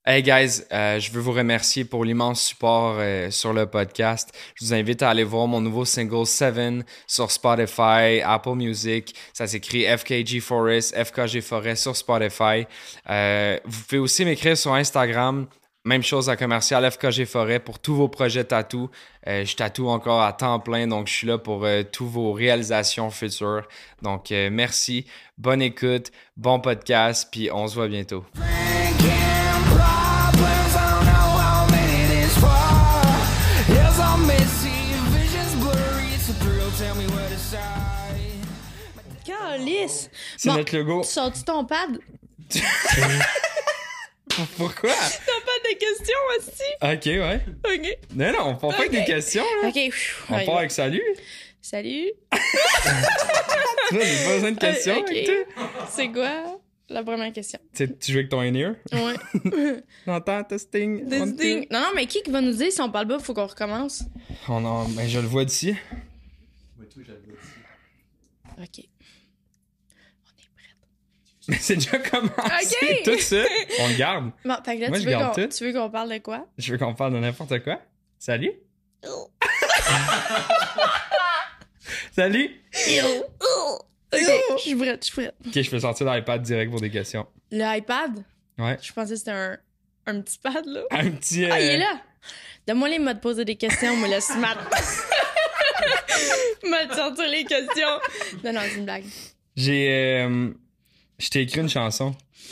Hey guys, je veux vous remercier pour l'immense support sur le podcast. Je vous invite à aller voir mon nouveau single 7 sur Spotify, Apple Music. Ça s'écrit FKG Forest, FKG Forest sur Spotify. Vous pouvez aussi m'écrire sur Instagram. Même chose à commercial FKG Forêt pour tous vos projets tatou. Je tatoue encore à temps plein, donc je suis là pour tous vos réalisations futures. Donc merci, bonne écoute, bon podcast, puis on se voit bientôt. Calice! C'est notre logo. Tu sors-tu ton pad? Pourquoi? Ton pad de questions aussi? Ok, ouais. Ok. Non, on part pas avec des questions, là. Ok. On part avec salut. Salut. Tu vois, j'ai pas besoin de questions Ok. avec toi. C'est quoi la première question? Tu joues avec ton in-ear? Ouais. T'entends, testing. Testing. Non, mais qui va nous dire si on parle pas, faut qu'on recommence? Ben, je le vois d'ici. Moi, tout, je le vois ici. Ok. Mais c'est déjà commencé. Ok. Tout ça, on le garde. Bon, fait que là, Moi, je garde tout. tu veux qu'on parle de quoi? Je veux qu'on parle de n'importe quoi. Salut. Salut. Ok, je suis prête. Ok, je peux sortir l'iPad direct pour des questions. L'iPad? Ouais. Je pensais que c'était un petit pad, là. Un petit... Ah, il est là! Donne-moi les mots de poser des questions, moi, le smart. M'a de sortir les questions. Non, c'est une blague. Je t'ai écrit une chanson.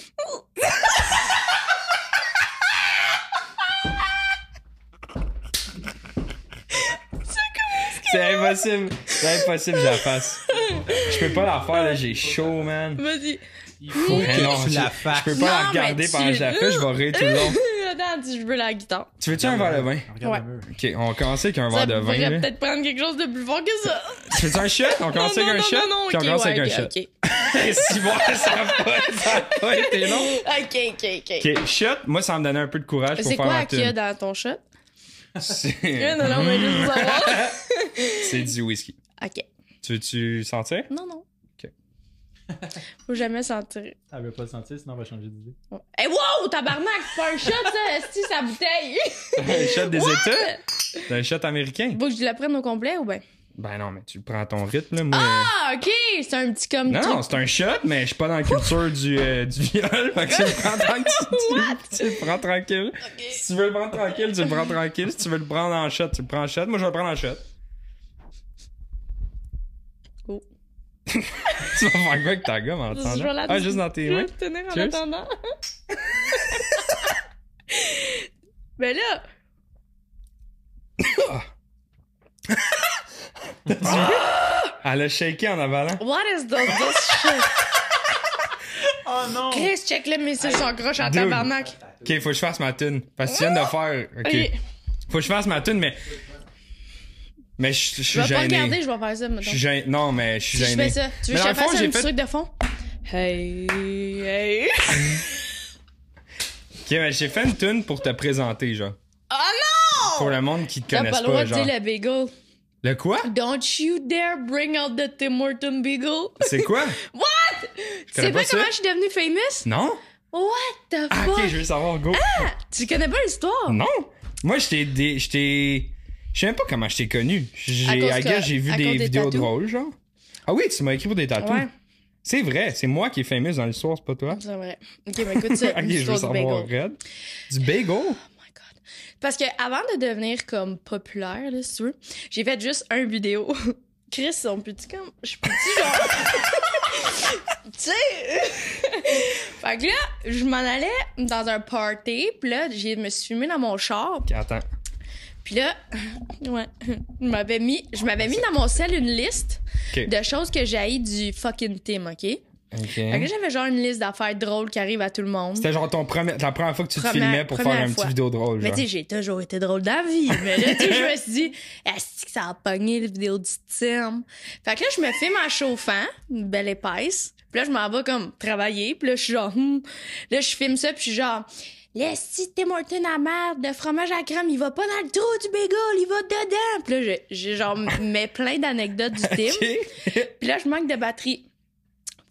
C'est impossible. C'est impossible que je la fasse. Je peux pas la faire, là. J'ai chaud, man. Vas-y. Il faut Mais non, que tu la fasses. Je peux pas la Non, regarder mais pendant que je la fais. Je vais rire tout le long. Attends, je veux la guitare. Tu veux-tu un verre de vin? Regarde Ouais. le mur. Ok, on va commencer avec un Ça verre de vin. pourrait Là. peut-être prendre quelque chose de plus fort que ça. Tu veux-tu un shot? On commence avec un shot? Non, Puis on ok, commence avec ouais, un shot. ok. Si bon, ça a pas été long. Ok. Ok, shot, moi, ça va me donner un peu de courage pour C'est faire quoi ma qu'il y a tune. dans ton shot? C'est Non, mais juste pour savoir. c'est du whisky. Ok. Tu veux-tu sentir? Non. Ok. Faut jamais sentir. Elle veut pas le sentir, sinon on va changer d'idée. Eh wow, tabarnak, c'est pas un shot, ça, esti, sa bouteille. Un shot des États? C'est un shot américain? Faut que je la prenne au complet ou ben? Ben non, mais tu le prends à ton rythme, là. Moi, Ah, ok, c'est un petit comme non, truc. c'est un shot, mais je suis pas dans la culture du viol. Fait que tu le prends tranquille. Tu le prends tranquille. Ok. Si tu veux le prendre tranquille, tu le prends tranquille. Si tu veux le prendre en shot, tu le prends en shot. Moi, je vais le prendre en shot. Oh. Tu vas faire quoi avec ta gomme en Je vais attendant? la Ah, juste dans tes Je mains? vais te tenir en Cheers. attendant. Ben là, Elle a shaké en avalant. what is this shit? Oh non! Chris, check le message son croche en Dude. tabarnak. Ok, faut que je fasse ma tune. Parce que tu viens de faire. Ok. Ok. Faut que je fasse ma tune, mais. Mais je Je suis vais pas gêné. regarder, je vais faire ça, Je mettons. suis gêné. Non, mais je suis Si je gêné. fais ça, tu veux Mais que dans je te le fond, fasse j'ai un petit fait- truc de fond? Hey. Ok, mais j'ai fait une tune pour te présenter, genre. Oh non! Pour le monde qui te T'as connaisse pas le droit pas, de genre. dire le bagel. Le quoi? Don't you dare bring out the Tim Horton bagel. C'est quoi? What? Tu connais sais pas pas ça? comment je suis devenue famous? Non? What the Ah, fuck? ok, je veux savoir, go. Tu connais pas l'histoire? Non? Moi, je sais même pas comment je t'ai connu. À cause J'ai vu à des cause des vidéos tatous. drôles, genre. Ah oui, tu m'as écrit pour des tatous. Ouais, C'est vrai, c'est moi qui est famous dans l'histoire, c'est pas toi. c'est vrai. Ok, mais écoute ça, Ok, je veux l'histoire du savoir, bagel. Red. Du bagel? Oh my god. Parce que avant de devenir comme populaire, là, si tu veux, j'ai fait juste un vidéo. Chris, on peut-tu comme. Je peux-tu genre. Tu sais. Fait que là, je m'en allais dans un party, pis là, je me suis filmée dans mon char. Ok, attends. Puis là, ouais, je m'avais mis dans mon sel une liste Ok. de choses que j'haïs du fucking Tim, OK? Ok. Fait que là, j'avais genre une liste d'affaires drôles qui arrivent à tout le monde. C'était genre la première fois que tu te Première- filmais pour faire première un fois. petit vidéo drôle, Mais genre. tu sais, j'ai toujours été drôle dans la vie. Mais là, tu sais, je me suis dit, est-ce que ça a pogné les vidéos du Tim? Fait que là, je me filme en chauffant, une belle épaisse. Puis là, je m'en vais comme travailler. Puis là, je suis genre, Là, je filme ça, puis je suis genre, l'esti de Tim Hortons à merde, le fromage à crème, il va pas dans le trou du bagel, il va dedans. Puis là, j'ai genre, mets plein d'anecdotes du Tim. Ok. Puis là, je manque de batterie.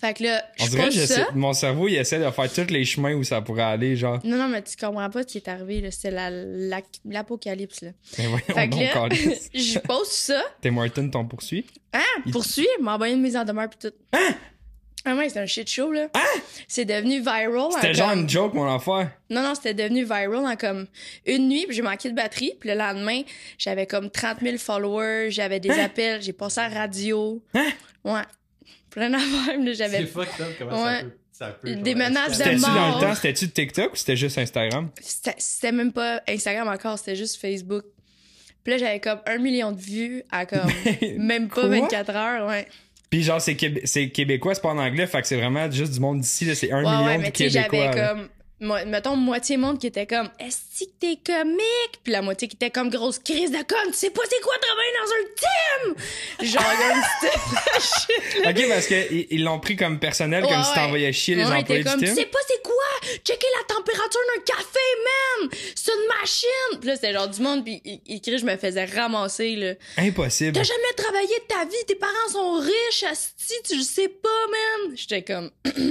Fait que là, On je dirait pose ça. mon cerveau, il essaie de faire tous les chemins où ça pourrait aller, genre. Non, mais tu comprends pas ce qui est arrivé, là. C'est l'apocalypse, là. Mais voyons Fait que donc, là, câlisse. je pose ça. Tim Horton t'en poursuit? Poursuit, m'a envoyé une mise en demeure pis tout. Ah ouais, c'était un shit show, là. C'est devenu viral. C'était genre une joke, mon affaire. Non, c'était devenu viral en comme une nuit, puis j'ai manqué de batterie. Puis le lendemain, j'avais comme 30 000 followers, j'avais des appels, j'ai passé à la radio. Ouais. Plein d'affaires, là, j'avais... C'est fucked up comment Ouais. ça peut Des genre, menaces de escalader. C'était-tu dans mort. le temps? C'était-tu TikTok ou c'était juste Instagram? C'était même pas Instagram encore, c'était juste Facebook. Puis là, j'avais comme 1 million de vues à comme même pas Quoi? 24 heures, ouais. Puis genre, c'est québécois, c'est pas en anglais, fait que c'est vraiment juste du monde d'ici, là, c'est 1 million Ouais, de mais tu sais, Québécois. j'avais là. comme, mettons, moitié monde qui était comme, est-ce que t'es comique? Puis la moitié qui était comme grosse crise de con, tu sais pas c'est quoi travailler dans un team? Genre, comme c'était Ok, parce que ils l'ont pris comme personnel, comme si t'envoyais chier les employés t'es comme, du tu team. sais pas c'est quoi? Checker la température d'un café, man! C'est une machine! Puis là, c'était genre du monde, puis il crie, je me faisais ramasser, là. Impossible. T'as jamais travaillé de ta vie, tes parents sont riches, asti, tu le sais pas, man! J'étais comme...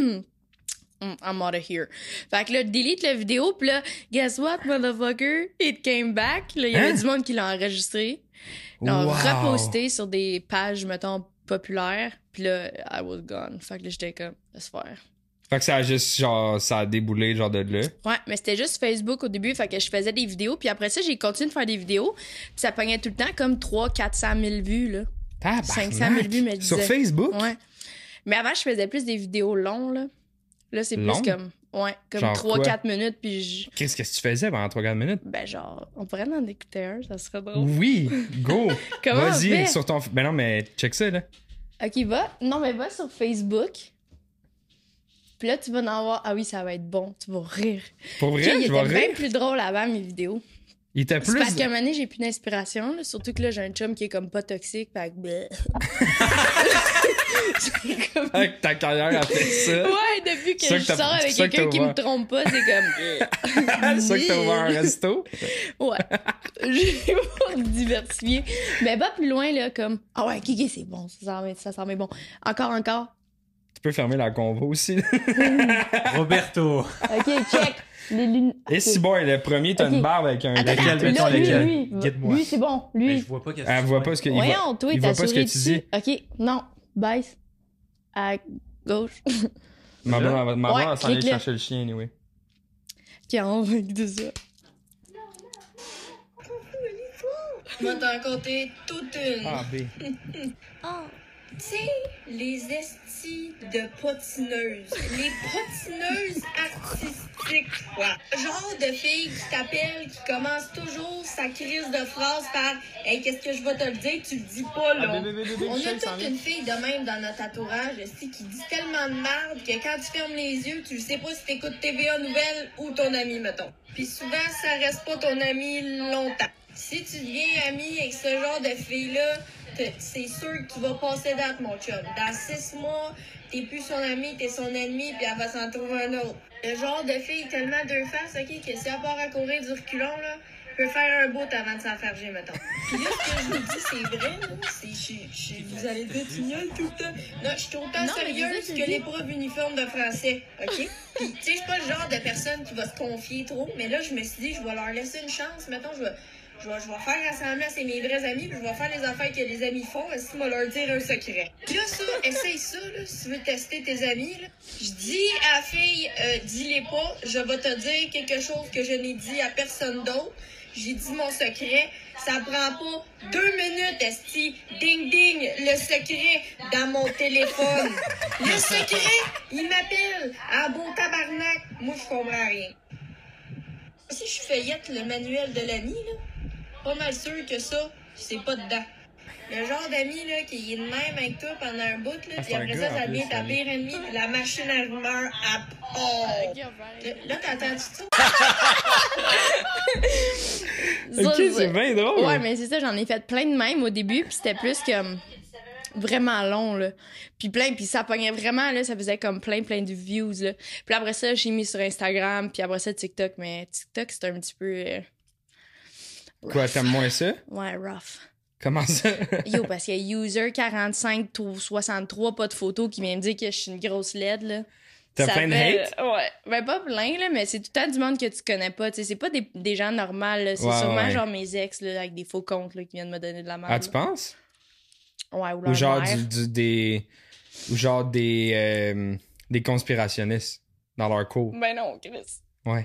I'm out of here. Fait que là, delete la vidéo, pis là, guess what, motherfucker? It came back. Là, il y avait du monde qui l'a enregistré. L'ont Wow. reposté sur des pages, mettons, populaires. Pis là, I was gone. Fait que là, j'étais comme, laisse faire. Fait que ça a juste, genre, ça a déboulé, genre, de là. Ouais, mais c'était juste Facebook au début, fait que je faisais des vidéos, puis après ça, j'ai continué de faire des vidéos, puis ça pognait tout le temps comme 300-400 000 vues, là. Tabarnak. 500 000 vues, mais je Sur disais- Facebook? Ouais. Mais avant, je faisais plus des vidéos longues, là. Là, c'est Long? plus comme, ouais, comme Genre 3-4 minutes, puis Qu'est-ce que tu faisais pendant 3-4 minutes? ben genre, on pourrait en écouter un, ça serait drôle. Oui, go! Comment on Vas-y, fait? sur ton... Ben non, mais check ça, là. Ok, va. Non, mais va sur Facebook. Puis là, tu vas en voir. Ah oui, ça va être bon. Tu vas rire. Pour vrai, Tu sais, il je vais était bien rire. plus drôle avant mes vidéos. Il était C'est plus... parce qu'à un moment donné, j'ai plus d'inspiration. Là. Surtout que là, j'ai un chum qui est comme pas toxique. Fait que... bleh. C'est comme- Avec ta carrière a fait ça. Ouais, depuis que C'est ça je que t'as- sors avec c'est ça que quelqu'un t'as qui me ouvert. trompe pas, c'est comme... C'est ça que t'as ouvert un resto. Ouais. J'ai pour diversifier. Mais va plus loin, là, comme... Ah ouais, Kiki, c'est bon. Ça s'en met bon. Encore. Tu peux fermer la convo aussi. Roberto. OK, check. Les lunettes. Et si bon, le premier, t'as Ok. une barbe avec un... Attends, Lequel, attends, mettons, là, lequel? Lui, Guide-moi. lui, c'est bon. Mais Lui. je vois pas qu'est-ce Elle voit pas ce que... il Voyons, toi, il t'as voit pas ce souri que tu dessus. dis. OK, non. Baisse. À gauche. Ma Là? blonde, ma Ouais, blonde, elle s'en allait clique-le. chercher le chien, anyway. Qui a envie de ça. Je vais t'en compter toute une. Ah, B. Ah, tu sais, les estis de potineuses. Les potineuses artistiques, quoi. Genre de fille qui t'appelle, qui commence toujours sa crise de phrase par « Hey, qu'est-ce que je vais te le dire? Tu le dis pas, là. On a toute une fille de même dans notre entourage, esti, qui dit tellement de merde que quand tu fermes les yeux, tu sais pas si t'écoutes TVA Nouvelles ou ton ami, mettons. Puis souvent, ça reste pas ton ami longtemps. Si tu deviens ami avec ce genre de fille-là, c'est sûr que tu vas passer date, mon chum. Dans 6 mois, t'es plus son ami, t'es son ennemi, puis elle va s'en trouver un autre. Le genre de fille tellement deux faces, ok, que si elle part à courir du reculon, là, peut faire un bout avant de s'enfarger, mettons. Puis là, ce que je vous dis, c'est vrai, là. Vous allez dire, tu niaises tout le temps. Non, je suis autant Non, mais sérieuse c'est ça, tu que dis. l'épreuve uniforme de français, ok? Puis, tu sais, je suis pas le genre de personne qui va se confier trop, mais là, je me suis dit, je vais leur laisser une chance, mettons, je vais faire semblant, c'est mes vrais amis, puis je vais faire les affaires que les amis font, et si moi leur dire un secret. Puis là, ça, essaye ça, là, si tu veux tester tes amis, là. Je dis à la fille, dis-les pas, je vais te dire quelque chose que je n'ai dit à personne d'autre. J'ai dit mon secret, ça prend pas 2 minutes, esti. Ding ding, le secret dans mon téléphone. Le secret, il m'appelle. Ah bon tabarnak, moi je comprends rien. Si je feuillette le manuel de l'ami, là, pas mal sûr que ça, c'est pas dedans. Le genre d'ami là, qui est de même avec toi pendant un bout, là, puis c'est un après gars, ça, en ça devient plus, ta lui. pire ennemie, puis la machine à rumeur à part. Là, t'entends-tu ça? Ok, c'est bien drôle. Ouais, mais c'est ça, j'en ai fait plein de même au début, puis c'était plus comme vraiment long, là. Puis ça pognait vraiment, là, ça faisait comme plein de views, là. Puis après ça, j'ai mis sur Instagram, puis après ça, TikTok, mais TikTok, c'est un petit peu... Quoi, t'aimes moins ça? Ouais, rough. Comment ça? Yo, parce qu'il y a user4563 pas de photos qui vient me dire que je suis une grosse LED, là. T'as Ça plein de fait- hate? Ouais. Ben, pas plein, là, mais c'est tout le temps du monde que tu connais pas. Tu sais, c'est pas des gens normaux, là. C'est Ouais, sûrement ouais. genre mes ex, là, avec des faux comptes, là, qui viennent me donner de la merde. Ah, tu penses? Ouais, ou Ou leur genre mère. des conspirationnistes dans leur cours. Ben non, Chris. Ouais.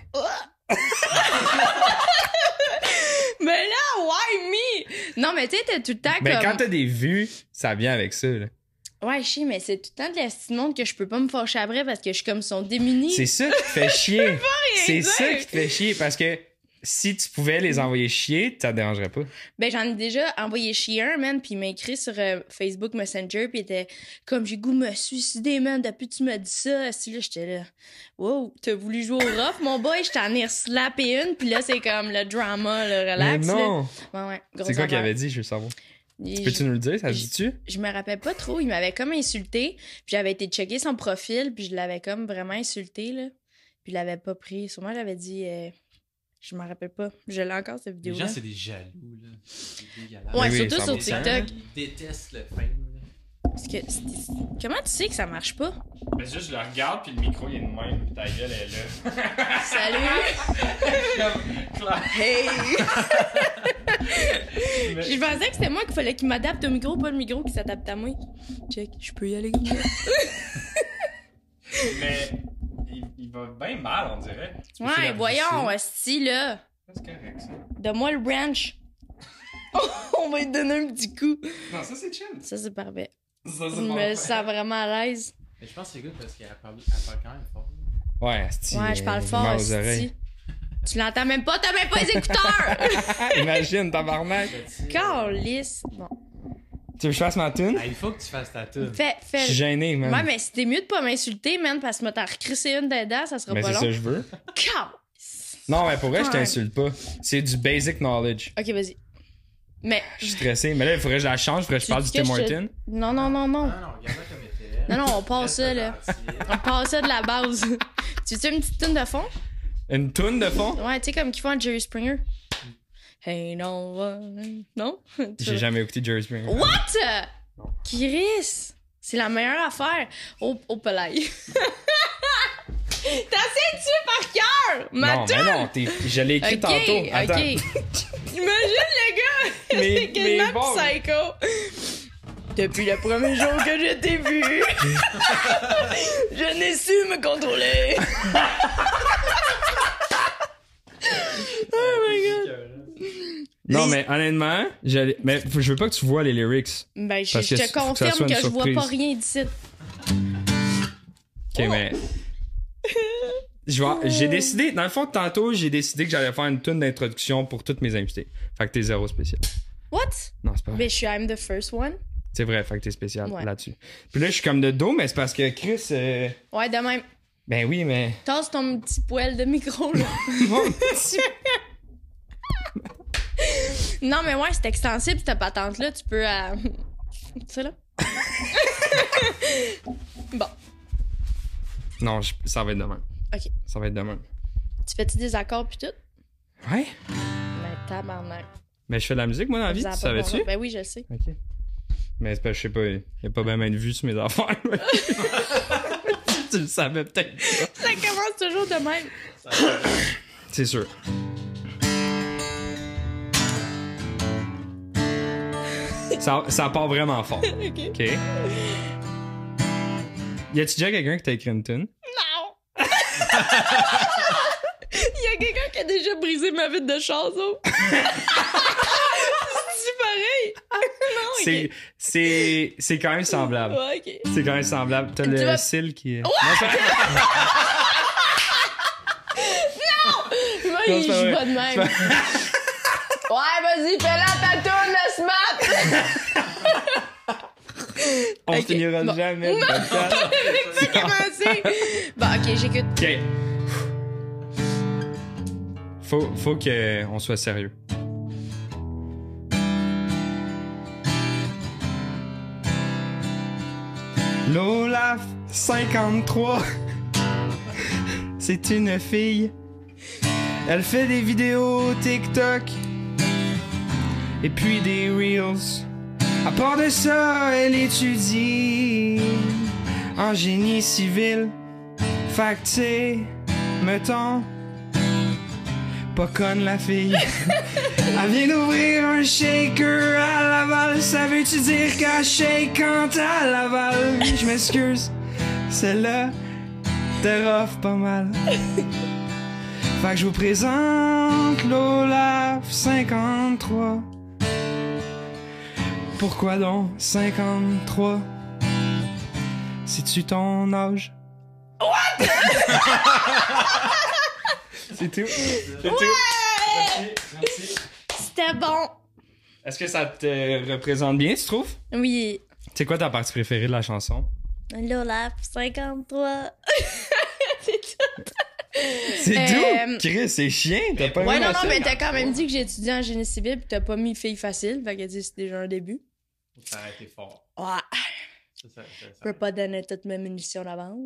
Mais là, why me? Non, mais tu sais, t'es tout le temps Ben, comme... quand t'as des vues, ça vient avec ça, là. Ouais, je sais, mais c'est tout le temps de la style monde que je peux pas me fâcher après parce que je suis comme sont démunis. C'est ça qui te fait chier. C'est dire. ça qui te fait chier parce que si tu pouvais les envoyer chier, ça te dérangerait pas. Ben, j'en ai déjà envoyé chier un, man, puis il m'a écrit sur Facebook Messenger, puis il était comme, j'ai goût de me suicider, man, depuis que tu m'as dit ça. Si là, j'étais là, wow, t'as voulu jouer au rough, mon boy, je t'en ai slappé une, puis là, c'est comme le drama, le relax. Mais non! Là. Ouais, grosse C'est quoi qu'il affaire. avait dit, je veux savoir. Et Peux-tu nous le dire, ça se je- dit-tu? Je me rappelle pas trop, il m'avait comme insulté, puis j'avais été checker son profil, puis je l'avais comme vraiment insulté, là. Puis je l'avais pas pris. Sûrement, j'avais dit, je m'en rappelle pas. Je l'ai encore, cette Les vidéo-là. gens, c'est des jaloux, là. C'est dégueulasse. Ouais, Oui, surtout sur 100%. TikTok. Ils détestent le fame, là. Parce que, comment tu sais que ça marche pas? Ben juste, je le regarde, puis le micro, il est de même, puis ta gueule est là. Salut! Hey! Je pensais que c'était moi qu'il fallait qu'il m'adapte au micro, pas le micro qui s'adapte à moi. Check, je peux y aller comme ça. Mais il va bien mal, on dirait. Tu peux-tu Ouais, la voyons, visser? esti, là. C'est correct, ça. Donne-moi le branch. On va lui donner un petit coup. Non, ça, c'est chill. Ça, c'est parfait. Ça, Je me sens vraiment à l'aise. Mais je pense que c'est good parce qu'elle parle quand même fort. Ouais, asti, Ouais, je parle fort, mal aux esti. oreilles. Tu l'entends même pas, t'as même pas les écouteurs! Imagine, tabarnak. Calisse. Bon. Tu veux que je fasse ma tune? Ah, il faut que tu fasses ta tune. Fais. Je suis gêné, man. Ouais, mais c'était mieux de pas m'insulter, man, parce que moi, t'en recrisser une dedans, ça sera Mais pas c'est long. ça que je veux. Calisse. Non, mais pour vrai, je Ouais. t'insulte pas. C'est du basic knowledge. Ok, vas-y. Mais. Je suis stressé. Mais là, il faudrait que je la change. Il faudrait que je parle du dis que Tim je te- Horton. Non, non, non, non. Non, non, regarde-la comme elle était. Non, non, on passe ça, là. On passe ça de la base. Tu veux une petite tune de fond? Une toune de fond? Ouais, tu sais, comme qu'ils font à Jerry Springer. Hey, non, non? J'ai jamais écouté Jerry Springer. What? Chris! C'est la meilleure affaire. Au palais. T'as assez de tuer par cœur! Ma Non, tune! mais non, je l'ai écrit Ok, tantôt. Attends. ok. Imagine le gars! Mais- C'est quasiment mais bon. psycho. Depuis le premier jour que je t'ai vu, je n'ai su me contrôler. Oh my god. Non, mais honnêtement, mais je veux pas que tu vois les lyrics. Ben, Parce je que te faut que ça confirme soit que une je vois pas surprise. rien d'ici. Ok, mais. J'ai décidé, dans le fond, tantôt, j'ai décidé que j'allais faire une tune d'introduction pour toutes mes invités. Fait que t'es zéro spécial. What? Non, c'est pas vrai. Ben, je suis I'm the first one. C'est vrai, fait que t'es spécial Ouais. là-dessus. Puis là, je suis comme de dos, mais c'est parce que Chris. Ouais, de même. Ben oui, mais. Tasse ton petit poêle de micro, là. Mon petit- Non, mais ouais, c'est extensible, cette patente-là. Tu peux... Ça, là? Bon. Non, ça va être de même. OK. Ça va être de même. Tu fais-tu des accords pis tout? Ouais? Ben, tabarnak. Mais je fais de la musique, moi, dans la vie, Ça a tu pas de bon savais-tu? sens. Ben oui, je le sais. Ok. Mais c'est parce que je sais pas, il y a pas bien de vues sur mes affaires. Tu le savais peut-être pas. Ça commence toujours de même. C'est sûr. Ça part vraiment fort. OK. OK? Y a-tu déjà quelqu'un qui t'a écrit une tune? Non! Il y a quelqu'un qui a déjà brisé ma vitre de chaseau. C'est pareil? Non, OK. C'est quand même semblable. Ouais, OK. C'est quand même semblable. T'as Tu le vas- cil qui est. Moi, Non, il c'est pas joue vrai. pas de même. Ouais, vas-y, fais-la ta tourne, le smart! On Ok, finira bon. jamais le podcast. J'ai pas commencé. Bon, OK, j'écoute. OK. Faut qu'on soit sérieux. Lola, 53. C'est une fille. Elle fait des vidéos TikTok. et puis des reels. À part de ça, elle étudie en génie civil. Fait que t'sais, mettons, pas conne la fille. Elle vient d'ouvrir un shaker à Laval. Ça veut-tu dire qu'elle shake quand à Laval? Je m'excuse, celle-là t'es rough pas mal. Fait que je vous présente l'Olaf 53. Pourquoi donc 53? C'est-tu ton âge? What? C'est tout. C'est tout. Merci. C'était bon. Est-ce que ça te représente bien, tu trouves? Oui. C'est quoi ta partie préférée de la chanson? L'Olaf 53. C'est tout. C'est tout? Chris, c'est chien, t'as pas Ouais, aimé non, la mais scène? t'as quand même dit que j'ai étudié en génie civil pis t'as pas mis fille facile. Fait que c'est déjà un début. Ça a été fort. Ouais. Ça. Je peux pas donner toutes mes munitions d'avance.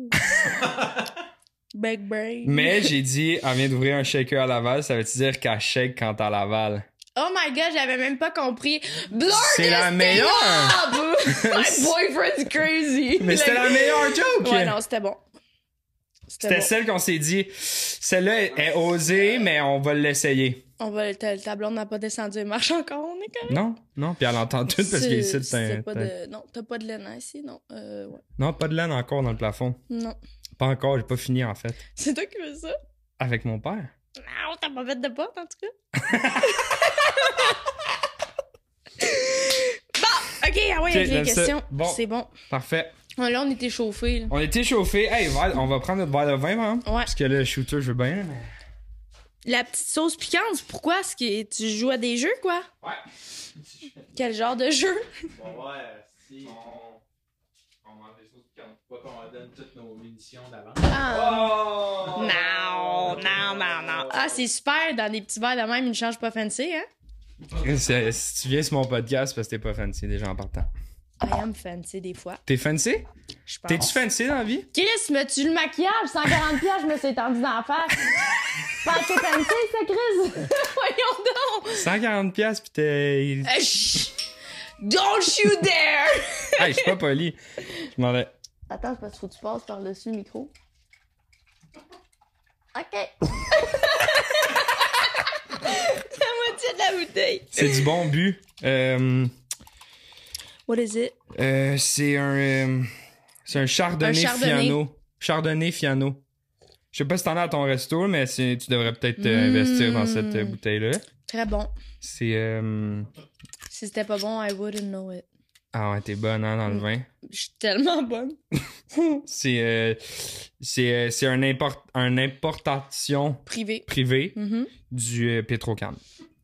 Big brain. Mais j'ai dit, elle vient d'ouvrir un shaker à Laval, ça veut dire qu'elle shake quand à Laval? Oh my god, j'avais même pas compris. Blur C'est la meilleure! My boyfriend's crazy! Mais c'était la meilleure joke! Ouais, non, c'était bon. C'était bon. celle qu'on s'est dit, celle-là est osée, mais on va l'essayer. On va, ta blonde n'a pas descendu les marches encore, on est correct. Non, puis elle entend tout parce qu'il ici, c'est pas de... Non, t'as pas de laine ici, non. Ouais. Non, pas de laine encore dans le plafond. Non. Pas encore, j'ai pas fini en fait. C'est toi qui veux ça? Avec mon père. Non, t'as pas fait de porte, en tout cas. Bon, ok, ah ouais, avec les questions. Bon. C'est bon. Parfait. Là, on était chauffés. On était chauffés. Hey, on va prendre notre verre de vin, hein? Ouais. Parce que le shooter, je veux bien. Mais... La petite sauce piquante, pourquoi? Est-ce que tu joues à des jeux, quoi? Ouais. Quel genre de jeu? Bon, ouais, si. On mange des sauces piquantes. Pas qu'on donne toutes nos munitions d'avant. Ah. Oh! Non. Ah, c'est super. Dans des petits verres de même, ils ne changent pas fancy, hein? Si tu viens sur mon podcast, parce que t'es pas fancy déjà en partant. I am fancy des fois. T'es fancy? Je pense. T'es-tu fancy dans la vie? Chris, mets-tu le maquillage? 140 pièces, je me suis étendu dans la face. Pas que t'es fancy, ça, Chris? Voyons donc! 140$ pis t'es... Chut! Don't you dare! Hey, je suis pas poli. Je m'en vais. Attends, parce qu'il faut que tu passes par-dessus le micro. OK. C'est la moitié de la bouteille. C'est du bon but. What is it? C'est un chardonnay, Fiano. Chardonnay Fiano. Je sais pas si t'en as à ton resto, mais tu devrais peut-être investir dans cette bouteille-là. Très bon. C'est... Si c'était pas bon, I wouldn't know it. Ah ouais, t'es bonne, hein, dans le vin. Je suis tellement bonne. C'est une importation Privé. privée Mhm. du Petrocan.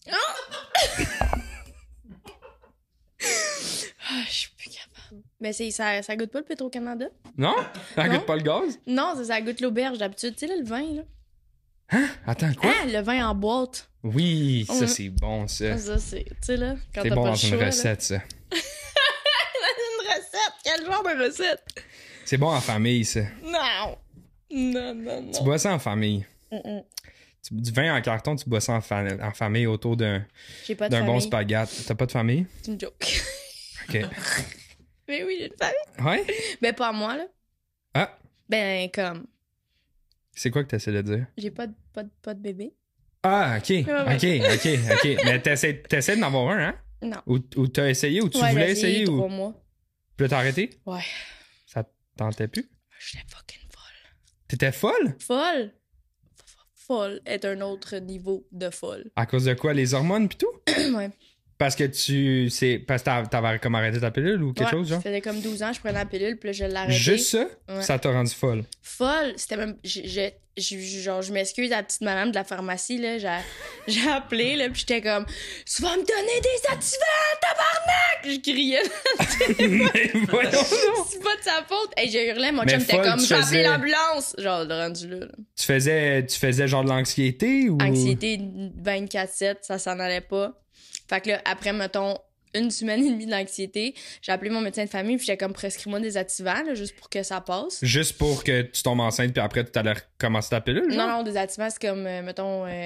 Ah, je suis plus capable. Mais ça goûte pas le Petro-Canada? Non? Ça Non. goûte pas le gaz? Non, ça goûte l'auberge d'habitude. Tu sais, là, le vin, là. Attends, quoi? Ah, le vin en boîte. Oui, ça Ouais. c'est bon, ça. Ça, c'est... Tu sais, là, quand C'est t'as bon pas dans le une choix, là. recette, ça. Une recette? Quel genre de recette? C'est bon en famille, ça. Non. Non. Tu bois ça en famille. Mm-mm. Du vin en carton, tu bois ça en famille autour d'un J'ai pas de bon famille. spaghetti. T'as pas de famille? C'est une joke. OK. Mais oui, j'ai une famille. Ouais? Ben, pas moi, là. Ah! Ben, comme... C'est quoi que t'essaies de dire? J'ai pas de bébé. Ah, OK. OK. Mais t'essaies d'en avoir un, hein? Non. Ou t'as essayé, ou tu Ouais, voulais j'ai essayé essayer, ou... 3 mois. Puis là, t'as arrêté? Ouais. Ça te tentait plus? J'étais fucking folle. T'étais folle? Folle? Folle est un autre niveau de folle. À cause de quoi? Les hormones pis tout? Ouais. Parce que parce que t'avais comme arrêté ta pilule ou quelque chose, genre? Ça faisait comme 12 ans, je prenais la pilule, puis là, je l'ai arrêtée. Juste ça? Ouais. Ça t'a rendu folle. Folle, c'était même... Genre, je m'excuse à la petite madame de la pharmacie, là. J'ai appelé, là, puis j'étais comme... Tu vas me donner des activants, tabarnak! Je criais. Mais voyons donc! C'est pas de sa faute. Hey, j'ai hurlé, mon Mais chum était folle, comme... tu J'ai appelé faisais- l'ambulance! Genre, le rendu là. Tu faisais genre de l'anxiété ou... Anxiété 24/7, ça s'en allait pas. Fait que là, après, mettons, 1 semaine et demie d'anxiété, j'ai appelé mon médecin de famille, puis j'étais comme prescris-moi des activants, là, juste pour que ça passe. Juste pour que tu tombes enceinte puis après tu allais recommencer ta pilule, genre? Non, des activants, c'est comme, mettons,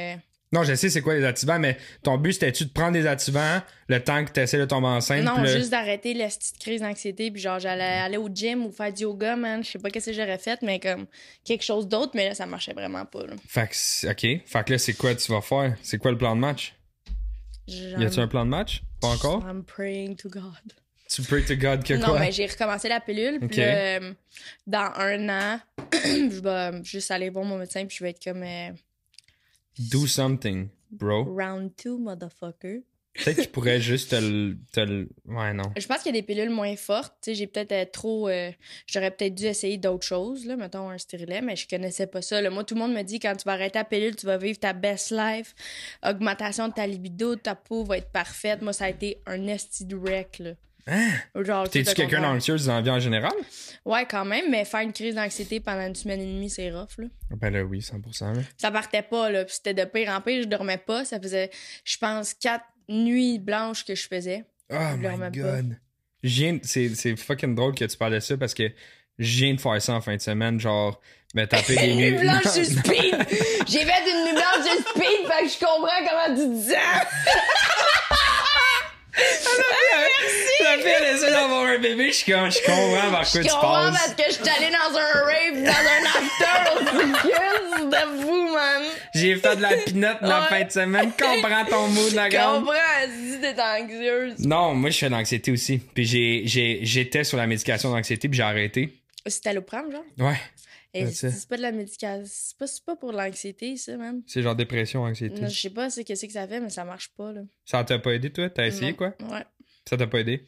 Non, je sais c'est quoi les activants, mais ton but, c'était-tu de prendre des activants le temps que tu essaies de tomber enceinte? Non, puis là- juste d'arrêter la petite crise d'anxiété, puis genre, j'allais aller au gym ou faire du yoga, man. Je sais pas qu'est-ce que j'aurais fait, mais comme quelque chose d'autre, mais là, ça marchait vraiment pas, là. Fait que, OK. Fait que là, c'est quoi tu vas faire? C'est quoi le plan de match? Y a-tu un plan de match? Pas encore? I'm praying to God. Tu pray to God que Non, quoi? mais j'ai recommencé la pilule, puis Ok. là, dans 1 an, je vais juste aller voir mon médecin, puis je vais être comme Do something, bro. round 2, motherfucker. Peut-être qu'il pourrait juste Ouais, non. Je pense qu'il y a des pilules moins fortes. Tu sais, j'ai peut-être j'aurais peut-être dû essayer d'autres choses, là, mettons un stérilet, mais je connaissais pas ça. Là. Moi, tout le monde me dit quand tu vas arrêter la pilule, tu vas vivre ta best life, augmentation de ta libido, ta peau va être parfaite. Moi, ça a été un esti de wreck, là. Hein? Genre, tout T'es-tu le quelqu'un contraire. d'anxieuse dans la vie en général? Ouais, quand même, mais faire une crise d'anxiété pendant 1 semaine et demie, c'est rough, là. Ben là, oui, 100%. Là. Ça partait pas, là. Puis c'était de pire en pire, je dormais pas. Ça faisait, je pense, 4 nuits blanches que je faisais. Oh Je dormais my pas. God. C'est fucking drôle que tu parles de ça parce que je viens de faire ça en fin de semaine, genre, me taper des Une nuit nuits. blanche sur speed! J'ai fait une nuit blanche sur speed, fait que je comprends comment tu te sens! La fille, elle essaie d'avoir un bébé, je comprends par quoi Je tu comprends passes. parce que je suis allée dans un rave, dans un after au Circus, c'était fou, man! J'ai fait de la pinotte la Ouais. fin de semaine. Comprends ton mood, la Je grande. comprends si t'es anxieuse. Non, moi, je fais de l'anxiété aussi. Puis j'étais sur la médication d'anxiété, puis j'ai arrêté. C'est Alloprane, genre? Ouais. Et C'est ça. c'est pas de la médication. C'est pas pour l'anxiété, ça, man. C'est genre dépression, anxiété. Non, je sais pas c'est qu'est-ce que ça fait, mais ça marche pas, là. Ça t'a pas aidé, toi? T'as essayé, Non. quoi? Ouais. Ça t'a pas aidé?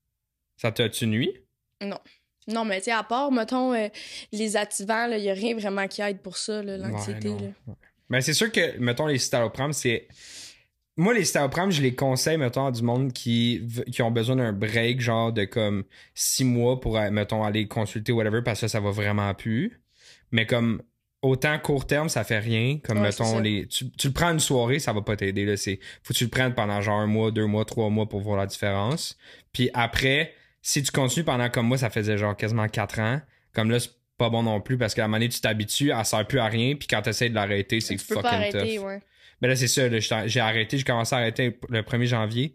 Ça t'a-tu nuit? Non, mais tu sais, à part, mettons, les activants, il y a rien vraiment qui aide pour ça, là, l'anxiété. Ouais, non. Là. Ouais. Mais c'est sûr que, mettons, les citalopram, c'est... Moi, les citalopram, je les conseille, mettons, à du monde qui ont besoin d'un break, genre de comme 6 mois pour, mettons, aller consulter, whatever, parce que ça va vraiment plus. Mais comme, autant court terme, ça fait rien. Comme, Ouais, mettons, c'est tu le prends une soirée, ça va pas t'aider, là. Faut que tu le prennes pendant genre 1 mois, 2 mois, 3 mois pour voir la différence. Puis après, si tu continues pendant comme moi, ça faisait genre quasiment 4 ans. Comme là, c'est pas bon non plus parce qu'à un moment donné, tu t'habitues, elle sert plus à rien. Puis quand t'essaies de l'arrêter, c'est Tu peux fucking pas arrêter, tough. ouais. Mais là, c'est ça, là, j'ai arrêté, j'ai commencé à arrêter le 1er janvier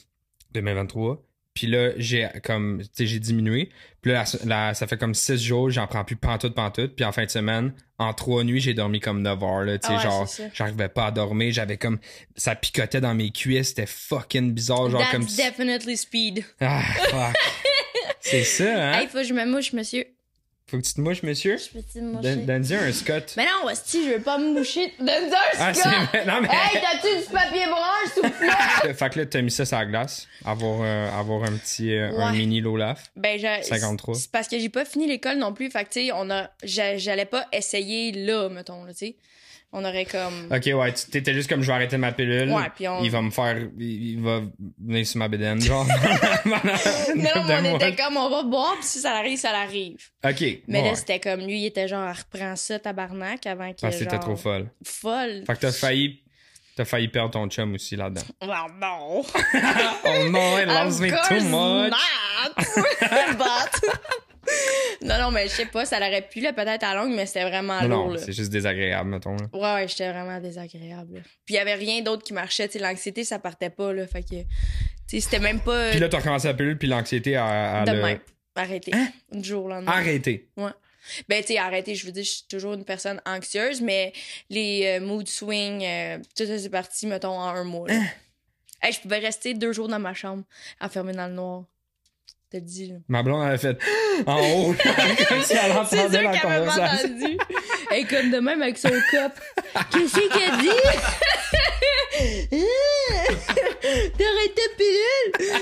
2023. Puis là, j'ai diminué. Puis là, ça fait comme 6 jours, j'en prends plus pantoute. Puis en fin de semaine, en 3 nuits, j'ai dormi comme 9 heures, là. Tu sais, Ah ouais, genre, c'est ça. j'arrivais pas à dormir. J'avais comme, ça picotait dans mes cuisses. C'était fucking bizarre, genre That's comme... definitely speed. Ah, fuck. C'est ça, hein? Hey, faut que je me mouche, monsieur. Faut que tu te mouches, monsieur? Je peux-tu me moucher? Donne-y un Scott. Mais non, si je veux pas me moucher. Donne-moi un Ah, c'est Scott! vrai. Non, mais... Hey, t'as-tu du papier brun, s'il vous plaît? Fait que là, t'as mis ça sur la glace. Avoir un petit... un Ouais. mini Lolaf. Ben, 53. C'est parce que j'ai pas fini l'école non plus. Fait que, tu sais, j'allais pas essayer là, mettons, là, tu sais. On aurait comme. Ok, ouais, tu t'étais juste comme je vais arrêter ma pilule. Ouais, puis on. Il va me faire. Il va venir sur ma bédaine, genre. Non, mais on était comme, on va boire, puis si ça arrive, ça arrive. Ok. Mais bon, là, c'était comme, lui, il était genre, reprends ça, tabarnak, avant qu'il. parce que t'étais trop folle. Folle. Fait que t'as failli perdre ton chum aussi là-dedans. Oh non. Oh non, it loves me Of too course much. not. But. Non, mais je sais pas, ça l'aurait pu, là, peut-être à longue, mais c'était vraiment Non, lourd, non, là. c'est juste désagréable, mettons. Là. Ouais, j'étais vraiment désagréable. Là. Puis il y avait rien d'autre qui marchait, tu sais, l'anxiété, ça partait pas, là. Fait que, tu sais, c'était même pas. Puis là, t'as recommencé la pilule, puis l'anxiété à de même. Arrêté. Du jour au lendemain. Arrêté. Ouais. Ben, tu sais, arrêté, je veux dire, je suis toujours une personne anxieuse, mais les mood swings, tout ça, c'est parti, mettons, en 1 mois. Là. Hey, je pouvais rester 2 jours dans ma chambre, enfermée dans le noir. T'as dit, là. Ma blonde avait fait en haut, comme si elle C'est entendait sûr la qu'elle m'a pas conversation. entendu. Elle comme de même avec son cop. Qu'est-ce qu'elle dit? T'arrêtes ta pilule?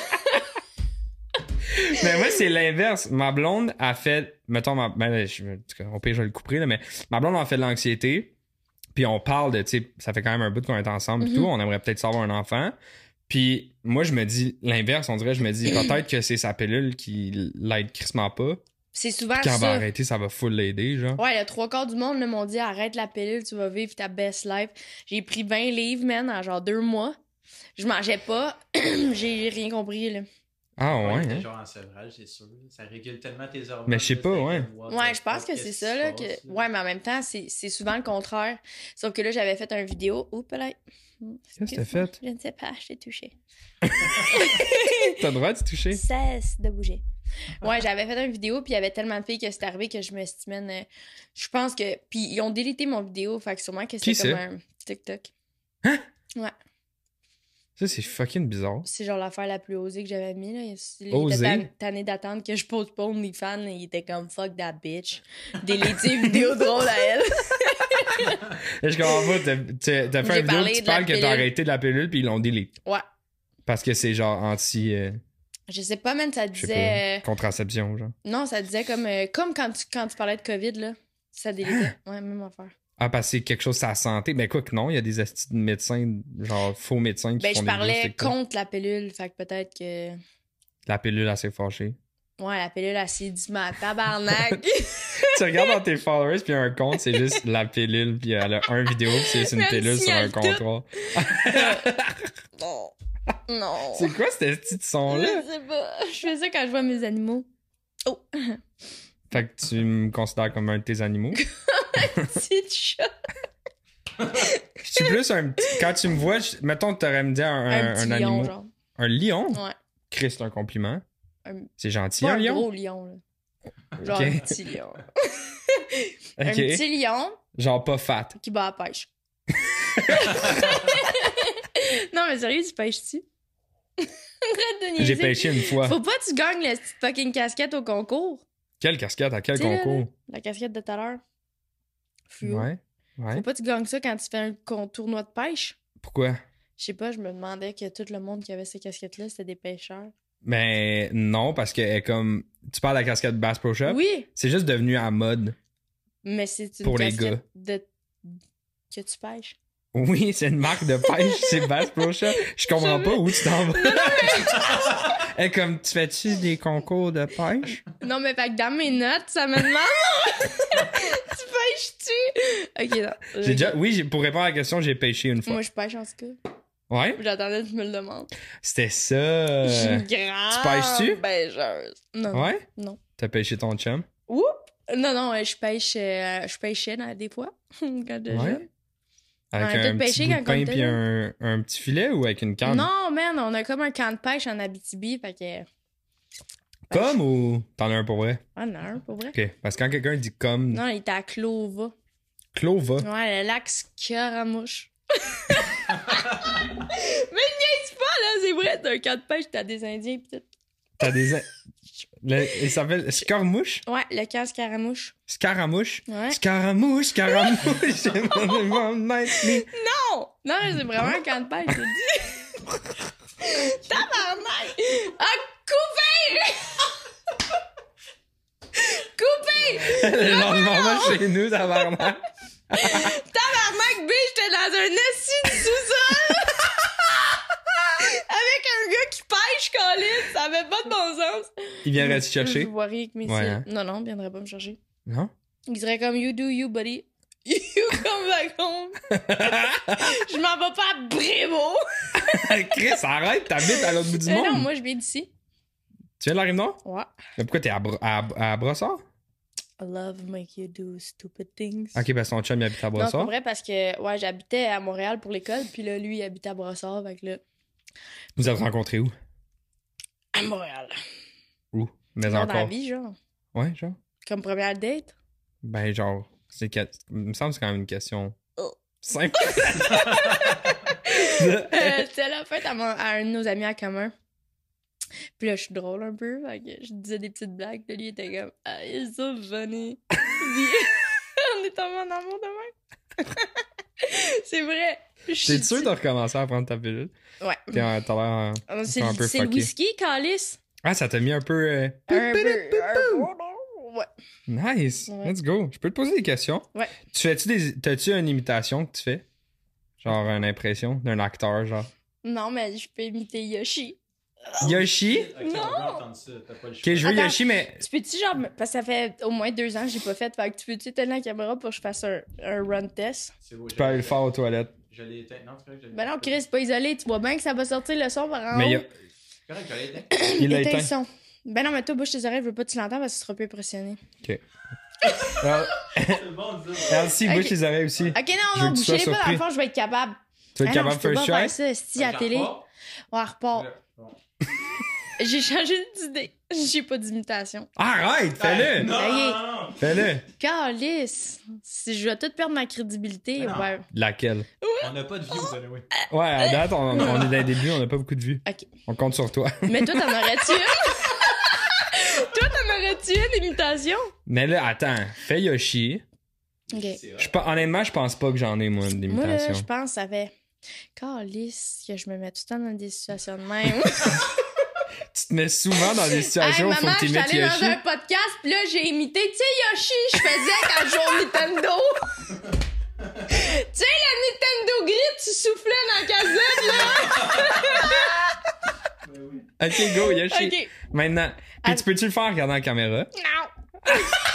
Mais moi, c'est l'inverse. Ma blonde a fait, mettons, au pire, je vais le couper, là, mais ma blonde a fait de l'anxiété. Puis on parle de, tu sais, ça fait quand même un bout qu'on est ensemble et tout. On aimerait peut-être savoir un enfant. Puis moi, je me dis l'inverse. On dirait, je me dis peut-être que c'est sa pilule qui l'aide crissement pas. C'est souvent Quand elle va ça. arrêter, ça va full l'aider, genre. Ouais, le 3/4 du monde là, m'ont dit arrête la pilule, tu vas vivre ta best life. J'ai pris 20 livres, man, en genre 2 mois. Je mangeais pas. J'ai rien compris, là. Ah Ouais, ouais, t'es hein? genre en sevrage, c'est sûr. Ça régule tellement tes hormones. Mais je sais là, pas, c'est ouais. comme, what Ouais, the je pense fuck, que c'est qu'est-ce ça, qui là. se passe, Ouais, mais en même temps, c'est souvent le contraire. Sauf que là, j'avais fait une vidéo. Oups, là. Qu'est-ce que t'as fait? Je ne sais pas, je t'ai touché. T'as le droit de toucher? Cesse de bouger. Ouais, j'avais fait une vidéo, puis il y avait tellement de filles que c'est arrivé que je me suis dit, man, je pense que. Puis ils ont délité mon vidéo, fait que sûrement que Qui c'était comme c'est? un TikTok. Ouais. Ça, c'est fucking bizarre. C'est genre l'affaire la plus osée que j'avais mis, là. Il Osée? était tanné d'attendre que je pose pas OnlyFans, il était comme fuck that bitch. Déliter vidéo drôle à elle. Je comprends pas. T'as fait J'ai une vidéo parlé que tu de la parles que pilule. t'as arrêté de la pilule, puis ils l'ont délité. Ouais. Parce que c'est genre anti... Je sais pas, man, ça je sais disait. pas. Contraception, genre. Non, ça disait comme quand tu parlais de COVID, là. Ça délitait. Ouais, même affaire. Ah, parce que c'est quelque chose sur la santé. Ben quoi que non, il y a des astis de médecins, genre faux médecins qui Ben, font je des vidéos sur parlais TikTok. contre la pilule, fait que peut-être que. La pilule assez fâchée. Ouais, la pilule, elle s'est dit, ma tabarnak. Tu regardes dans tes followers, puis il y a un compte, c'est juste la pilule, puis elle a un vidéo, puis c'est une Mais elle pilule sur un signale tout. comptoir. Non. Non. C'est quoi ce petit son-là? Je sais pas. Je fais ça quand je vois mes animaux. Oh, Fait que tu me considères comme un de tes animaux. petit chat. Je suis plus un petit... Quand tu me vois, mettons que t'aurais me dit un petit animal. lion, genre. Un lion? Ouais. Chris, c'est un compliment. Un- C'est gentil, Pas un un lion? gros lion, là. Genre Ok. un petit lion. Un Ok. petit lion Genre pas fat. qui bat à la pêche. Non, mais sérieux, tu pêches-tu? Arrête de niaiser. J'ai pêché une fois. Faut pas que tu gagnes la petite fucking casquette au concours. Quelle casquette? À quel Tu sais, là, concours? là, la casquette de tout à l'heure. Fluo. Ouais. Ouais. Faut pas que tu gagnes ça quand tu fais un tournoi de pêche. Pourquoi? Je sais pas, je me demandais que tout le monde qui avait ces casquettes-là, c'était des pêcheurs. Ben non, parce que elle est comme... Tu parles de la casquette Bass Pro Shop? Oui, C'est juste devenu à mode. mais c'est une Pour les casquette gars. de... que tu pêches. Oui, c'est une marque de pêche, c'est Bass Pro Shop. Je comprends pas où tu t'en vas. Elle est comme, tu fais-tu des concours de pêche? Non, mais fait que dans mes notes, ça me demande... tu pêches-tu? Ok, non. J'ai déjà... Oui, pour répondre à la question, j'ai pêché une fois. Moi, je pêche en tout cas. Ouais? J'attendais que tu me le demandes. C'était ça. Je suis une grande tu pêches-tu? pêcheuse. Non. Ouais? Non. T'as pêché ton chum? Oups! Non, non, je pêchais des fois. Quand j'étais Ouais. jeune. Avec On a un tout petit pêché bout de quand on pain était puis là. un petit filet ou avec une canne? Non, man, on a comme un camp de pêche en Abitibi, fait que... Comme ou t'en as un pour vrai? Ah non, pour vrai. Ok, parce que quand quelqu'un dit comme, Non, il était à Clova. Clova. Ouais, le lac Scaramouche. Mais niaise pas, là, c'est vrai, t'as un camp de pêche, t'as des Indiens pis tout. T'as des... Il s'appelle Scaramouche? Ouais, le camp Scaramouche. Scaramouche? Ouais. Scaramouche, Scaramouche. Non! Non, c'est vraiment un camp de pêche, je te dis. Tabarnak! Ah, coupé! Coupé! Le lendemain chez nous, tabarnak. Tabarnak, B, j'étais dans un esti de sous-sol! Avec un gars qui pêche, Colin! Ça avait pas de bon sens! Il viendrait te Je chercher? vois rien avec mes Ouais, cils. hein. Non, non, il viendrait pas me chercher. Non? Il dirait comme You do you, buddy. You come back home. Je m'en vais pas à Brémo. Chris, arrête, t'habites à l'autre bout du monde. Non, moi, je viens d'ici. Tu viens de la Rive-Nord? Ouais. Mais pourquoi t'es à Brossard? I love make you do stupid things. Ok, parce que ton chum il habite à Non, c'est pas Brossard. vrai parce que ouais, j'habitais à Montréal pour l'école, puis là, lui, il habitait à Brossard, fait que là, Vous êtes rencontrés où? à Montréal. Où? Mais Dans la encore. vie, genre. Ouais, genre. Comme première date. Ben, genre, il me semble que c'est quand même une question Oh. simple. C'était la fête à un de nos amis en commun. Puis là, je suis drôle un peu, fait que je disais des petites blagues, puis lui, il était comme « Ah, it's so funny! » Puis on est tombés en amour de même. C'est vrai. T'es sûr de recommencer à prendre ta pilule? Ouais. T'as l'air C'est un peu c'est le fucké. whisky, Calice. Ah, ça t'a mis un peu... Un peu. Ouais. Nice! Ouais. Let's go! Je peux te poser des questions? Ouais. T'as-tu une imitation que tu fais? Genre une impression d'un acteur, genre? Non, mais je peux imiter Yoshi. Yoshi? Ok, on veut entendre ça, t'as pas le choix. Ok, je veux Attends. Yoshi, mais... Tu peux-tu, genre, parce que ça fait au moins 2 ans que j'ai pas fait, fait que tu peux-tu éteindre la caméra pour que je fasse un run test? C'est beau, Je peux aller le faire aux toilettes. Je l'ai éteint. Non, c'est vrai que je l'ai Ben non, éteint. Chris, c'est pas isolé, tu vois bien que ça va sortir le son par en Mais haut. y a... Correct, j'allais éteindre. Il l'a Éteins le éteint. son. Ben non, mais toi, bouge tes oreilles, je veux pas que tu l'entends parce que tu seras plus impressionné. Alors, C'est bon de dire. Elsie, Ok. bouge tes oreilles aussi. Ok, Je non, veux non, que tu sois bougez-les pas, dans surpris. le fond, je vais être capable. Tu vas être Ah non, capable je peux de pas faire faire un ça, esti, à la télé. Ouais, repart. J'ai changé d'idée. J'ai pas d'imitation. Arrête, fais-le! Non, Ok. non, non. Fais-le! Calice. Si je vais tout perdre ma crédibilité, Mais non. ouais. Laquelle? On n'a pas de views, anyway. Ouais, à date, on est dans les débuts, on n'a pas beaucoup de vues. Ok. On compte sur toi. Mais toi, t'en aurais-tu une? Toi, t'en aurais-tu une imitation? Mais là, attends, fais Yoshi. Ok. C'est Honnêtement, je pense pas que j'en ai, moi, Moi, là, d'imitation. je pense que ça fait. Calice, que je me mets tout le temps dans des situations de même. Tu te mets souvent dans des situations où Hey, il faut maman, que tu je suis imites allée Yoshi. dans un podcast, pis là, j'ai imité, tu sais, Yoshi, je faisais quand je jouais au Nintendo. Tu sais, le Nintendo gris, tu soufflais dans la casette, là. Ok, go, Yoshi. Ok. Maintenant. Puis Ah. tu peux-tu le faire en regardant la caméra? Non.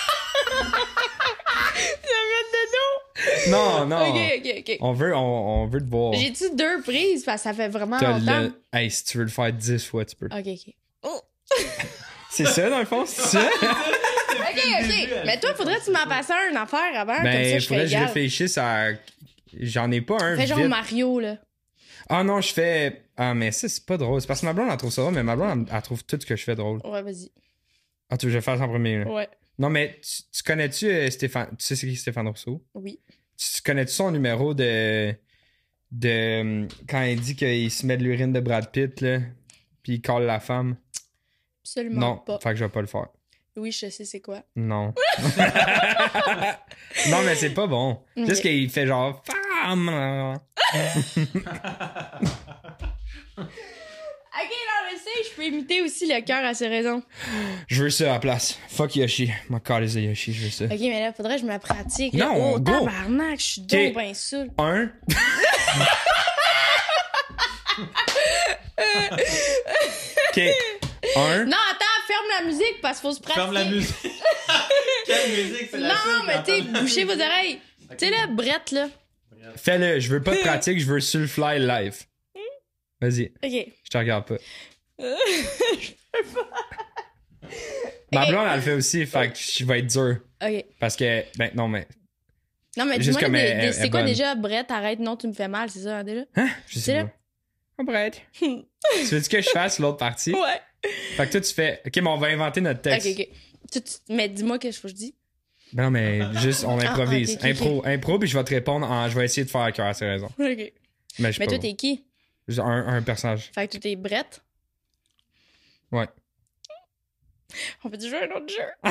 Je vais mettre de dos. Non, non. Ok. On veut te voir. J'ai-tu 2 prises parce que ça fait vraiment T'as longtemps? le... Hey, si tu veux le faire 10 fois, tu peux. Ok. Oh. C'est ça, dans le fond? C'est ça? Ok. Mais toi, faudrait que tu m'en passes une affaire avant, comme ça, Ben, je faudrait fais que je égal. réfléchisse à... J'en ai pas un Fais genre vite. Mario, là. Ah non, je fais... Ah, mais ça, c'est pas drôle. C'est parce que ma blonde, elle trouve ça drôle, mais ma blonde, elle trouve tout ce que je fais drôle. Ouais, vas-y. Ah, tu veux que je fasse en premier, là? Ouais. Non, mais tu connais-tu Stéphane... Tu sais c'est qui Stéphane Rousseau? Oui. Tu connais-tu son numéro de... Quand il dit qu'il se met de l'urine de Brad Pitt, là, puis il colle la femme? Absolument Non, pas. fait que je vais pas le faire. Oui, je sais c'est quoi. Non. Non, mais c'est pas bon. Ok. Juste qu'il fait genre... Femme! Ok, non, je sais, je peux imiter aussi le cœur à ses raisons. Je veux ça à la place. Fuck Yoshi. Moi, calisse de Yoshi, je veux ça. Ok, mais là, faudrait que je me pratique. Non, oh, go. tabarnak, je suis donc ben saoul. 1. Ok. 1. Non, attends, ferme la musique parce qu'il faut se pratiquer. Ferme la musique. Quelle musique, c'est la seule Non, que mais tu sais, j'entends. bouchez vos oreilles. Ok. Tu sais, là, Brett, là. Fais-le. Je veux pas de pratique, je veux sur le fly live. Vas-y, Ok. je te regarde pas. Ma Ok. blonde, elle le fait aussi, fait que je vais être dur. Ok. Parce que, ben non, mais. Non, mais Juste dis-moi, comme elle est c'est quoi bonne. déjà, Brett, arrête, non, tu me fais mal, c'est ça, hein, déjà? Hein? Je C'est sais là? pas. Oh, Brett. Tu veux-tu que je fasse l'autre partie? Ouais. Fait que toi, tu fais. Ok, mais on va inventer notre texte. Ok. Mais dis-moi qu'est-ce que je dis. Non, mais juste, on improvise. ok, ok. Impro, puis je vais te répondre en. Je vais essayer de faire un cœur à ses raisons. Ok. Mais je Mais sais pas. toi, t'es qui? Juste un personnage. Fait que toi, t'es Brett. Ouais. On peut jouer un autre jeu.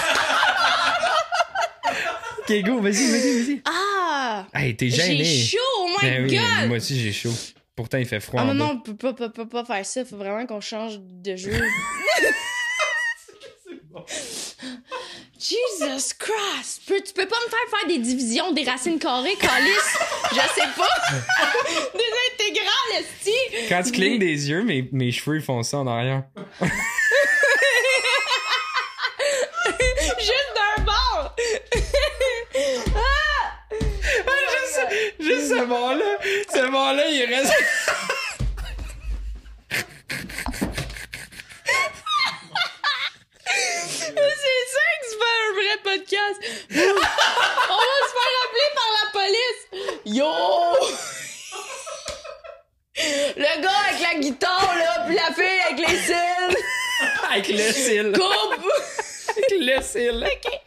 Ok, go, vas-y. Ah! Hey, t'es gêné. J'ai chaud, oh my Ben oui, god! moi aussi, j'ai chaud. Pourtant, il fait froid. Ah en non, bas. non, on peut pas faire ça. Faut vraiment qu'on change de jeu. Jesus Christ! Tu peux pas me faire des divisions, des racines carrées, calice? Je sais pas! Des intégrales, esti! Quand tu clignes des yeux, mes cheveux, ils font ça en arrière. Juste d'un bord! Juste ce bord-là, il reste. C'est ça que tu fais un vrai podcast! On va se faire appeler par la police! Yo! Le gars avec la guitare, là, pis la fille avec les cils! Avec le cil. Coupe! Avec le cil.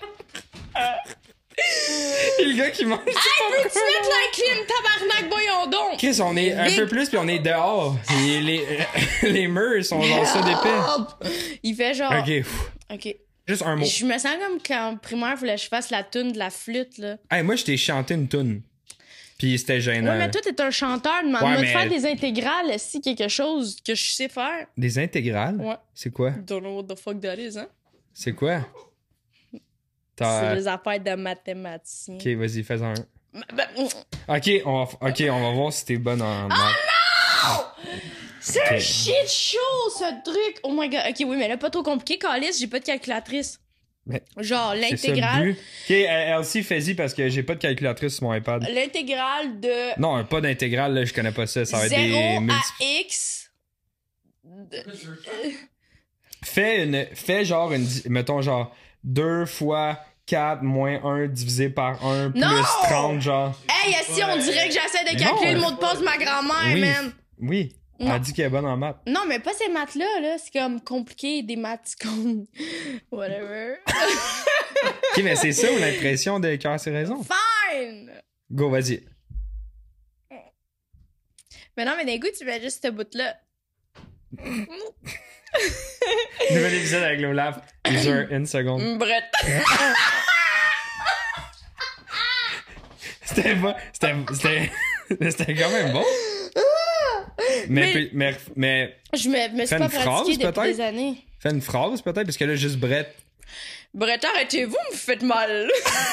Et le gars qui mange. Hey, peux-tu mettre la clim, tabarnak, voyons donc! Chris, on est un Big- peu plus, puis on est dehors. Et les murs sont genre ça d'épais. Il fait genre... Ok, pff, Ok. juste un mot. Je me sens comme quand en primaire, fallait que je fasse la toune de la flûte, là. Hey, moi, je t'ai chanté une toune. Puis c'était gênant. Ouais, mais toi, t'es un chanteur. Demande-moi Ouais, de mais- faire des intégrales, si quelque chose que je sais faire. Des intégrales? Ouais. C'est quoi? Don't know what the fuck that is, hein? C'est quoi? C'est des affaires de mathématiciens. Ok, vas-y, fais-en un. Ben, Ok, on va voir si t'es bonne en maths. c'est Ok. un shit show, ce truc! Oh my god. Ok, oui, mais là, pas trop compliqué, Calice, j'ai pas de calculatrice. Mais Genre, C'est ça le l'intégrale. but. Ok, Elsie, fais-y parce que j'ai pas de calculatrice sur mon iPad. L'intégrale de Non, pas d'intégrale, là, je connais pas ça. Ça va être 0 des à multiples. x Fais genre mettons genre 2 fois 4 moins 1 divisé par 1 plus Non! 30 genre. Hey, si on dirait que j'essaie de calculer non, le mot de passe de ma grand-mère, Oui. man. Oui. Non. Elle dit qu'elle est bonne en maths. Non, mais pas ces maths-là, là. C'est comme compliqué, des maths comme... Whatever. Ok, mais c'est ça ou l'impression de cœur c'est raison? Fine! Go, vas-y. Mais non, mais d'un coup, tu fais juste ce bout-là. Nouvel épisode avec Lolaf. User une seconde. Brett. C'était bon. C'était quand même bon. Mais Je me suis Fais pas une phrase, pratiquée depuis peut-être? des années. fais une phrase peut-être parce que là juste Brett. Brett, arrêtez-vous, vous me faites mal.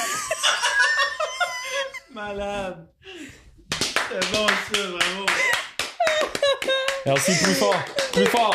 Malade. C'est bon ça, bravo. Merci, plus fort. Plus fort.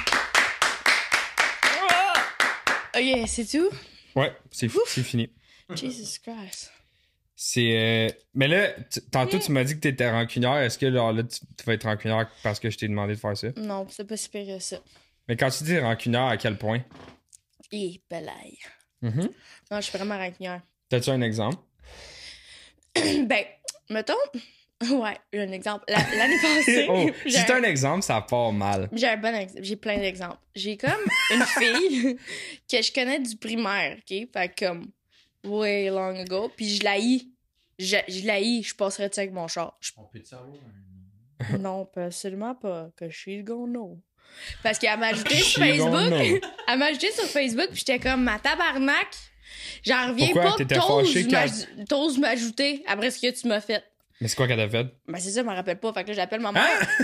Ok, c'est tout? Ouais, c'est fini. Jesus Christ. Mais là, tantôt tu m'as dit que t'étais rancunière. Est-ce que là tu vas être rancunière parce que je t'ai demandé de faire ça? Non, c'est pas si pire que ça. Mais quand tu dis rancunière, à quel point? Belaï. Mm-hmm. Non, je suis vraiment rancunière. T'as-tu un exemple? Ben, mettons... Ouais, j'ai un exemple. L'année passée... Oh, j'ai si t'as un exemple, ça part mal. J'ai un bon exemple. J'ai plein d'exemples. J'ai comme une fille que je connais du primaire, OK? Fait que comme way long ago. Puis je la haïs. Je la haïs. Je passerais de ça avec mon char. On peut-tu savoir Non, pas absolument pas. Que she's gonna know. Parce qu'elle m'a ajouté She sur gonna know. Facebook. Elle m'a ajouté sur Facebook. Puis j'étais comme, ma tabarnak. J'en reviens Pourquoi? pas T'étais que fâchée t'oses m'ajouter après ce que tu m'as fait. Mais c'est quoi qu'elle a fait? Ben c'est ça, je m'en rappelle pas. Fait que là, j'appelle ma mère. Hein?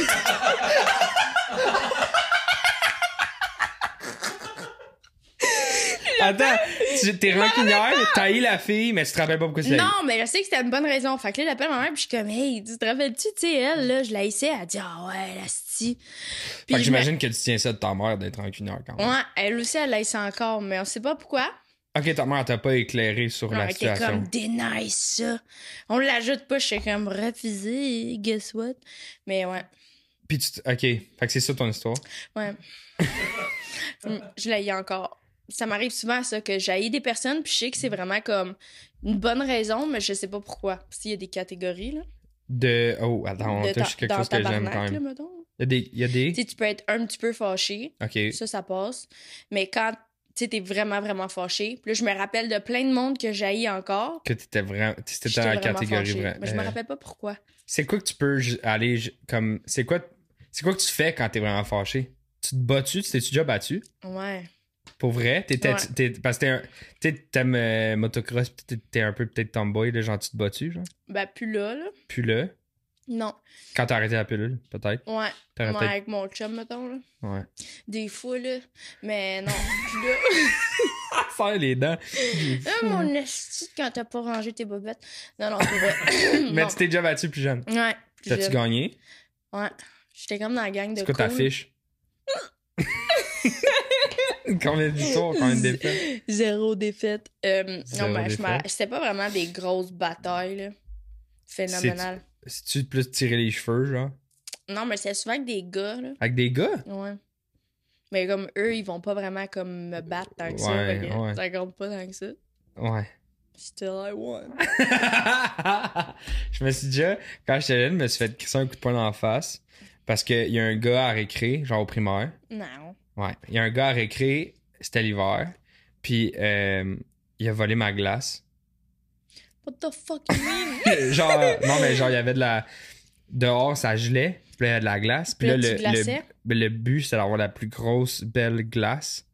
Attends, t'es rancunière, t'as haï la fille, mais tu te rappelles pas pourquoi tu l'as haï. Non, mais je sais que c'était une bonne raison. Fait que là, j'appelle ma mère, puis je suis comme, hey, tu te rappelles-tu, tu sais, elle, là, je la haïssais, elle dit, ah ouais, la stie. Fait que j'imagine que tu tiens ça de ta mère d'être rancunière quand même. Ouais, elle aussi, elle haïssait encore, mais on sait pas pourquoi. Ok, ta mère t'a pas écréé sur Non, la elle était situation. comme, dénice ça. On l'ajoute pas, je suis comme, refusé, guess what? Mais ouais, Puis ok, fait que c'est ça ton histoire. ouais. Je l'haïs encore. Ça m'arrive souvent, ça, que j'haïs des personnes, puis je sais que c'est vraiment comme une bonne raison, mais je sais pas pourquoi. Parce qu'il y a des catégories, là. Oh, attends, on touche quelque chose que j'aime quand Là, même. mettons. Il y a des... Tu sais, tu peux être un petit peu fâché. Ok. Ça passe. Mais quand tu sais, t'es vraiment, vraiment fâché. Puis là, je me rappelle de plein de monde que j'haïs encore. Que t'étais vraiment... C'était J'étais dans la vraiment catégorie fâchée. vraie. Mais je me rappelle pas pourquoi. C'est quoi que tu peux aller comme... C'est quoi que tu fais quand t'es vraiment fâché? Tu te bats-tu? Tu t'es-tu déjà battu? Ouais. Pour vrai? Parce que t'aimes motocross pis t'es un peu peut-être tomboy, là, genre tu te bats-tu, genre? Ben, plus là. Puis là, Non. quand t'as arrêté la pilule, peut-être? Ouais. T'aurais Ouais, peut-être... avec mon chum, mettons, là. Ouais. Des fois, là. Mais non, plus là. Serre les dents. Ah, mon esti, quand t'as pas rangé tes bobettes. Non, c'est vrai. Mais Non. tu t'es déjà battu plus jeune. Ouais. plus T'as-tu jeune. gagné? Ouais. J'étais comme dans la gang de C'est quoi ta cool. fiche? Combien de victoires, combien de défaites? 0 défaite. Zéro Non, mais défaite. c'était pas vraiment des grosses batailles, là. Phénoménal. Si tu plus tirer les cheveux, genre? Non, mais c'est souvent avec des gars, là. Avec des gars? Ouais. Mais comme eux, ils vont pas vraiment comme me battre tant que ça. Ouais, fait que ouais. ça compte pas tant que ça. Ouais. Still I won. Je me suis déjà, quand j'étais jeune, je me suis fait crisser un coup de poing dans la face parce qu'il y a un gars à récré, genre au primaire. Non. Ouais. Il y a un gars à récré, c'était l'hiver, puis il a volé ma glace. What the fuck you mean? Genre, non, mais genre, il y avait de la. Dehors, ça gelait, puis là, il y a de la glace. Puis là, Puis là, tu glaçais? le but, c'est d'avoir la plus grosse, belle glace.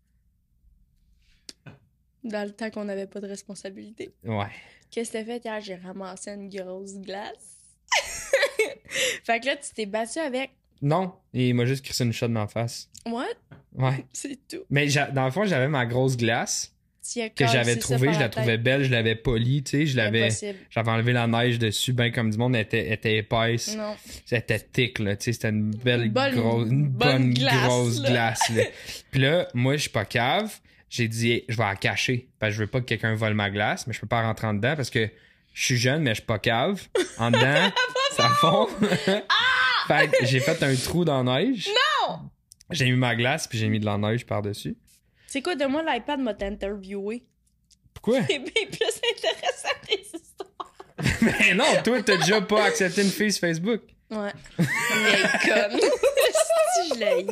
Dans le temps qu'on n'avait pas de responsabilité. Ouais. Qu'est-ce que t'as fait hier? J'ai ramassé une grosse glace. Fait que là, tu t'es battu avec. Non, il m'a juste crissé une shot dans la face. What? Ouais. C'est tout. Mais dans le fond, j'avais ma grosse glace Tu as que j'avais cassé ça trouvée, par je la tête. trouvais belle, je l'avais polie, tu sais, j'avais enlevé la neige dessus, ben comme du monde, elle était épaisse. Non. Elle était thick, là, tu sais, c'était une belle Une bonne- une bonne bonne glace, grosse là. glace, là. Puis là, moi, je suis pas cave. J'ai dit, hey, je vais la cacher. Parce que je veux pas que quelqu'un vole ma glace, mais je peux pas rentrer en dedans parce que je suis jeune, mais je suis pas cave. En dedans, ça fond. Fait que j'ai fait un trou dans la neige. Non! J'ai mis ma glace puis j'ai mis de la neige par-dessus. C'est quoi, donne-moi l'iPad, m'a t'interviewé. Pourquoi? C'est bien plus intéressant que les histoires. Mais non, toi, t'as déjà pas accepté une fille sur Facebook. Ouais. Mais comme. Si je l'ai.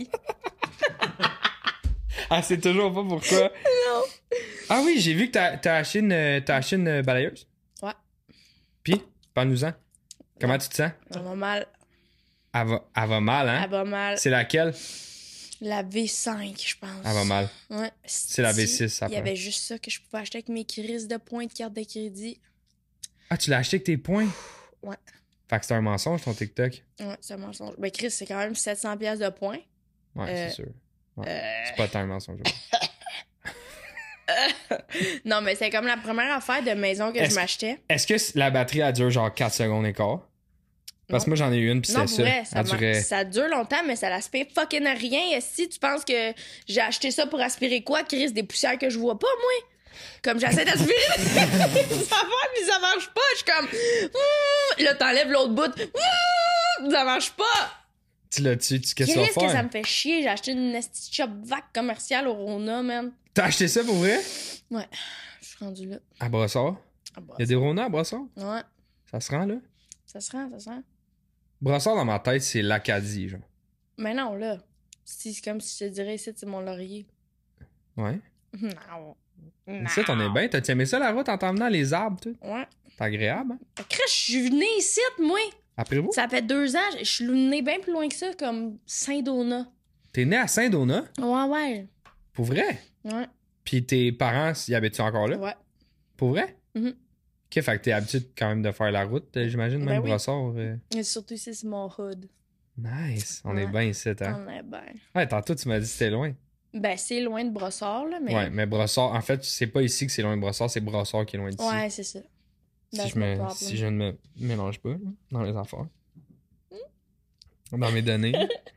Ah, c'est toujours pas pourquoi. Non. Ah oui, j'ai vu que t'as acheté une balayeuse. Ouais. Puis, parle-nous-en. Comment tu te sens? Elle va mal. Elle va mal, hein? Elle va mal. C'est laquelle? La V5, je pense. Elle va mal. Ouais. C'est la V6, ça Il y prend. avait juste ça que je pouvais acheter avec mes crises de points de carte de crédit. Ah, tu l'as acheté avec tes points? Ouais. Fait que c'est un mensonge, ton TikTok. Ouais, c'est un mensonge. Ben, Chris, c'est quand même 700$ piastres de points. Ouais, c'est sûr. Ouais. C'est pas tant un mensonge. Non, mais c'est comme la première affaire de maison que je m'achetais. Est-ce que la batterie, elle dure genre 4 secondes et quart? Parce que moi, j'en ai eu une, puis Non, c'était pour vrai, ça. Elle durait... ça dure longtemps, mais ça l'aspire fucking rien. Et si tu penses que j'ai acheté ça pour aspirer quoi, Chris, des poussières que je vois pas, moi? Comme j'essaie d'aspirer des affaires, puis ça marche pas. Je suis comme... Là, t'enlèves l'autre bout. Ça marche pas. Tu l'as-tu? Qu'est-ce que tu vas Qu'est-ce que ça faire? me fait chier? J'ai acheté une esti shop vac commerciale au Rona, man. T'as acheté ça pour vrai? Ouais, je suis rendu là. À Brossard? Ah, bah, Il y a des Rona à Brossard? Ouais, Ça se rend, là? ça se rend, ça se rend. Brossard, dans ma tête, c'est l'Acadie, genre. Mais non, là. C'est comme si je te dirais ici, c'est mon laurier. Ouais. Non. Ça, t'en es bien. T'as aimé ça, la route, en t'emmenant les arbres, tout? Ouais. C'est agréable, hein? Chris, je suis venue ici, moi. Après vous? Ça fait 2 ans. Je suis venue bien plus loin que ça, comme Saint-Donat. T'es né à Saint-Donat? Ouais, ouais. Pour vrai? Ouais. Puis tes parents, y habitent-tu encore là? Ouais. Pour vrai? Mhm. Ok, fait que t'es habitué quand même de faire la route, j'imagine, Ben même oui. Brossard. Et surtout ici, c'est mon hood. Nice. On est Ouais. bien ici, hein? On est bien. Ouais, tantôt, tu m'as dit que c'était loin. Ben, c'est loin de Brossard, là, mais. Ouais, mais Brossard, en fait, c'est pas ici que c'est loin de Brossard, c'est Brossard qui est loin d'ici. Ouais, c'est ça. That's Si no problem. si je ne me mélange pas là, dans les affaires. Dans mes données.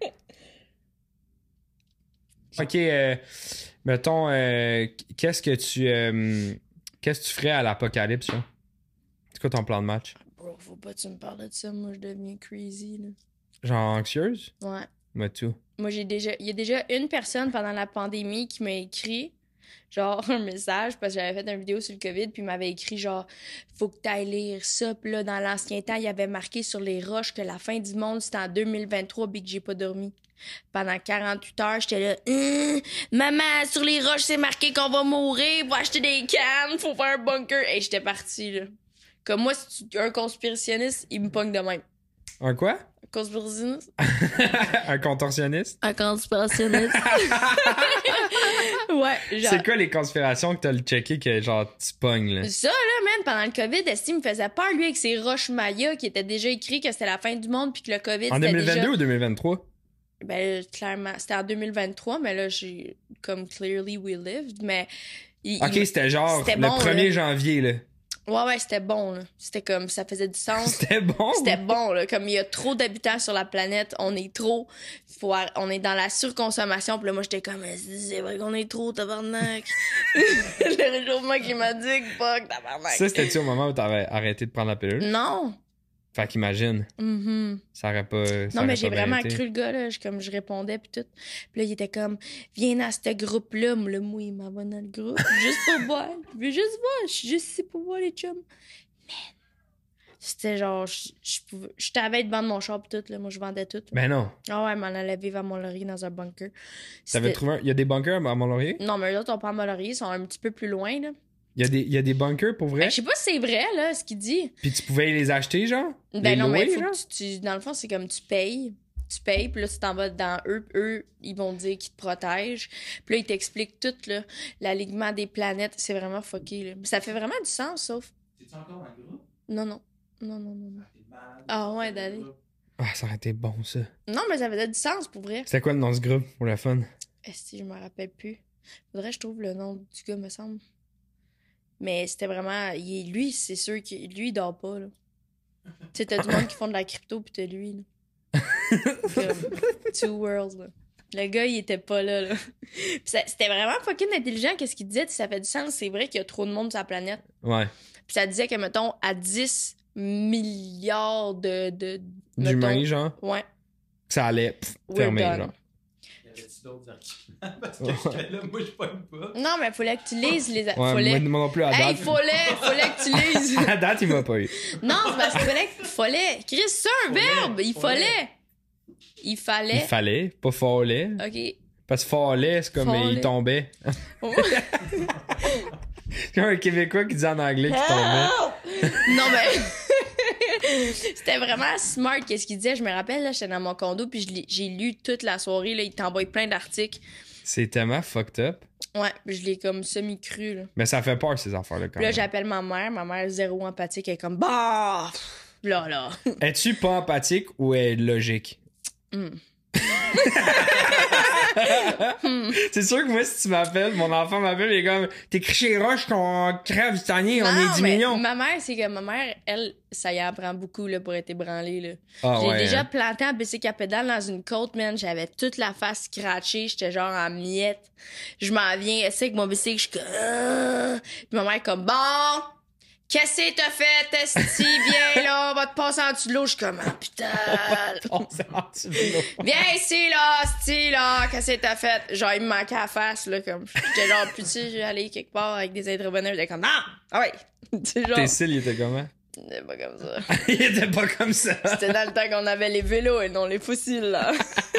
Ok, mettons, qu'est-ce que tu ferais à l'apocalypse, là? C'est quoi ton plan de match? Bro, faut pas que tu me parles de ça. Moi, je deviens crazy, là. Genre anxieuse? Ouais. Mais tout. Moi, il y a déjà une personne pendant la pandémie qui m'a écrit, genre, un message, parce que j'avais fait une vidéo sur le COVID, puis il m'avait écrit, genre, faut que t'ailles lire ça. Puis là, dans l'ancien temps, il y avait marqué sur les roches que la fin du monde, c'était en 2023, puis que j'ai pas dormi. Pendant 48 heures, j'étais là, maman, sur les roches, c'est marqué qu'on va mourir, faut acheter des cannes, faut faire un bunker. Et j'étais partie, là. Comme moi, si tu un conspirationniste, il me pogne de même. Un quoi? Un conspirationniste? Un contorsionniste? Un conspirationniste. Ouais, genre. C'est quoi les conspirations que t'as le checké que genre tu pognes là? Ça, là, man, pendant le COVID, Esti me faisait peur, lui, avec ses roches Maya qui étaient déjà écrit que c'était la fin du monde puis que le COVID, En c'était 2022 déjà... ou 2023? Ben, clairement, c'était en 2023, mais là, j'ai comme clearly we lived, mais... Ok, c'était genre c'était le bon, 1er là. janvier là. Ouais, c'était bon, là. C'était comme, ça faisait du sens. C'était bon? C'était bon, là. Comme il y a trop d'habitants sur la planète, on est trop. On est dans la surconsommation. Puis là, moi, j'étais comme, c'est vrai qu'on est trop, tabarnak. Le réchauffement climatique, fuck, tabarnak. Ça, c'était-tu au moment où t'avais arrêté de prendre la pilule? Non. Fait qu'imagine, Mhm. ça aurait pas. Ça Non, aurait mais j'ai pas bien vraiment été. cru le gars, là. Comme je répondais, puis tout. Puis là, il était comme, viens dans ce groupe-là. Moi, le mou, il m'abonne dans le groupe. Juste pour boire. Je veux juste voir. Je suis juste ici pour voir les chums. Man. C'était genre, je t'avais devant mon char, pis tout, là. Moi, je vendais tout. Ben non. Ah ouais, m'en allait vivre à Mont-Laurier dans un bunker. T'avais C'était- trouvé un... Il y a des bunkers à Mont-Laurier? Non, mais là, on pas à Mont-Laurier, ils sont un petit peu plus loin, là. Il y a des bunkers pour vrai? Ben, je sais pas si c'est vrai, là, ce qu'il dit. Puis tu pouvais les acheter, genre? Ben Les non, mais louer, faut genre? que dans le fond, c'est comme tu payes. Tu payes, puis là, tu t'en vas dans eux. Eux, ils vont te dire qu'ils te protègent. Puis là, ils t'expliquent tout, là, l'alignement des planètes. C'est vraiment fucké, là. Ça fait vraiment du sens, sauf... T'es-tu encore dans le groupe? Non, non. Non, non, non, non. T'es malade. Ah ouais, d'aller. Ah, ça aurait été bon, ça. Non, mais ça faisait du sens, pour vrai. C'était quoi le nom de ce groupe, pour le fun? Est-ce que je me rappelle plus? Faudrait que je trouve le nom du gars, me semble. Mais c'était vraiment... lui, c'est sûr que lui, il dort pas, là. Tu sais, t'as du monde qui font de la crypto, pis t'as lui, là. Comme, two worlds, là. Le gars, il était pas là, là. Pis c'était vraiment fucking intelligent, qu'est-ce qu'il disait, ça fait du sens. C'est vrai qu'il y a trop de monde sur la planète. Ouais. Puis ça disait que, mettons, à 10 milliards de D'humains, mettons, genre? Ouais, Que ça allait we're fermer, done. genre. Y avait-tu d'autres arguments? Parce que j'étais là, moi, je pogne pas. Non, mais fallait que tu lises les... Ouais, fallait... moi non plus à Hey, date. fallait que tu lises. À date, il m'a pas eu. Non, c'est parce qu'il fallait. Chris, c'est un verbe. Il fallait. Il fallait, pas fallait. OK. Parce que fallait, c'est comme Fallait. il tombait. Oh. C'est comme un Québécois qui dit en anglais qu'il tombait. Non, mais... C'était vraiment smart qu'est-ce qu'il disait. Je me rappelle, là, j'étais dans mon condo, puis j'ai lu toute la soirée. Là, il t'envoie plein d'articles. C'est tellement fucked up. Ouais, je l'ai comme semi-cru. Là, Mais ça fait peur, ces affaires-là, quand puis là même. j'appelle ma mère. Ma mère, zéro empathique. Elle est comme, bah! Là. Es-tu pas empathique ou est logique? C'est sûr que moi, si tu m'appelles, mon enfant m'appelle, il est comme, t'es chez Roche, qu'on crève cette année, on est 10 mais millions. Ma mère, c'est que ma mère, elle, ça y apprend beaucoup là, pour être ébranlée. Là. Ah, J'ai ouais, déjà hein. planté en bicycle à pédale dans une côte, man. J'avais toute la face scratchée. J'étais genre en miettes. Je m'en viens, elle sait que mon bicycle, je suis comme... Puis ma mère est comme, bon... Qu'est-ce que t'as fait, esti? Viens, là, on va te passer en dessous de l'eau. Je suis comme, ah, putain. Viens ici, là, esti, là. Qu'est-ce que t'as fait? Genre, il me manquait la face, là, comme. J'étais genre, putain, j'ai allé quelque part avec des intervenants. J'étais comme, non! Ah ouais! C'est genre. Tes cils, il était comment? C'était pas comme ça. Il était pas comme ça. C'était dans le temps qu'on avait les vélos et non les fossiles, là.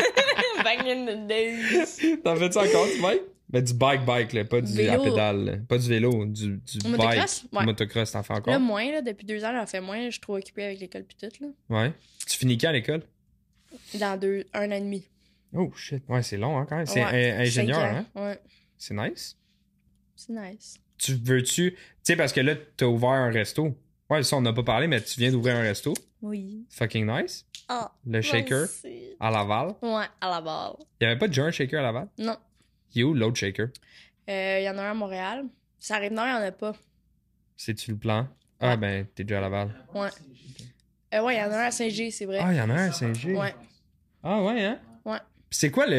Back in the days. T'en fais-tu encore du bike? Ben, du bike, là, pas du Vélo. à pédale. Là. Pas du vélo, du Motocross? bike. Ouais. Motocross, t'en fais encore? Là, moins, là, depuis 2 ans, j'en fais moins. Je suis trop occupée avec l'école pis tout, là. Ouais. Tu finis quand à l'école? Dans 1 an et demi. Oh, shit. Ouais, c'est long, hein, quand même. C'est Ouais, ingénieur, 5 ans. hein? Ouais, C'est nice. c'est nice. Tu veux-tu... Tu sais, parce que là, t'as ouvert un resto. Ouais, ça, on n'a pas parlé, mais tu viens d'ouvrir un resto. Oui. Fucking nice. Ah. Le shaker Merci. à Laval. Ouais, à la balle. Il y avait pas déjà un shaker à Laval? Non. Il est où l'autre shaker? Il y en a un à Montréal. Ça arrive nord, il y en a pas. C'est-tu le plan? Ah, Ouais. ben, t'es déjà à Laval. Ouais. Ouais, il y en a un à Saint-G, c'est vrai. Ah, il y en a un à Saint-G. Ouais. Ah, ouais, hein? Ouais. C'est quoi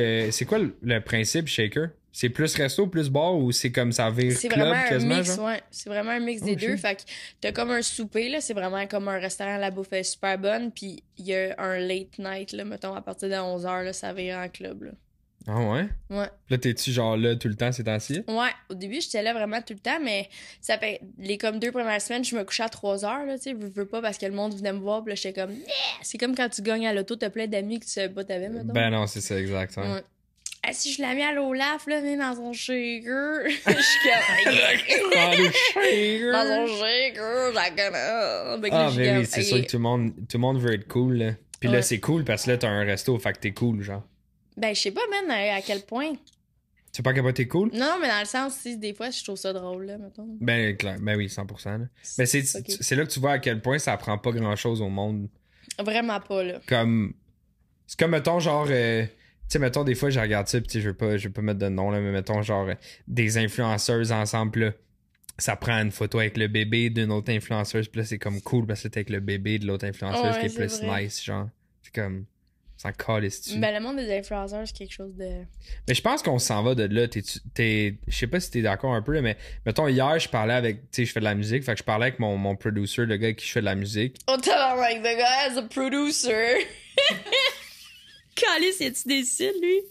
le principe shaker? C'est plus resto, plus bar ou c'est comme ça vire C'est club vraiment un quasiment, mix, genre? ouais. C'est vraiment un mix des Oh, deux. shit. Fait que t'as comme un souper, là. C'est vraiment comme un restaurant, la bouffe est super bonne. Puis il y a un late night, là. Mettons, à partir de 11h, là, ça vire en club, là. Ah, ouais? Ouais. Là, t'es-tu genre là tout le temps ces temps-ci? Ouais. Au début, j'étais là vraiment tout le temps, mais ça fait les comme 2 premières semaines, je me couchais à 3h, là, tu sais. Je veux pas parce que le monde venait me voir, puis là, j'étais comme, yeah! C'est comme quand tu gagnes à l'auto, t'as plein d'amis que tu savais pas t'avais, mettons. Ben non, c'est ça, exact. Ouais. Ouais. Ah, si je l'ai mis à l'Olaf, là, mais dans son shaker, je suis comme... Ah, le shaker! Dans son shaker, la connais. Ah, ben oui, c'est sûr que tout le monde veut être cool, là. Puis là, Ouais. c'est cool parce que là, t'as un resto, fait que t'es cool, genre. Ben, je sais pas, man, à quel point. Tu sais pas à quel point t'es cool? Non, mais dans le sens, si des fois, je trouve ça drôle, là, mettons. Ben, clair. Ben oui, 100%. Là. Mais c'est Ok. c'est là que tu vois à quel point ça prend pas grand-chose au monde. Vraiment pas, là. Comme... C'est comme, mettons, genre... tu sais, mettons, des fois, je regarde ça, pis tu sais, je veux pas mettre de nom, là, mais mettons, genre, des influenceuses ensemble, là, ça prend une photo avec le bébé d'une autre influenceuse, pis là, c'est comme cool, parce que c'est avec le bébé de l'autre influenceuse Ouais, qui est c'est plus vrai. nice, genre. C'est comme... Ça calisse dessus. Ben, le monde des influenceurs, c'est quelque chose de... Mais je pense qu'on s'en va de là. Je sais pas si t'es d'accord un peu, là, mais mettons, hier, je parlais avec... Tu sais, je fais de la musique, fait que je parlais avec mon producer, le gars avec qui je fais de la musique. Oh, tabarnak, the guy is a producer. Calice, y a-tu des cils, lui?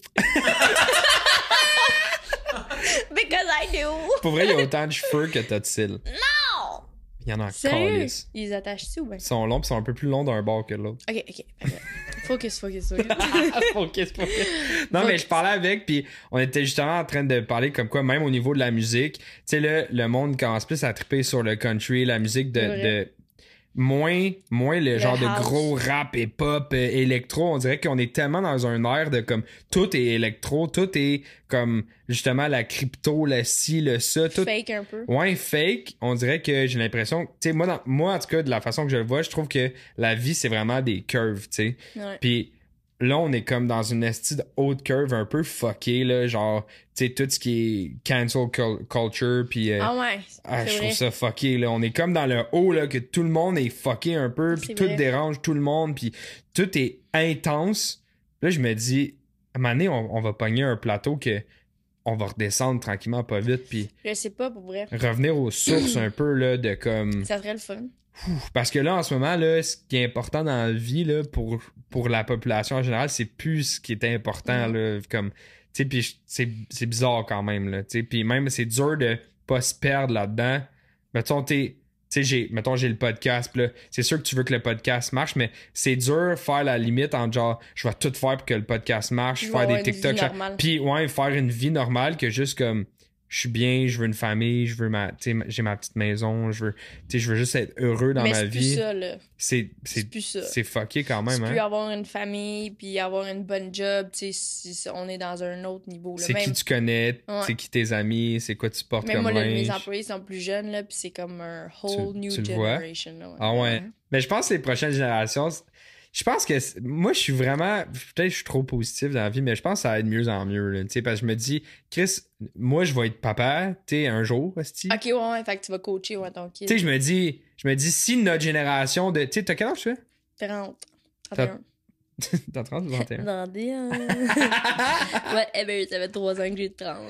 Because I do. Pour vrai, il y a autant de cheveux que t'as de cils. Non! Il y en a Sérieux? calisse. Ils les attachent-tu ou ben? Ils sont longs pis ils sont un peu plus longs d'un bord que l'autre. Ok. Focus. Focus. Non, mais je parlais avec, puis on était justement en train de parler comme quoi, même au niveau de la musique, tu sais, là, le monde commence plus à triper sur le country, la musique C'est vrai. de moins le genre de house. gros rap et pop électro. On dirait qu'on est tellement dans un air de comme tout est électro, tout est comme justement la crypto, le ci, le ça, tout. Fake un peu. Ouais, fake. On dirait que j'ai l'impression, tu sais, moi en tout cas de la façon que je le vois, je trouve que la vie c'est vraiment des curves, tu sais. Ouais. Puis là, on est comme dans une esti de haute curve un peu fuckée, là, genre, tu sais, tout ce qui est cancel culture, puis Ah ouais, je c'est trouve vrai. ça fucké, là. On est comme dans le haut, là, que tout le monde est fucké un peu, puis C'est tout vrai. dérange tout le monde, puis tout est intense. Là, je me dis, à un moment donné, on va pogner un plateau que on va redescendre tranquillement, pas vite, puis Je sais pas, pour vrai. revenir aux sources un peu, là, de comme... Ça serait le fun. Parce que là, en ce moment, là, ce qui est important dans la vie, là, pour la population en général, c'est plus ce qui est important, là, comme, tu sais, puis c'est bizarre quand même, là, tu sais, puis même, c'est dur de pas se perdre là-dedans. Mettons, mettons, j'ai le podcast, pis là, c'est sûr que tu veux que le podcast marche, mais c'est dur faire la limite entre genre, je vais tout faire pour que le podcast marche, faire des TikTok, puis ouais, faire une vie normale que juste comme, je suis bien, je veux une famille, je veux j'ai ma petite maison, je veux juste être heureux dans ma vie. Mais c'est plus ça, là. C'est plus ça. C'est fucké quand même, tu hein. peux avoir une famille, puis avoir une bonne job, tu sais, on est dans un autre niveau, là. C'est même... qui tu connais, c'est qui tes amis, c'est quoi tu portes même comme moi, linge. mes employés sont plus jeunes, là, puis c'est comme un whole new generation, là. Ah ouais. Mais je pense que les prochaines générations... Je pense que moi, je suis vraiment... Peut-être que je suis trop positif dans la vie, mais je pense que ça va être de mieux en mieux. Là, parce que je me dis, Chris, moi, je vais être papa, un jour, esti. Ok, ouais, fait que tu vas coacher ton kid. Tu sais, je me dis, si notre génération de... Tu sais, t'as quel âge tu fais? 30. 31. T'as 30 ou 31? 31. Ouais, eh ben, ça fait 3 ans que j'ai 30.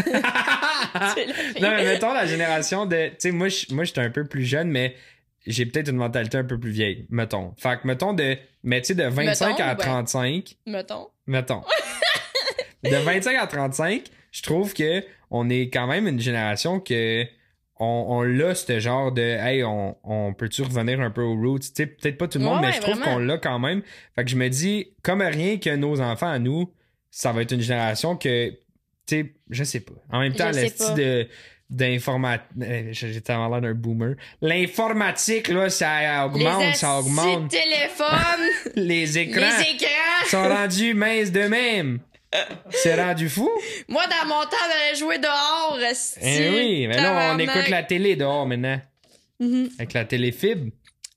Non, mais mettons la génération de... Tu sais, moi, j'étais un peu plus jeune, mais... J'ai peut-être une mentalité un peu plus vieille, mettons. Fait que, mettons, de 25 à 35... Mettons. De 25 à 35, je trouve que on est quand même une génération que on l'a ce genre de hey, on peut-tu revenir un peu aux roots? Tu sais, peut-être pas tout le monde, mais je trouve qu'on l'a quand même. Fait que je me dis, comme rien que nos enfants à nous, ça va être une génération que, tu sais, je sais pas. En même temps, le style d'informatique, j'ai tellement l'air d'un boomer. L'informatique, là, ça augmente. Les téléphones. Les écrans sont rendus minces de même. C'est rendu fou. Moi, dans mon temps, j'allais jouer dehors. Eh oui, mais là, on écoute la télé dehors maintenant. Avec la téléfibre.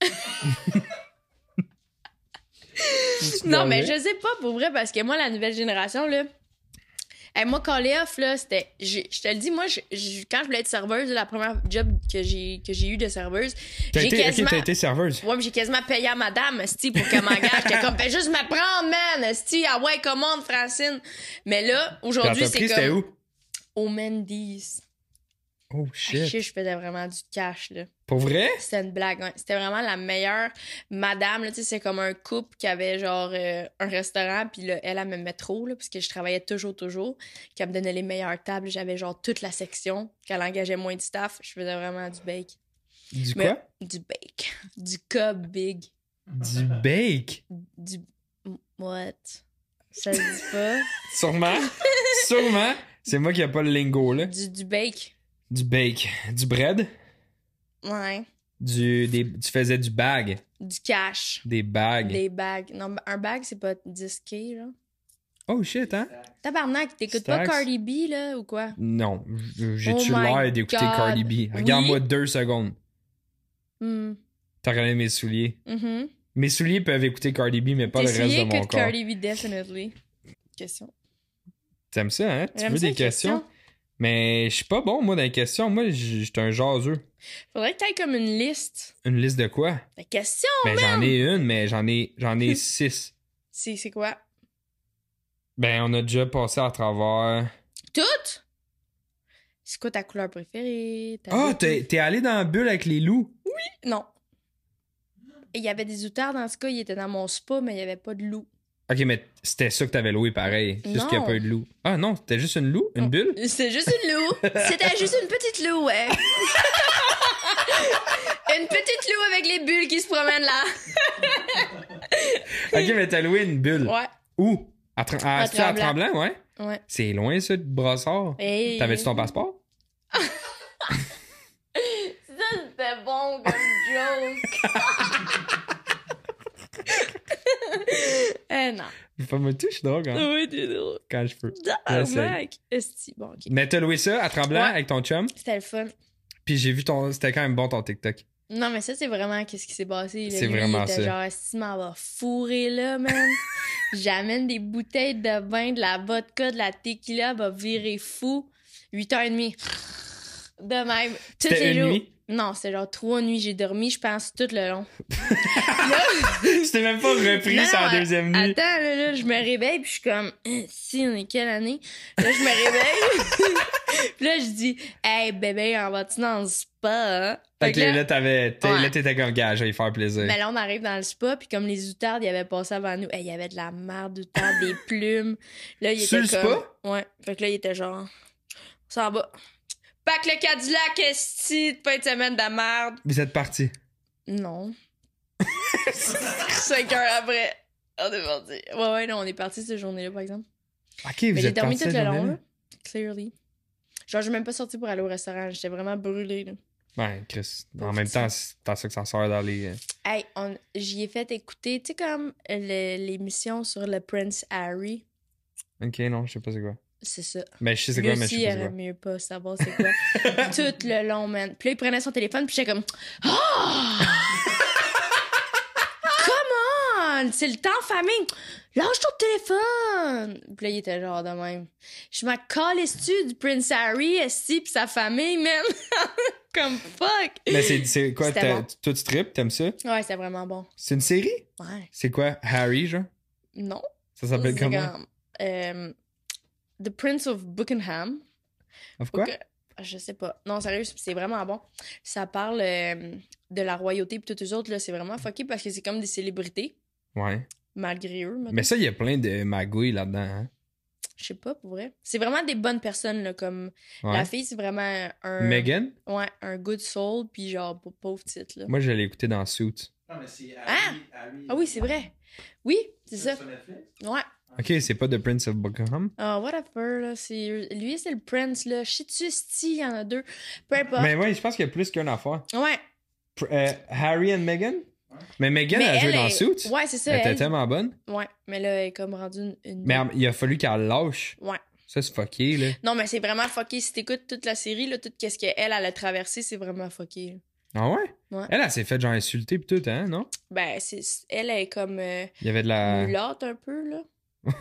Non, mais je sais pas pour vrai, parce que moi, la nouvelle génération, là. Moi, call off, là, c'était. Je te le dis, moi, quand je voulais être serveuse, la première job que j'ai eu de serveuse. T'as été serveuse? Ouais, mais j'ai quasiment payé à madame, esti, pour qu'elle m'engage. J'étais comme, fais juste m'apprendre, man, esti, ah ouais, commande, Francine. Mais là, aujourd'hui, c'est comme. C'était où? Au Mendy's. Oh shit. Je faisais vraiment du cash, là. Pour vrai? C'était une blague, ouais. C'était vraiment la meilleure madame, là, tu sais, c'est comme un couple qui avait genre un restaurant, puis là, elle me met trop, là, parce que je travaillais toujours, qu'elle me donnait les meilleures tables, j'avais genre toute la section, qu'elle engageait moins de staff, je faisais vraiment du bake. Quoi? Du bake. Du cob big. Du bake? Du... What? Ça se dit pas? Sûrement. C'est moi qui a pas le lingo, là. Du bake. Du bake. Du bread? Ouais. Tu faisais du bag. Du cash. Des bags. Des bags. Non, un bag, c'est pas 10K, genre. Oh shit, hein? Tabarnak, t'écoutes pas Cardi B, là, ou quoi? Non. J'ai-tu l'air d'écouter Cardi B? Regarde-moi 2 secondes. T'as regardé mes souliers. Mes souliers peuvent écouter Cardi B, mais pas le reste de mon corps. Cardi B, definitely. Question. T'aimes ça, hein? Tu veux des questions? Mais je suis pas bon, moi, dans les questions. Moi, j'étais un jaseux. Faudrait que t'aies comme une liste. Une liste de quoi? De questions, Ben, j'en ai une, mais j'en ai 6. C'est quoi? Ben, on a déjà passé à travers... Toutes? C'est quoi ta couleur préférée? T'es allé dans la bulle avec les loups? Oui. Non. Il y avait des outards dans ce cas, il était dans mon spa, mais il y avait pas de loup. Ok, mais c'était ça que t'avais loué pareil. C'est juste qu'il n'y a pas eu de loup. Ah non, c'était juste une loup? Une bulle? C'était juste une loup. C'était juste une petite loup, ouais. Une petite loup avec les bulles qui se promènent là. Ok, mais t'as loué une bulle. Ouais. Où? À Tremblant, ouais? Ouais. C'est loin, ça, de Brossard. Hey. T'avais-tu ton passeport? Ça, c'était bon comme joke. Non. Pas me touche, drôle, hein? Oui, t'es drôle. Quand je peux. Mec. Bon, ok. Mais t'as loué ça à Tremblant avec ton chum? C'était le fun. Puis j'ai vu c'était quand même bon ton TikTok. Non, mais ça, c'est vraiment qu'est-ce qui s'est passé. C'est lui, vraiment il était ça. genre, si m'en va fourrer là, man. J'amène des bouteilles de vin, de la vodka, de la tequila, va virer fou. 8h30. De même. Toutes C'était les une jours. nuit? Non, c'est genre 3 nuits. J'ai dormi, je pense, tout le long. C'était même pas repris Non, sur la deuxième nuit. Attends, là, je me réveille, puis je suis comme, si, on est quelle année? Là, je me réveille. Puis là, je dis, hey, bébé, on va-tu dans le spa? Hein? Fait que là, Ouais. t'étais comme gars, je vais y faire plaisir. Mais là, on arrive dans le spa, puis comme les outardes, ils avaient passé avant nous, il y avait de la merde d'outardes, des plumes. Là, il Sur était le comme... spa? Ouais. Fait que là, il était genre, on s'en va. Pack le Cadillac, esti, de fin de semaine de merde. Vous êtes partis. Non. 5 heures après, on est parti. Ouais, non, on est parti cette journée-là, par exemple. Ok, Mais vous j'ai êtes dormi partis tout cette le long, journée-là? là. Clearly. Genre, j'ai même pas sorti pour aller au restaurant. J'étais vraiment brûlée, là. Ouais, Chris. En Pauvre même petit. temps, c'est dans ça que ça sort dans les... Hey, j'y ai fait écouter, tu sais, comme l'émission sur le Prince Harry. Ok, non, je sais pas c'est quoi. C'est ça. Mais je sais c'est Lui quoi, mais je aussi, sais il pas c'est aurait quoi. mieux pas savoir c'est quoi. Tout le long, man. Puis là, il prenait son téléphone, puis j'étais comme... Oh! Come on! C'est le temps en famille! Lâche ton téléphone! Puis là, il était genre de même. Je m'en calisse-tu du Prince Harry, esti, pis sa famille, man? Comme fuck! Mais c'est quoi, C'était bon. toi tu tripes, t'aimes ça? Ouais, c'était vraiment bon. C'est une série? Ouais. C'est quoi? Harry, genre? Non. Ça s'appelle C'est comment? comme, The Prince of Buckingham. Of quoi? Je sais pas. Non, sérieux, c'est vraiment bon. Ça parle de la royauté pis tous les autres, là, c'est vraiment fucké parce que c'est comme des célébrités, Ouais. malgré eux. mettons. Mais ça, il y a plein de magouilles là-dedans, hein? Je sais pas, pour vrai. C'est vraiment des bonnes personnes, là, comme... Ouais. La fille, c'est vraiment un... Megan? Ouais, un good soul, puis genre, pauvre titre, là. Moi, je l'ai écouté dans Suits. Non, mais c'est Ah! Ah oui, c'est vrai. Oui, c'est ça. Sur Netflix? Ouais. Ok, c'est pas The Prince of Buckingham? Ah, whatever, là. Lui, c'est le prince, là. Je sais-tu, il y en a deux. Peu importe. Mais ouais, je pense qu'il y a plus qu'une affaire. Ouais. Harry and Meghan? Mais Meghan, Mais elle a joué elle dans est- Suits. Ouais, c'est ça. Elle était elle. tellement bonne. Ouais, mais là, elle est comme rendue une... Mais il a fallu qu'elle lâche. Ouais. Ça, c'est fucké, là. Non, mais c'est vraiment fucké. Si t'écoutes toute la série, là, tout ce qu'elle a traversé, c'est vraiment fucké. là. Ah ouais? Ouais. Elle s'est fait genre insulter pis tout, hein, non? Ben, elle est comme Il y avait de la... mulotte un peu, là.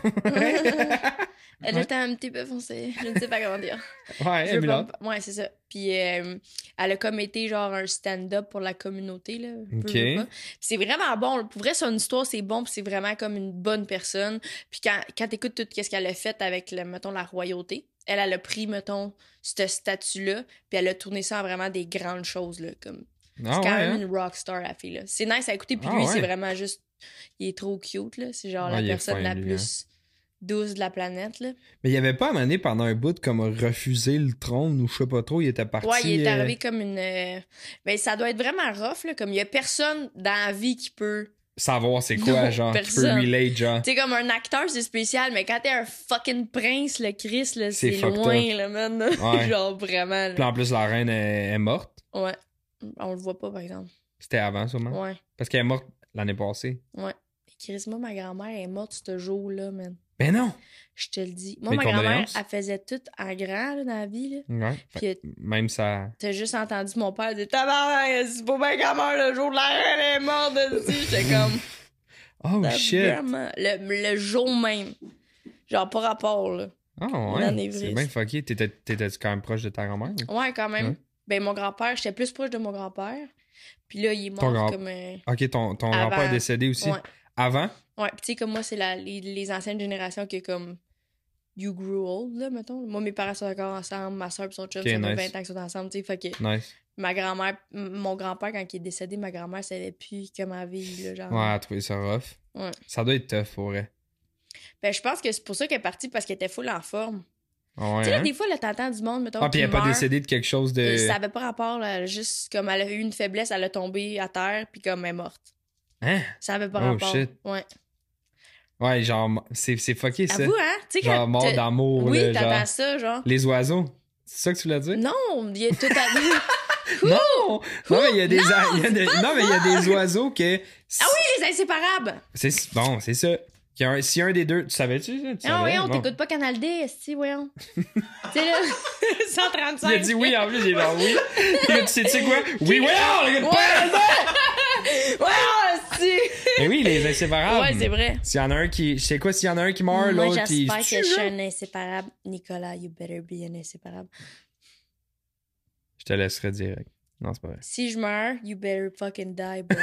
Elle Ouais. était un petit peu foncée. Je ne sais pas comment dire. Ouais, Je veux pas- Emilette. Ouais, c'est ça. Puis elle a comme été genre un stand-up pour la communauté, là. Ok. Veux pas. Puis c'est vraiment bon. là. Pour vrai, son histoire, c'est bon. Puis c'est vraiment comme une bonne personne. Puis quand t'écoutes tout ce qu'elle a fait avec, mettons, la royauté, elle a pris, mettons, ce statut-là. Puis elle a tourné ça en vraiment des grandes choses, là. Comme... Ah C'est quand ouais, même hein? une rockstar, la fille, là. C'est nice à écouter. Puis Ah lui, ouais. c'est vraiment juste... Il est trop cute, là. C'est genre Ouais, la il est personne fin, la lui, plus douce de la planète, là. Mais il avait pas amené pendant un bout comme refusé le trône ou je sais pas trop, il était parti. Ouais, il est arrivé comme une... Ben, ça doit être vraiment rough, là. Comme il y a personne dans la vie qui peut... Savoir c'est quoi, Non, genre, qui peut personne. relate, genre. Tu sais, comme un acteur, c'est spécial, mais quand t'es un fucking prince, le Chris, là, C'est c'est fucked loin, up. là, man. Ouais. Genre, vraiment, Puis là. en plus, la reine est morte. Ouais. On le voit pas, par exemple. C'était avant, sûrement. Ouais. Parce qu'elle est morte l'année passée. Ouais. Chris, moi, ma grand-mère est morte ce jour-là, man. Mais non! Je te le dis. Moi, Mes ma grand-mère, condoléances. elle faisait tout en grand, là, dans la vie, là. Ouais. Puis Fait que même ça... t'as juste entendu mon père dire « Tabarnak, c'est pas bien qu'elle meurt le jour de la reine est morte, dessus. J'étais comme... Oh shit! Vraiment, le jour même. Genre, pas rapport, là. Ah L'année ouais, vriste. c'est bien fucké. T'étais-tu quand même proche de ta grand-mère? Ouais, quand même. Ouais. Ben, mon grand-père, j'étais plus proche de mon grand-père. Puis là, il est Ton mort grand- comme... Ok, ton Avant. grand-père est décédé aussi. Ouais. Avant? Ouais, puis tu sais, comme moi, c'est les anciennes générations qui, comme... You grew old, là, mettons. Moi, mes parents sont encore ensemble. Ma soeur et son chum, Ok, ça fait nice. 20 ans qu'ils sont ensemble, tu sais. Fait que Nice. ma grand-mère... Mon grand-père, quand il est décédé, ma grand-mère savait plus comment vivre, là, genre. Ouais, elle a trouvé ça rough. Ouais. Ça doit être tough, pour vrai. Ben, je pense que c'est pour ça qu'elle est partie, parce qu'elle était full en forme. Ah ouais, Tu sais, là, hein? des fois, là, t'entends du monde, mettons, Ah, puis qui elle est pas meurt. décédée de quelque chose de... Ça avait pas rapport, là. Juste comme elle a eu une faiblesse, elle a tombé à terre, puis comme elle est morte. Hein? Ça avait pas Oh, rapport. shit. Ouais. Ouais, genre, c'est fucké, ça. Avoue, hein? Tu sais, Genre, quand mort t'as- d'amour, Oui, là, t'entends genre. ça, genre. Les oiseaux. C'est ça que tu voulais dire? Non, il y a tout à... Non! Non, mais il y a des... Non, mais il y a des oiseaux que... Ah oui, les inséparables! C'est... Bon, c'est ça. Si un des deux... Tu savais-tu, ça? Tu Ah savais? oui, on Bon. t'écoute pas Canal D, si, voyons. tu sais, là, 135. Il a dit oui, en plus, j'ai genre oui. Il a dit, sais-tu quoi? Oui, ouais, on regarde pas! Ouais, si! Mais oui, les inséparables. Ouais, c'est vrai. S'il y en a un qui... Je sais quoi, s'il y en a un qui meurt, Moi, l'autre, il... j'espère que je suis un inséparable. Nicolas, you better be un inséparable. te laisserai direct. Non, c'est pas vrai. Si je meurs, you better fucking die, bro.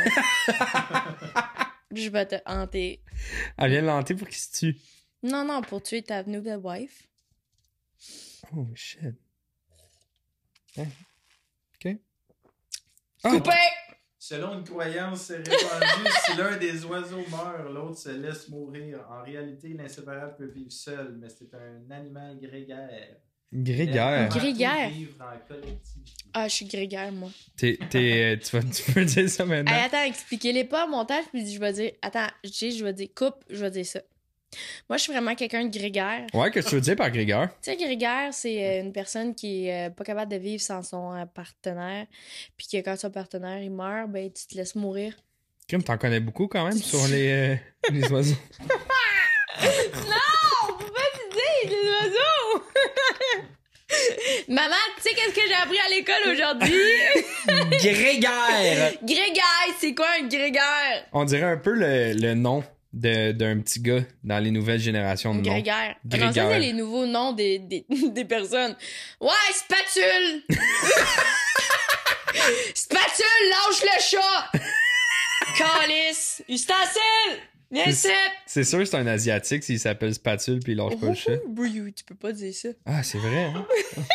Je vais te hanter. Elle vient de l'hanter pour qu'il se tue. Non, pour tuer ta nouvelle wife. Oh, shit. Hein? OK. Coupé! Selon une croyance, c'est répandu, si l'un des oiseaux meurt, l'autre se laisse mourir. En réalité, l'inséparable peut vivre seul, mais c'est un animal grégaire. Grégaire. Grégaire. Vivre en collectivité. Ah, je suis grégaire, moi. Tu peux dire ça maintenant? Hey, attends, expliquez-les pas, montage, puis je vais dire... Attends, je vais dire coupe, je vais dire ça. Moi, je suis vraiment quelqu'un de grégaire. Ouais, qu'est-ce que tu veux dire par grégaire? Tu sais, grégaire, c'est une personne qui est pas capable de vivre sans son partenaire, puis que quand son partenaire, il meurt, ben, tu te laisses mourir. Comme t'en connais beaucoup quand même sur les oiseaux. Non! Faut pas te dire, les oiseaux! Maman, tu sais qu'est-ce que j'ai appris à l'école aujourd'hui? Grégaire! Grégaire, c'est quoi un grégaire? On dirait un peu le nom d'un petit gars dans les nouvelles générations de noms. Grégaire. Grégaire. Non, ça, c'est les nouveaux noms des personnes. Ouais, spatule! Spatule, lâche le chat! Calice! Ustensile! Viens ici! C'est sûr que c'est un Asiatique s'il s'appelle Spatule puis il lâche pas le chat. Brouillou, tu peux pas dire ça. Ah, c'est vrai, hein?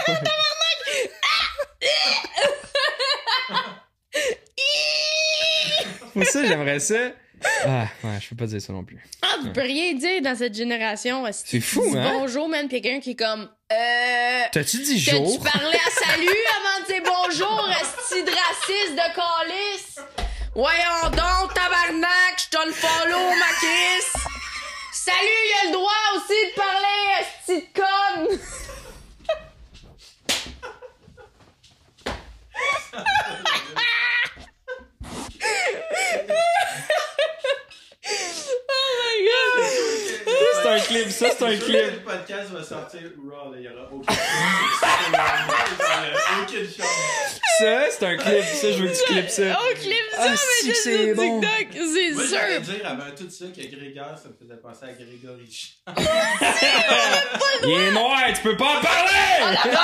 Pour ça, j'aimerais ça. Ah, ouais, je peux pas dire ça non plus. Ah, tu peux rien dire dans cette génération. C'est fou, hein? Bonjour, même quelqu'un qui est comme. T'as-tu dit Que jour? tu parlais à salut avant de dire bonjour, esti de raciste de calice? Voyons donc, tabarnak, je donne follow, ma Chris. Salut, il a le droit aussi de parler, esti de conne. Oh my god! C'est un clip, ça, c'est un clip. Le podcast va sortir raw, là, il y aura aucune chance. Ça, c'est un clip. Ça, je veux que tu clips ça. On clip ça, Ah, mais si que juste c'est sur bon. TikTok, c'est Moi, j'allais sûr. dire avant tout ça que Grégaire, ça me faisait penser à Grégory Charles. Il est noir, tu peux pas en parler!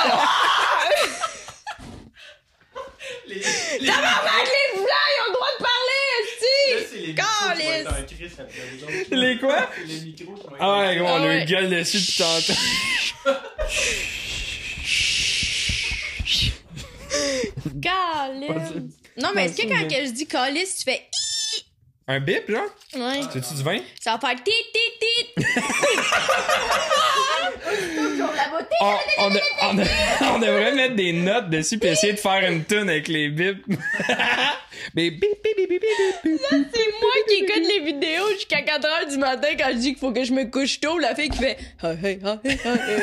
Tabarnak, les blancs, ils ont le droit de parler, Là, esti! c'est les micros qui vont Calice. être en crise après les autres. Les quoi? C'est les micros qui vont être Ah ouais, gros, on Ah a ouais. une gueule dessus depuis tantôt. Calice. Non, mais est-ce que quand que je dis calice, tu fais Un bip, genre? ouais. T'as-tu du vin? Ça va faire tit, tit, tit. On devrait mettre des notes dessus pis essayer de faire une tune avec les bips. Mais bip, bip, bip, bip, bip, bip. C'est moi qui écoute les vidéos jusqu'à 4h du matin quand je dis qu'il faut que je me couche tôt. La fille qui fait hey, hey, hey, hey, hey.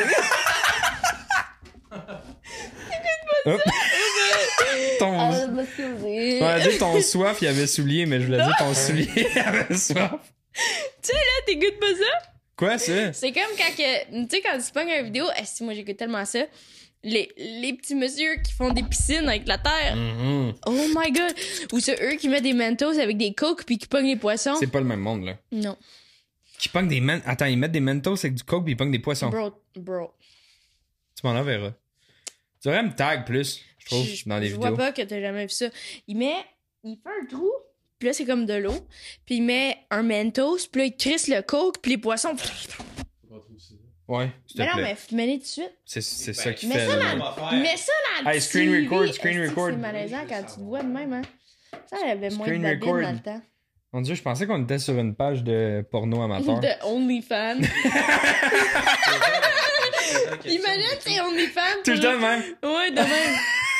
Hop. Ton... Ah, m'excuser. On a dit que ton soif, il avait soulier, mais je voulais dire que ton soulier avait soif. Tu sais, là, t'écoutes pas ça? Quoi, ça? C'est comme quand que, tu sais, quand tu pognes une vidéo, si moi j'écoute tellement ça, les petits messieurs qui font des piscines avec la terre. Mhm. Oh my god! Ou c'est eux qui mettent des mentos avec des coques puis qui pognent les poissons. C'est pas le même monde, là. Non. Qui pognent des Attends, ils mettent des Mentos avec du coke pis ils pognent des poissons. Bro. Tu m'en enverras. Tu devrais me tag plus, je trouve, dans les je vidéos. vois pas que t'as jamais vu ça. Il fait un trou, puis là c'est comme de l'eau, puis il met un mentos, puis là il crisse le coke, puis les poissons. Ouais, s'il te Mais non, plaît. mais mets-les tout de suite. C'est ça Ben, qui Mais fait... ça, le- Mets ça dans le Hey, screen TV. record, screen Est-ce que record. C'est malaisant quand tu te vois de même, hein. Ça, il y avait moins de Screen babine record. dans le temps. Mon Dieu, je pensais qu'on était sur une page de porno amateur. De OnlyFans. Imagine, c'est OnlyFans. Tout le temps de même. Ouais, de même.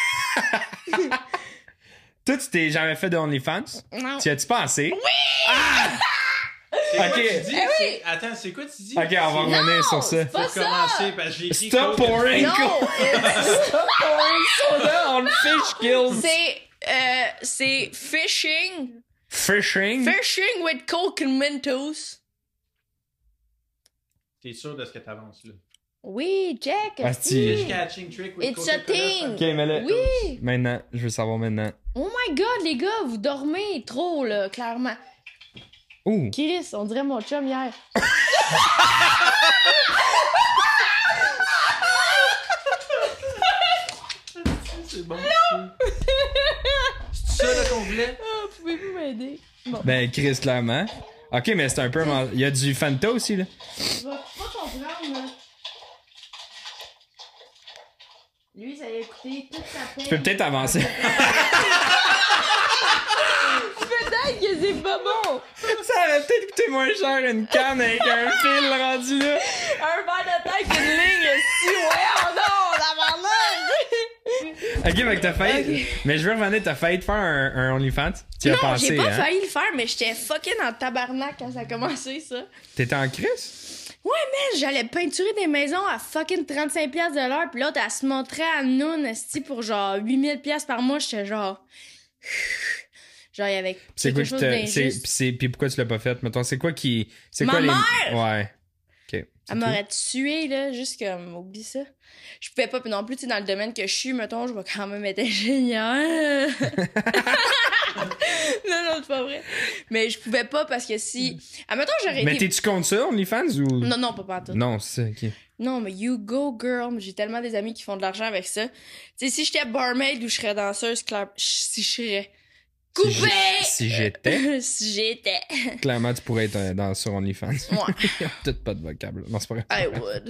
Toi, tu t'es jamais fait de OnlyFans? Non. Tu as-tu pensé? Oui! C'est quoi Ok. tu dis? Eh oui. Attends, c'est quoi tu dis? Ok, on va revenir sur ça. c'est pas Pour ça. commencer, parce que j'ai écrit Stop Coke. pouring! Non, Stop pouring soda on fish kills! c'est fishing. Fishing? Fishing with Coke and Mentos. T'es sûr de ce que t'avances, là? Oui, check. Asti. Fish catching trick with It's a Coca-Cola thing. Ok, mais là... Oui. Maintenant, je veux savoir maintenant. Oh my god, les gars, vous dormez trop, là, clairement. Ouh! Chris, on dirait mon chum hier. C'est bon. Non, Ben, Chris, clairement. Ok, mais c'est un peu... Il y a du Fanta aussi, là. Tu vas pas comprendre, là. Lui, ça a écouté toute sa peine. Tu peux peut-être avancer. Peut-être que c'est pas bon. Ça aurait peut-être coûté moins cher une canne avec un fil rendu là. Un verre de tête, une ligne, si, ouais, non, la Ok, fait que t'as failli. Mais je veux revenir, t'as failli te faire un OnlyFans. Tu y as Non, pensé, j'ai pas hein? failli le faire, mais j'étais fucking en tabarnak quand ça a commencé, ça. T'étais en crise? Ouais, mais j'allais peinturer des maisons à fucking 35$ de l'heure, pis l'autre, elle se montrait à Noon, esti, pour genre 8000$ par mois. J'étais genre... Genre, il y avait C'est quoi quelque chose qui d'injuste. Puis pourquoi tu l'as pas fait? Mettons, c'est quoi qui. C'est Ma quoi les. mère! Ouais. Ok. Elle m'aurait tué, là, juste comme, oublie ça. Je pouvais pas, puis non plus, tu sais, dans le domaine que je suis, mettons, je vais quand même être ingénieur. Non, c'est pas vrai. Mais je pouvais pas parce que si. Admettons, j'aurais Mais été. t'es-tu contre ça, OnlyFans ou. Non, pas pantoute. Non, c'est ça, ok. Non, mais you go, girl. J'ai tellement des amis qui font de l'argent avec ça. Tu sais, si j'étais barmaid ou je serais danseuse, si je serais coupée! Si j'étais. Si j'étais. Clairement, tu pourrais être sur OnlyFans. Ouais. Peut-être pas de vocable. Non, c'est pas vrai. I would.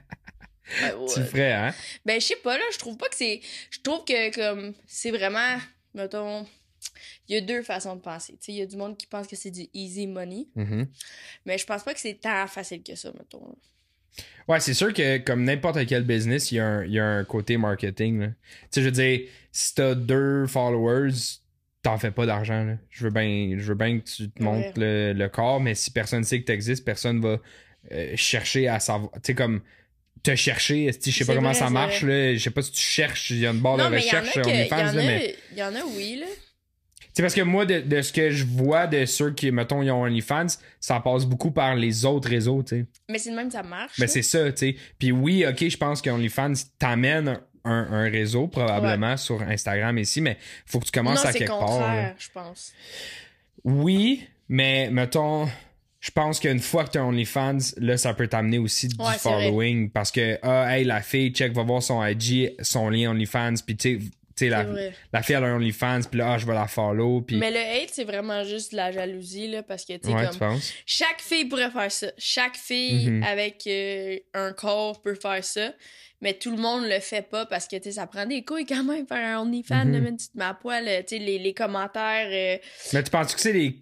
Tu le ferais, hein? Ben, je sais pas, là, je trouve pas que c'est... Je trouve que, comme, c'est vraiment, mettons... Il y a deux façons de penser. Tu sais, il y a du monde qui pense que c'est du easy money, Mhm. mais je pense pas que c'est tant facile que ça, mettons. Ouais, c'est sûr que comme n'importe quel business, il y a un côté marketing. Là. Tu sais, je veux dire, si t'as 2 followers, t'en fais pas d'argent. Là. Je veux bien que tu te montres le corps, mais si personne sait que t'existes, personne va chercher à savoir. Tu sais, comme te chercher, je sais pas C'est comment vrai, ça c'est marche. Là. Je sais pas si tu cherches, il y a une barre Non, de mais il y en recherche a sur OnlyFans, là, mais. Il y en a, oui, là. C'est parce que moi, de ce que je vois de ceux qui, mettons, ils ont OnlyFans, ça passe beaucoup par les autres réseaux, tu sais. Mais c'est de même que ça marche. Ben, là. c'est ça, tu sais. Puis oui, OK, je pense qu'OnlyFans t'amène un réseau, probablement, sur Instagram ici, mais faut que tu commences non, à c'est quelque part. contraire, Là. je pense. Oui, mais mettons, je pense qu'une fois que tu as OnlyFans, là, ça peut t'amener aussi du Ouais, c'est following. Parce que, hey, la fille, check, va voir son IG, son lien OnlyFans, puis tu sais, vrai. la fille, elle a un OnlyFans, puis là, je vais la follow, puis... Mais le hate, c'est vraiment juste la jalousie, là, parce que, tu sais, Ouais, comme... tu penses? Chaque fille pourrait faire ça. Chaque fille Mhm. avec un corps peut faire ça. Mais tout le monde le fait pas parce que, tu sais, ça prend des couilles quand même faire un OnlyFans, Mhm. là, même si tu te mets à poil, tu sais, les commentaires... Mais tu penses que c'est les...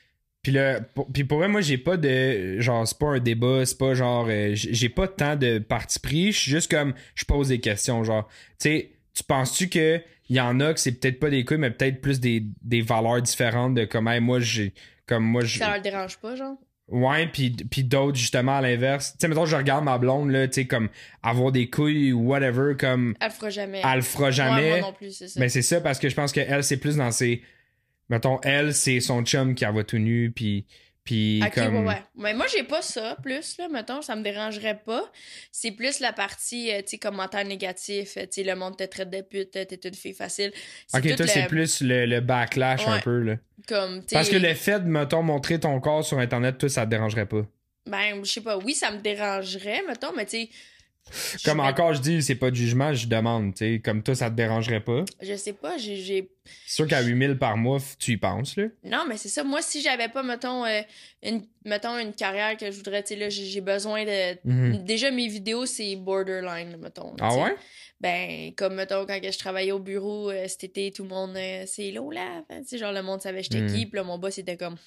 Puis pour vrai, moi, j'ai pas de... Genre, c'est pas un débat, c'est pas genre... j'ai pas tant de parti pris, je suis juste comme... Je pose des questions, genre... Tu sais, tu penses-tu que il y en a que c'est peut-être pas des couilles, mais peut-être plus des valeurs différentes de comme, hey, moi, j'ai... Comme moi, je... Ça leur dérange pas, genre? Ouais, puis d'autres, justement, à l'inverse. Tu sais, mettons, je regarde ma blonde, là, tu sais, comme... Avoir des couilles ou whatever, comme... Elle le fera jamais. Elle le fera jamais. Ouais, moi non plus, c'est ça. Mais c'est ça, parce que je pense qu'elle, c'est plus dans ses... Mettons, elle, c'est son chum qui envoie tout nu, puis Ok, comme... ouais. Mais moi, j'ai pas ça, plus, là, mettons, ça me dérangerait pas. C'est plus la partie, tu sais, commentaires négatifs, tu sais, le monde te traite de pute, t'es une fille facile. C'est Ok, tout toi, c'est plus le backlash un Ouais. peu, là. comme, tu sais... Parce que le fait de, mettons, montrer ton corps sur Internet, toi, ça te dérangerait pas. Ben, je sais pas, oui, ça me dérangerait, mettons, mais tu sais... Comme je- encore, je dis, c'est pas de jugement, je demande, tu sais. Comme toi, ça te dérangerait pas. Je sais pas, j'ai... C'est sûr qu'à 8000 par mois, tu y penses, là. Non, mais c'est ça. Moi, si j'avais pas, mettons, une carrière que je voudrais, tu sais, là, j'ai besoin de... Mhm. Déjà, mes vidéos, c'est borderline, là, mettons. Ah tu sais. ouais? Ben, comme, mettons, quand que je travaillais au bureau cet été, tout le monde, c'est l'Olaf. Hein, tu sais, genre, le monde savait j'étais qui. Puis là, mon boss était comme,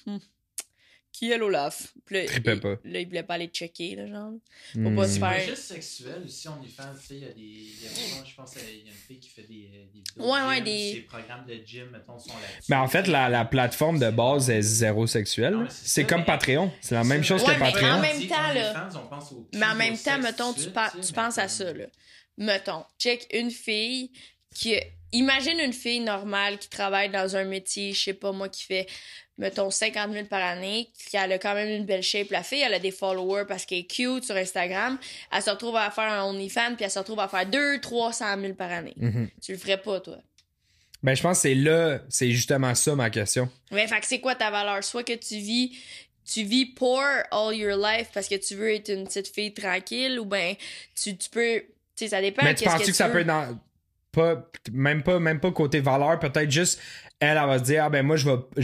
qui est l'Olaf? Puis là, Trippait pas. là, il voulait pas aller checker, là, genre. Faut pas se C'est faire... pas juste sexuel, aussi on y fait, tu sais, il y a des je pense qu'il y a une fille qui fait des vidéos Ouais, de ouais, gym, des- ses programmes de gym, mettons, sont là-dessus. Mais en fait, la plateforme de base est zéro sexuelle. Non, là. mais c'est C'est ça, comme mais- Patreon. C'est la même chose Ouais, que mais Patreon. en même temps, là. OnlyFans, on pense au Mais en cul, même au temps, sexe, mettons, tout tu de penses, suite, tu mais penses à comme- ça, là. Mettons, check une fille qui... Imagine une fille normale qui travaille dans un métier, je sais pas moi, qui fait, mettons, 50 000 par année, qui a quand même une belle shape. La fille, elle a des followers parce qu'elle est cute sur Instagram. Elle se retrouve à faire un OnlyFans, puis elle se retrouve à faire 200-300 000 par année. Mhm. Tu le ferais pas, toi. Ben, je pense que c'est là, c'est justement ça ma question. Mais fait que c'est quoi ta valeur? Soit que tu vis poor all your life parce que tu veux être une petite fille tranquille, ou ben tu peux... Tu sais, ça dépend. Mais tu qu'est-ce penses-tu que ça veux. peut être dans. même pas côté valeur, peut-être juste elle va se dire, ah ben moi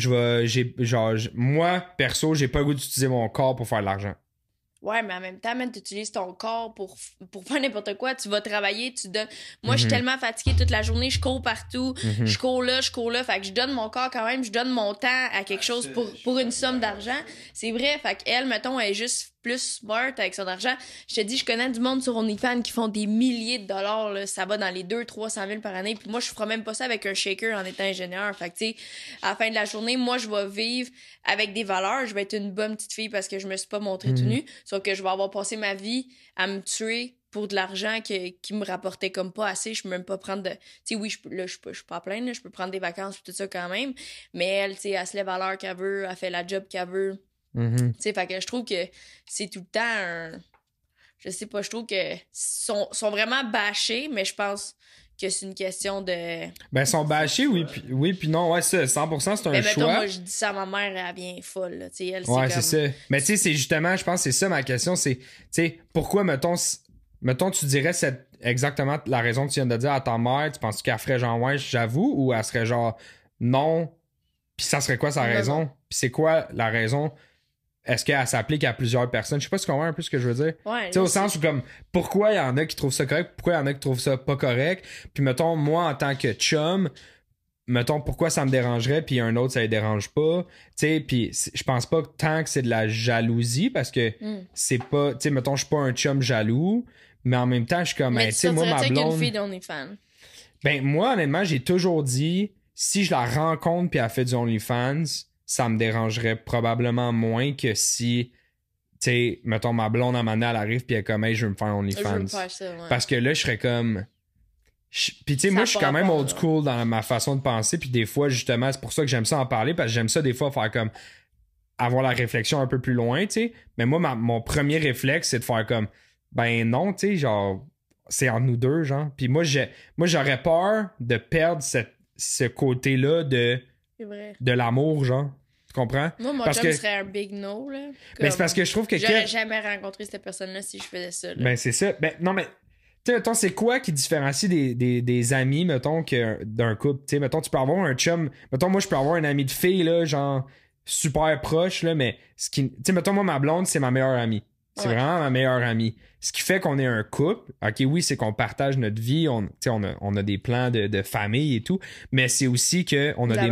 moi perso j'ai pas le goût d'utiliser mon corps pour faire de l'argent. Ouais, mais en même temps, tu utilises ton corps pour faire n'importe quoi. Tu vas travailler, tu donnes. Moi, je suis tellement fatiguée toute la journée, je cours partout, je cours là. Fait que je donne mon corps quand même, je donne mon temps à quelque chose pour une somme d'argent. C'est vrai, fait qu'elle, mettons, elle est juste plus smart avec son argent. Je te dis, je connais du monde sur OnlyFans qui font des milliers de dollars, là. Ça va dans les 200-300 000 par année. Puis moi, je ferai même pas ça avec un shaker en étant ingénieur. Fait que, tu sais, à la fin de la journée, moi, je vais vivre avec des valeurs. Je vais être une bonne petite fille parce que je me suis pas montrée tout nue. Sauf que je vais avoir passé ma vie à me tuer pour de l'argent qui me rapportait comme pas assez. Je peux même pas prendre de... Tu sais, oui, je suis pas à plaindre, là. Je peux prendre des vacances et tout ça quand même. Mais elle, tu sais, elle se lève à l'heure qu'elle veut, elle fait la job qu'elle veut. Tu sais, fait que je trouve que c'est tout le temps un... Je sais pas, je trouve que sont vraiment bâchés, mais je pense que c'est une question de... Ben, ils sont bâchés, oui, puis non, ouais, ça, 100%, c'est un mettons, choix. moi, je dis ça à ma mère, elle vient folle, là, tu sais, elle, ouais, c'est ça. Mais tu sais, c'est justement, je pense que c'est ça ma question, c'est, tu sais, pourquoi, mettons, tu dirais exactement la raison que tu viens de dire à ta mère, tu penses qu'elle ferait genre, ouais, j'avoue, ou elle serait genre, non, puis ça serait quoi sa raison? Puis c'est quoi la raison? Est-ce qu'elle s'applique à plusieurs personnes? Je sais pas si tu comprends un peu ce que je veux dire. Ouais, tu sais, au sens où, comme, pourquoi il y en a qui trouvent ça correct, pourquoi il y en a qui trouvent ça pas correct. Puis, mettons, moi, en tant que chum, mettons, pourquoi ça me dérangerait, puis un autre, ça les dérange pas. Tu sais, puis je pense pas tant que c'est de la jalousie, parce que c'est pas... Tu sais, mettons, je suis pas un chum jaloux, mais en même temps, je suis comme... Mais tu sais, moi, ma blonde... une fille d'OnlyFans. Ben, moi, honnêtement, j'ai toujours dit, si je la rencontre puis elle fait du OnlyFans, ça me dérangerait probablement moins que si, tu sais, mettons, ma blonde à un moment donné, elle arrive puis elle est comme, hey, je veux me faire OnlyFans. Je veux me faire ça, ouais. Parce que là, je serais comme... Puis tu sais, moi, je suis quand même old school dans ma façon de penser, puis des fois, justement, c'est pour ça que j'aime ça en parler, parce que j'aime ça des fois faire comme... avoir la réflexion un peu plus loin, tu sais. Mais moi, mon premier réflexe, c'est de faire comme... Ben non, tu sais, genre... C'est entre nous deux, genre. Puis moi, j'aurais peur de perdre ce côté-là de l'amour, genre. Tu comprends? Moi, mon chum serait un big no, là. Ben, c'est parce que je trouve que... J'aurais jamais rencontré cette personne-là si je faisais ça, là. Ben, c'est ça. Ben, non, mais... Tu sais, mettons, c'est quoi qui différencie des amis, mettons, d'un couple? Tu sais, mettons, tu peux avoir un chum... Mettons, moi, je peux avoir un ami de fille, là, genre, super proche, là, mais... Tu sais, mettons, moi, ma blonde, c'est ma meilleure amie. C'est vraiment ma meilleure amie. Ce qui fait qu'on est un couple, ok, oui, c'est qu'on partage notre vie, on a des plans de famille et tout, mais c'est aussi qu'on a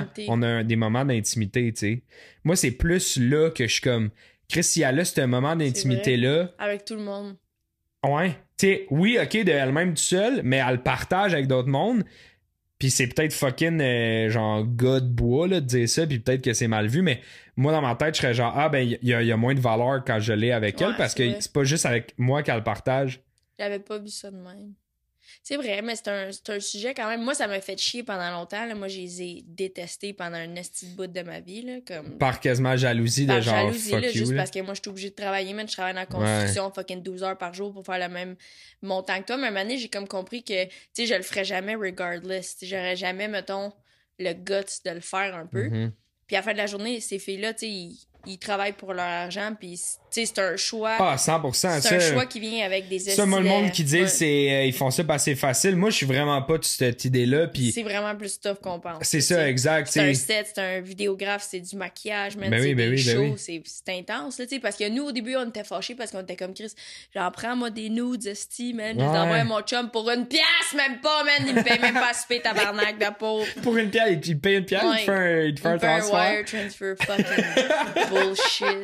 des moments d'intimité, tu sais. Moi, c'est plus là que je suis comme, Chris, si elle a ce moment d'intimité-là... Avec tout le monde. Ouais. Tu sais, oui, ok, de elle-même tout seul, mais elle le partage avec d'autres mondes. Puis c'est peut-être fucking genre gars de bois là, de dire ça, puis peut-être que c'est mal vu, mais moi dans ma tête, je serais genre ah ben il y a moins de valeur quand je l'ai avec elle parce que c'est pas juste avec moi qu'elle partage. J'avais pas vu ça de même. C'est vrai, mais c'est un sujet quand même. Moi, ça m'a fait chier pendant longtemps. Là. Moi, je les ai détestés pendant un esti de bout de ma vie. Là, comme... Par quasiment jalousie de genre jalousie, fuck là, you. juste là. parce que moi, je suis obligée de travailler, mais je travaille dans la construction fucking 12 heures par jour pour faire le même montant que toi. Mais à un moment donné, j'ai comme compris que tu sais, je le ferais jamais regardless. T'sais, j'aurais jamais, mettons, le guts de le faire un peu. Mm-hmm. Puis à la fin de la journée, ces filles-là, tu sais, ils travaillent pour leur argent, puis c'est un choix. Ah, 100%. C'est un choix qui vient avec des ça, moi, le monde qui dit c'est ils font ça parce que c'est facile. Moi, je suis vraiment pas de cette idée-là. Puis c'est vraiment plus tough qu'on pense. C'est ça, exact. C'est un set, c'est un vidéographe, c'est du maquillage, man, c'est des shows, c'est intense, là, tu sais, parce que nous, au début, on était fâchés parce qu'on était comme Chris, j'en prends, moi, des nudes, esti, man, je les envoie à mon chum pour une pièce, même pas, man, il me paye même pas à souper, tabarnak, de pauvre. Pour une pièce, il paye une pièce, il te fait un transfert. Un wire transfer, fucking bullshit.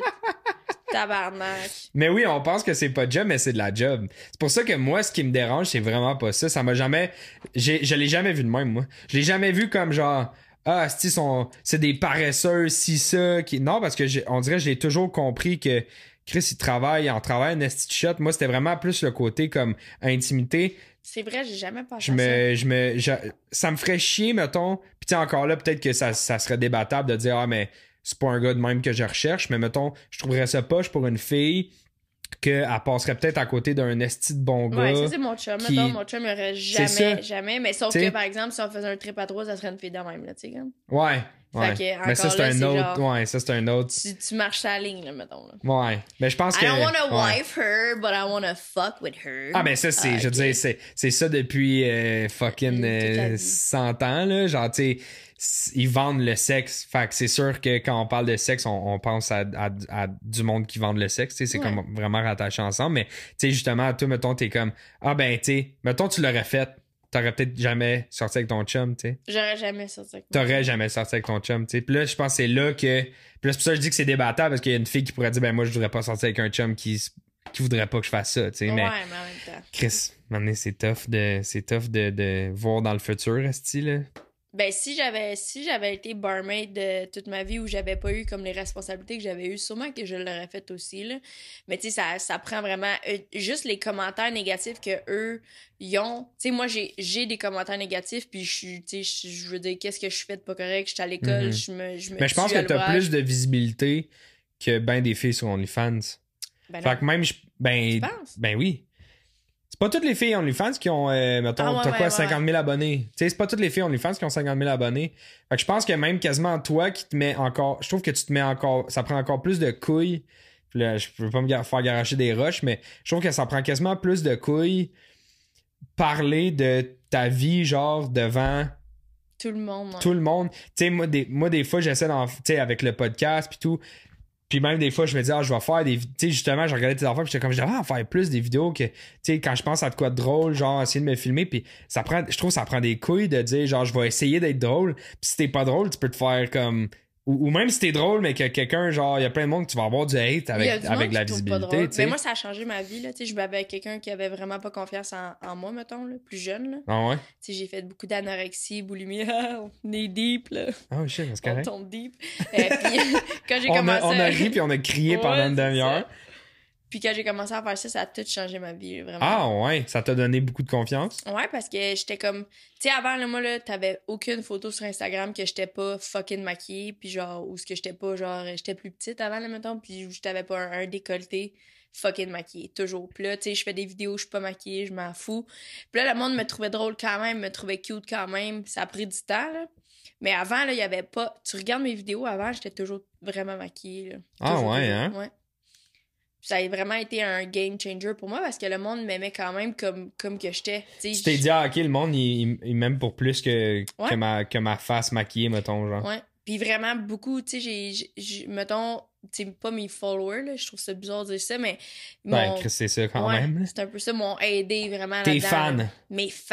Tabarnak. Mais oui, on pense que c'est pas de job, mais c'est de la job. C'est pour ça que moi, ce qui me dérange, c'est vraiment pas ça. Ça m'a jamais... Je l'ai jamais vu de même, moi. Je l'ai jamais vu comme genre... Ah, c'est des paresseux, si ça... Non, parce que on dirait que je l'ai toujours compris que Chris, il travaille en travail un esti de shot. Moi, c'était vraiment plus le côté comme intimité. C'est vrai, j'ai jamais pensé à ça. Ça me ferait chier, mettons. Puis tu sais, encore là, peut-être que ça serait débattable de dire « Ah, mais... c'est pas un gars de même que je recherche, mais mettons, je trouverais ça poche pour une fille qu'elle passerait peut-être à côté d'un esti de bon gars. Ouais, ça c'est mon chum. Mettons, mon chum aurait jamais, mais sauf que par exemple, si on faisait un trip à trois, ça serait une fille de même, là, tu sais, comme. Ouais. Ouais. Fait que, Mais ça, encore c'est là, un c'est autre. genre, Ouais, ça, c'est un autre. tu marches sa ligne, là, mettons. Là. Ouais. Mais je pense que. I don't wanna ouais. wife her, but I wanna fuck with her. Ah, ben ça, c'est. Je veux ok. dire, c'est ça depuis fucking Toute la vie. 100 ans, là. Genre, tu sais, ils vendent le sexe. Fait que c'est sûr que quand on parle de sexe, on pense à du monde qui vend le sexe. Tu sais, c'est Ouais. comme vraiment rattaché ensemble. Mais, tu sais, justement, toi, mettons, t'es comme. Ah, ben, tu sais, mettons, tu l'aurais fait. T'aurais peut-être jamais sorti avec ton chum, tu sais. J'aurais jamais sorti avec moi. T'aurais jamais sorti avec ton chum, tu sais. Puis là, je pense que c'est là que. Puis là, c'est pour ça que je dis que c'est débattable parce qu'il y a une fille qui pourrait dire, ben, moi, je voudrais pas sortir avec un chum qui voudrait pas que je fasse ça, tu sais. Ouais, Mais, mais en même temps. Chris, maintenant, c'est tough de voir dans le futur, esti, là. Ben, si j'avais été barmaid de toute ma vie où j'avais pas eu comme les responsabilités que j'avais eues, sûrement que je l'aurais fait aussi, là. Mais tu sais, ça prend vraiment juste les commentaires négatifs que eux ils ont. Tu sais, moi, j'ai des commentaires négatifs, puis je veux dire, qu'est-ce que je fais de pas correct? Je suis à l'école, Mhm. je me Mais je pense tue à que t'as l'ouvrage. plus de visibilité que ben des filles sur OnlyFans. Ben Fait non. que même, Tu penses? ben oui. C'est pas toutes les filles OnlyFans qui ont, mettons, Ah ouais, t'as ouais, quoi, ouais. 50 000 abonnés. Tu sais, c'est pas toutes les filles OnlyFans qui ont 50 000 abonnés. Fait que je pense que même quasiment toi qui te mets encore, je trouve que tu te mets encore, ça prend encore plus de couilles. Puis là, je peux pas me faire garocher des roches, mais je trouve que ça prend quasiment plus de couilles parler de ta vie, genre, devant Tout le monde. Ouais. tout le monde. Tu sais, moi, des fois, j'essaie tu sais, avec le podcast puis tout. Puis même des fois, je me dis, je vais faire des. Tu sais, justement, j'ai regardé tes affaires, puis j'étais comme, je devrais en faire plus des vidéos que. Tu sais, quand je pense à de quoi de drôle, genre, essayer de me filmer, puis ça prend. Je trouve que ça prend des couilles de dire, genre, je vais essayer d'être drôle. Puis si t'es pas drôle, tu peux te faire comme. Ou même si t'es drôle, mais que quelqu'un, genre, il y a plein de monde que tu vas avoir du hate Il y a avec, du monde avec qui la trouve pas visibilité, drôle. tu sais. Mais moi, ça a changé ma vie. Là. Tu sais, je m'avais avec quelqu'un qui avait vraiment pas confiance en moi, mettons, là, plus jeune. Là. Ah ouais? Tu sais, j'ai fait beaucoup d'anorexie, boulimie. On est deep, là. Oh shit, c'est On correct. tombe deep. Puis quand j'ai On commencé a ri puis on a crié Ouais, pendant une c'est demi-heure. ça. Puis quand j'ai commencé à faire ça, ça a tout changé ma vie, vraiment. Ah ouais, ça t'a donné beaucoup de confiance. Ouais, parce que j'étais comme... Tu sais, avant, là, moi, là, t'avais aucune photo sur Instagram que j'étais pas fucking maquillée, puis genre, ou ce que j'étais pas, genre, j'étais plus petite avant, là, mettons, puis je t'avais pas un décolleté fucking maquillée, toujours. Puis là, tu sais, je fais des vidéos, je suis pas maquillée, je m'en fous. Puis là, le monde me trouvait drôle quand même, me trouvait cute quand même. Ça a pris du temps, là. Mais avant, là, il y avait pas... Tu regardes mes vidéos, avant, j'étais toujours vraiment maquillée, là. Ah Toujours, ouais, toujours. hein? Ouais. Ça a vraiment été un game changer pour moi parce que le monde m'aimait quand même comme que j'étais. Tu t'es dit, ok, le monde, il m'aime pour plus que, Ouais. que ma face maquillée, mettons, genre. Ouais. Puis vraiment, beaucoup, tu sais, mettons, tu sais, pas mes followers, là, je trouve ça bizarre de dire ça, mais. Ben, Chris, c'est ça quand ouais, même. c'est un peu ça, m'ont aidé vraiment Tes là-dedans. fans. Là. Mes fans.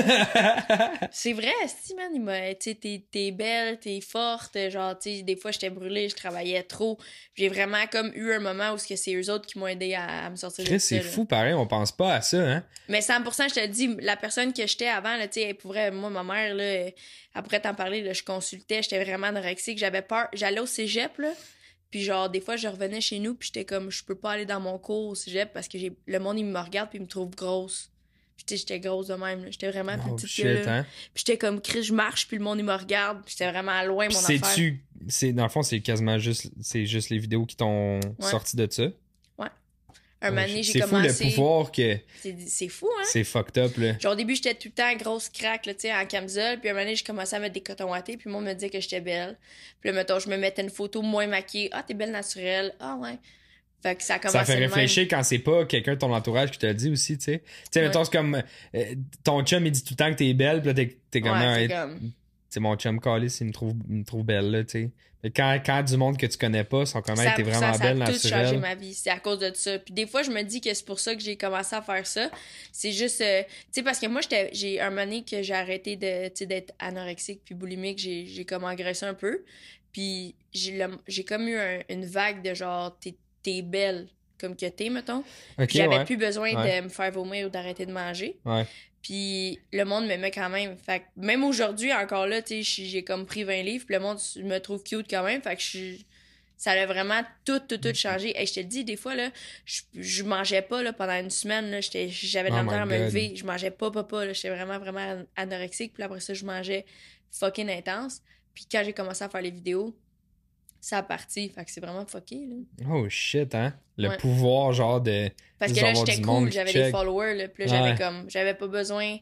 C'est vrai, si, man, tu sais, t'es belle, t'es forte, genre, tu sais, des fois, j'étais brûlée, je travaillais trop. J'ai vraiment comme eu un moment où c'est eux autres qui m'ont aidé à me sortir de Chris, ça. c'est là. fou, pareil, on pense pas à ça, hein. Mais 100%, je te le dis, la personne que j'étais avant, là, tu sais, pour vrai, moi, ma mère, là, après t'en parler, là, je consultais, j'étais vraiment anorexique, j'avais peur. J'allais au cégep, là, puis genre, des fois, je revenais chez nous, puis j'étais comme, je peux pas aller dans mon cours au cégep parce que le monde, il me regarde, puis il me trouve grosse. Puis tu sais, j'étais grosse de même, là. J'étais vraiment plus Oh petite shit, que là. hein. Puis j'étais comme, Chris, je marche, puis le monde, il me regarde, puis j'étais vraiment loin, Puis mon affaire. dans le fond, c'est quasiment juste les vidéos qui t'ont sorti de ça. Un moment donné, j'ai C'est fou commencé... le pouvoir que C'est fou, hein? c'est fucked up, là. Genre, au début, j'étais tout le temps grosse craque, là, tu sais, en camisole. Puis, un moment donné, j'ai commencé à mettre des cotons wattés. Puis, moi, on me disait que j'étais belle. Puis, là, mettons, je me mettais une photo moins maquillée. Ah, t'es belle naturelle. Ah, ouais. Fait que ça a commencé Ça fait de même. réfléchir quand c'est pas quelqu'un de ton entourage qui te le dit aussi, tu sais. Tu sais, mettons, c'est comme ton chum, il dit tout le temps que t'es belle, pis là, t'es comme, Ouais, hey, c'est comme... c'est mon chum Callis, il me trouve belle, là, tu sais. Mais quand du monde que tu connais pas sont comme, hey, t'es vraiment ça belle, a tout changé naturelle. ma vie. C'est à cause de ça. Puis des fois, je me dis que c'est pour ça que j'ai commencé à faire ça. C'est juste... tu sais, parce que moi, j'ai un moment donné que j'ai arrêté d'être anorexique puis boulimique. J'ai comme engraissé un peu. Puis j'ai comme eu une vague de genre, t'es belle comme que t'es, mettons. Ok, Puis j'avais ouais. plus besoin Ouais. de me faire vomir ou d'arrêter de manger. Ouais. Puis le monde m'aimait quand même. Fait que même aujourd'hui, encore là, tu sais, j'ai comme pris 20 livres, puis le monde me trouve cute quand même. Fait que ça a vraiment tout changé. Et je te le dis, des fois, là, je mangeais pas là, pendant une semaine. Là, j'avais de la Oh misère à my me God. lever. Je mangeais pas. Là, j'étais vraiment anorexique. Puis après ça, je mangeais fucking intense. Puis quand j'ai commencé à faire les vidéos, ça a parti. Fait que c'est vraiment fucké, là. Oh shit, hein. Le Ouais. pouvoir, genre, de. Parce que juste là, avoir j'étais du monde cool, qui j'avais check. des followers, là, puis là, Ouais. j'avais pas besoin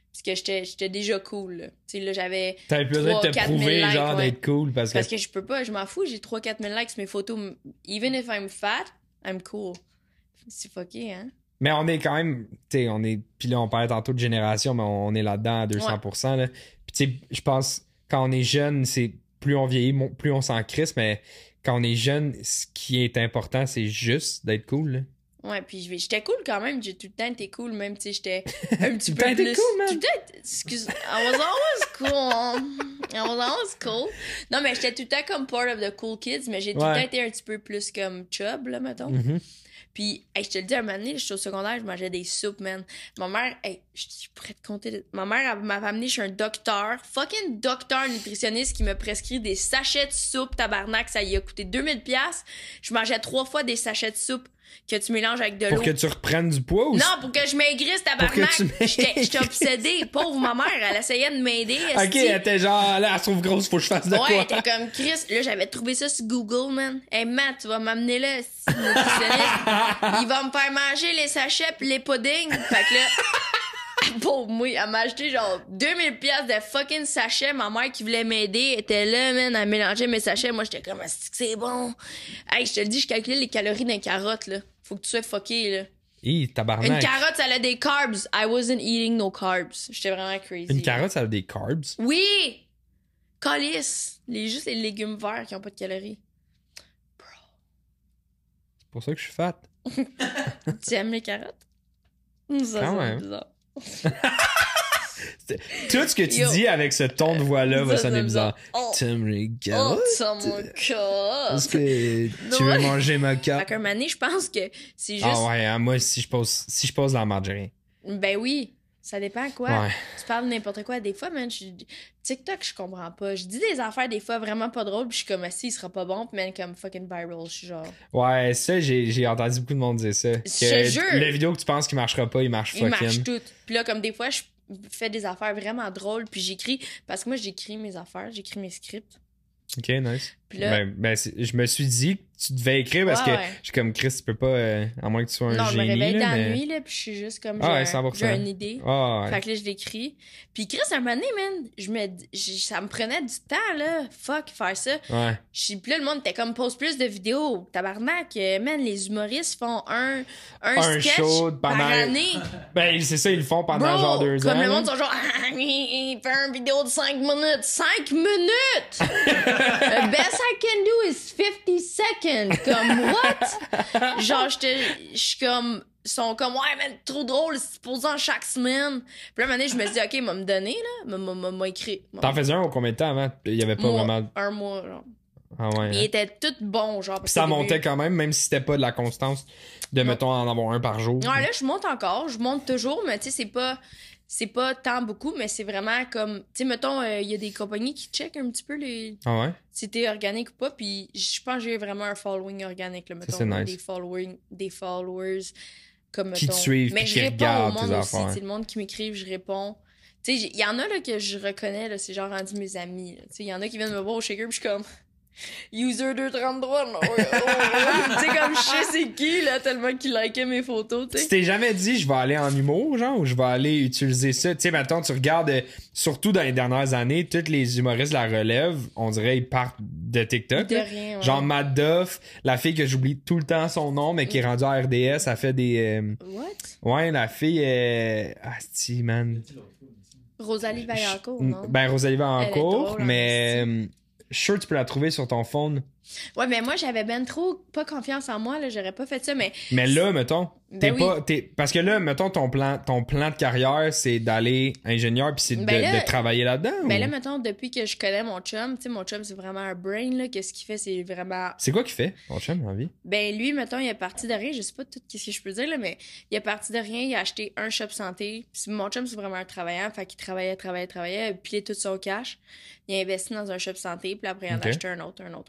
Parce que j'étais déjà cool, là. Tu sais, là, j'avais T'avais plus besoin de te 3 4 000 prouver, likes, genre, ouais. d'être cool parce que. je peux pas, je m'en fous, j'ai 3-4 000 likes sur mes photos. Even if I'm fat, I'm cool. C'est fucké, hein? Mais on est quand même, tu sais, on est. Puis là, on parlait tantôt de génération, mais on est là-dedans à 200%. Là. Puis tu sais, je pense, quand on est jeune, c'est plus on vieillit, plus on s'en crisse, mais quand on est jeune, ce qui est important, c'est juste d'être cool. Là. Ouais, puis j'étais cool quand même, j'ai tout le temps été cool, même, tu sais, j'étais un petit peu Tout le temps plus... été cool, man. Tout le temps, excuse, I was always cool. I was always cool. Non, mais j'étais tout le temps comme part of the cool kids, mais j'ai tout le temps été un petit peu plus comme chub, là, mettons. Mm-hmm. Puis, hey, je te le dis, un moment donné, j'étais au secondaire, je mangeais des soupes, man. Ma mère, hey, je pourrais te compter. Ma mère, elle m'avait amené chez un docteur, fucking docteur nutritionniste qui m'a prescrit des sachets de soupe, tabarnak, ça y a coûté 2000$. Je mangeais 3 fois des sachets de soupe que tu mélanges avec de l'eau. Pour que tu reprennes du poids aussi? Non, pour que je maigrisse, tabarnak. J'étais obsédée. Pauvre ma mère, elle essayait de m'aider. Ok, elle était genre, là, elle se trouve grosse, faut que je fasse de Ouais, quoi? elle était comme Chris. Là, j'avais trouvé ça sur Google, man. Hey, Matt, tu vas m'amener là, si nutritionniste. Il va me faire manger les sachets pis les puddings. Fait que là, pauvre moi, elle m'a acheté genre 2000$ de fucking sachets. Ma mère qui voulait m'aider était là, man, à mélanger mes sachets. Moi, j'étais comme, c'est bon. Hey, je te le dis, je calculais les calories d'un carotte, là. Faut que tu sois fucké, là. Tabarnak. Une carotte, ça a des carbs. I wasn't eating no carbs. J'étais vraiment crazy. Une carotte, ça a des carbs? Oui! Calice! Juste les légumes verts qui ont pas de calories. C'est pour ça que je suis fat. Tu aimes les carottes? Ça, Quand c'est même. bizarre. Tout ce que tu Yo. dis avec ce ton de voix-là va Ça, sonner c'est bizarre. Oh. T'aimes les Oh, carottes? ça mon cœur! Est-ce que tu veux Ouais. manger ma Fait carte? qu'un moment donné, je pense que c'est juste... Ah ouais, hein, moi, si je pose la margarine. Ben oui, ça dépend quoi. Ouais. Tu parles de n'importe quoi. Des fois, man, TikTok, je comprends pas. Je dis des affaires des fois vraiment pas drôles, puis je suis comme, si il sera pas bon, puis man, comme fucking viral, je suis genre... Ouais, ça, j'ai entendu beaucoup de monde dire ça. Je te jure. La vidéo que tu penses qu'il marchera pas, il marche Il fucking. marche tout. Puis là, comme des fois, je fais des affaires vraiment drôles, puis j'écris... Parce que moi, j'écris mes affaires, j'écris mes scripts. Ok, nice. Puis là... Je me suis dit que tu devais écrire parce que Ouais. je suis comme Chris, tu peux pas, à moins que tu sois un Non, je me génie. réveille là, dans la mais... nuit, là, puis je suis juste comme... Ah ouais, j'ai 100%. une idée. Ah ouais. Fait que là, je l'écris. Puis Chris, un moment donné, man, ça me prenait du temps, là. Fuck, faire ça. Ouais. Puis là, le monde était comme, pose plus de vidéos. Tabarnak, man, les humoristes font un sketch show par pendant- année. Ben, c'est ça, ils le font pendant Bro, genre 2 ans. comme le là. monde sont genre, il fait une vidéo de 5 minutes. 5 minutes! The best I can do is 50 seconds. Comme, what? Genre, je suis comme, ils sont comme, ouais, man, trop drôle, c'est posé en chaque semaine. Puis là, un moment donné, je me suis dit, OK, il va me donner, là, m'a écrit. T'en faisais un au combien de temps avant? Il y avait pas vraiment. Un mois, genre. Ah ouais. Il était tout bon, genre. Puis parce ça qu'au début- montait quand même, même si c'était pas de la constance de, Non. mettons, en avoir un par jour. Ouais, là, je monte encore. Je monte toujours, mais tu sais, c'est pas tant beaucoup, mais c'est vraiment comme... Tu sais, mettons, il y a des compagnies qui checkent un petit peu Ah ouais? si t'es organique ou pas, puis je pense que j'ai vraiment un following organique, là, mettons. c'est nice. Des followers, comme, Qui te mettons... suivent, Mais puis je qui réponds au regardent monde tes aussi, affaires. tu sais, le monde qui m'écrive, je réponds. Tu sais, il y en a, là, que je reconnais, là, c'est genre rendu mes amis, là. Tu sais, il y en a qui viennent me voir au shaker, puis je suis comme... User 233, là. Tu sais, comme je sais c'est qui, là, tellement qu'il likait mes photos, tu sais. Tu t'es jamais dit, je vais aller en humour, genre, ou je vais aller utiliser ça? Tu sais, maintenant, tu regardes, surtout dans les dernières années, tous les humoristes de la relève, on dirait, ils partent de TikTok. De là. rien, ouais. Genre Matt Duff, la fille que j'oublie tout le temps son nom, mais qui est rendue à RDS, elle fait des... What? Ouais, la fille... Asti, man. Rosalie Vaillancourt, non? Ben, Rosalie Elle est Vaillancourt, drôle, mais... Je suis sûr que tu peux la trouver sur ton phone. Ouais, mais moi, j'avais ben trop pas confiance en moi, là. J'aurais pas fait ça, mais... Mais là, mettons, Ben oui. parce que là, mettons, ton plan de carrière, c'est d'aller ingénieur puis c'est Ben là- de travailler là-dedans? Ben ou- là, mettons, depuis que je connais mon chum, tu sais, mon chum, c'est vraiment un brain, là. Qu'est-ce qu'il fait, c'est vraiment... C'est quoi qu'il fait, ton chum, dans la vie? Ben lui, mettons, il est parti de rien. Je sais pas tout ce que je peux dire, là, mais il est parti de rien. Il a acheté un shop santé. Puis mon chum, c'est vraiment un travaillant. Fait qu'il travaillait. Il a pilé tout son cash. Il a investi dans un shop santé. Puis après, il en Ok. a acheté un autre.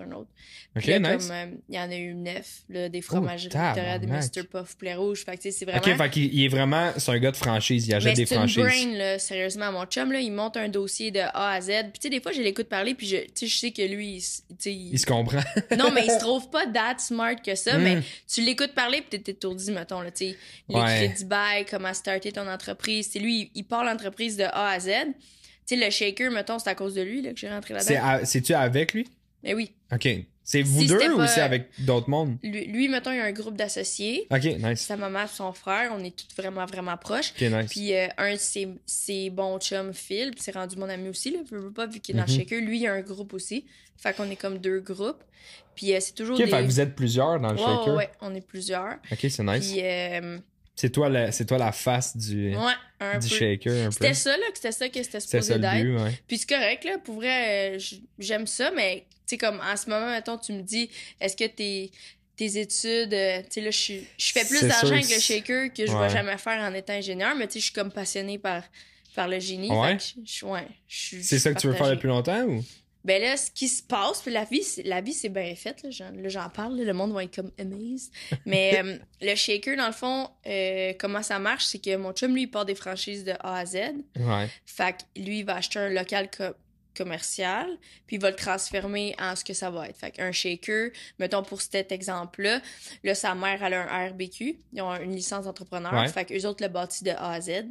Ok, Puis là, nice. comme il y en a eu 9, là, des fromageries Victoria, des tabarnak. Mr. Puff Poulet Rouge. Fait que, tu sais, c'est vraiment... Ok, fait qu'il est vraiment. C'est un gars de franchise, il achète Mais des c'est une franchises. brain, là, sérieusement. Mon chum, là, il monte un dossier de A à Z. Puis, tu sais, des fois, je l'écoute parler, puis tu sais, je sais que lui, tu sais, Il se comprend. non, mais il se trouve pas that smart que ça, mais tu l'écoutes parler, puis t'es étourdi, mettons, là, tu sais, les Ouais. crédits bail, comment starter ton entreprise. C'est lui, il part l'entreprise de A à Z. Tu sais, le shaker, mettons, c'est à cause de lui, là, que j'ai rentré là-dedans. C'est-tu avec lui? Mais oui. Ok. C'est vous Si deux c'était ou pas- c'est avec d'autres mondes? Lui, mettons, il y a un groupe d'associés. Ok, nice. Sa maman, son frère, on est tous vraiment, vraiment proches. Ok, nice. Puis un de ses bons chums, Phil, puis c'est rendu mon ami aussi, là, veux pas, vu qu'il est dans le Mhm. shaker. Lui, il y a un groupe aussi. Fait qu'on est comme 2 groupes. Puis c'est toujours Ok, des... fait que vous êtes plusieurs dans le Ouais, shaker. ouais, on est plusieurs. Ok, c'est nice. Puis, C'est toi la face du ouais, un du peu. shaker un peu. C'était ça, là, que c'était C'était supposé ça le d'être. but, ouais. Puis c'est correct, là, pour vrai, j'aime ça, mais, tu sais, comme en ce moment, mettons, tu me dis, est-ce que tes études, tu sais, là, je fais plus C'est d'argent sûr avec que le shaker que je ouais. vais jamais faire en étant ingénieur, mais tu sais, je suis comme passionnée par le génie. Ouais. Fait que je C'est ça que tu veux faire partagée. depuis longtemps ou? Ben là, ce qui se passe, puis la vie, c'est bien fait. Là, j'en parle, là, le monde va être comme amazed. Mais le shaker, dans le fond, comment ça marche, c'est que mon chum, lui, il part des franchises de A à Z. Ouais. Fait que lui, il va acheter un local commercial, puis il va le transformer en ce que ça va être. Fait qu'un shaker, mettons pour cet exemple-là, là, sa mère, elle a un RBQ. Ils ont une licence d'entrepreneur. Ouais. Fait qu'eux autres le bâtissent de A à Z.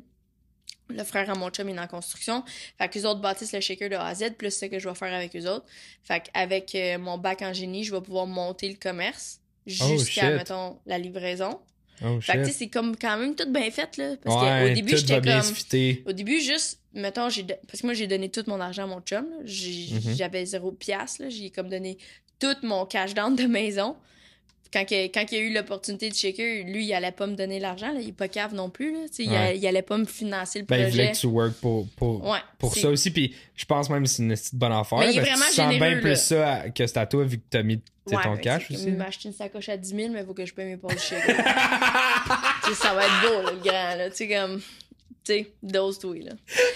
Le frère à mon chum, il est en construction. Fait qu'eux autres bâtissent le shaker de A à Z, plus ce que je vais faire avec eux autres. Fait qu'avec mon bac en génie, je vais pouvoir monter le commerce jusqu'à, shit. mettons, la livraison. Oh Fait que, tu sais, shit. c'est comme quand même tout bien fait, là. Parce Ouais, qu'au début, tout j'étais va bien comme... se fitter. Au début, juste, mettons, parce que moi, j'ai donné tout mon argent à mon chum. Là. Mhm. J'avais 0 piastre. Là. J'ai comme donné tout mon cash down de maison. Quand il y a eu l'opportunité de shaker, lui, il allait pas me donner l'argent. Là. Il est pas cave non plus. Là. Ouais. Il allait pas me financer le Ben, il voulait projet. que tu work pour Ouais, ça aussi. Puis je pense même que c'est une petite bonne affaire. Mais il est parce que vraiment tu sens bien généreux, plus là. ça que c'est à toi vu que t'as mis Ouais, ton mais cash c'est comme, aussi. il m'a acheté une sacoche à 10 000, mais il faut que je paye mes parts du shaker. Tu sais, ça va être beau, là, le grand. Là. Tu sais, comme... Tu sais, dose-toi, là.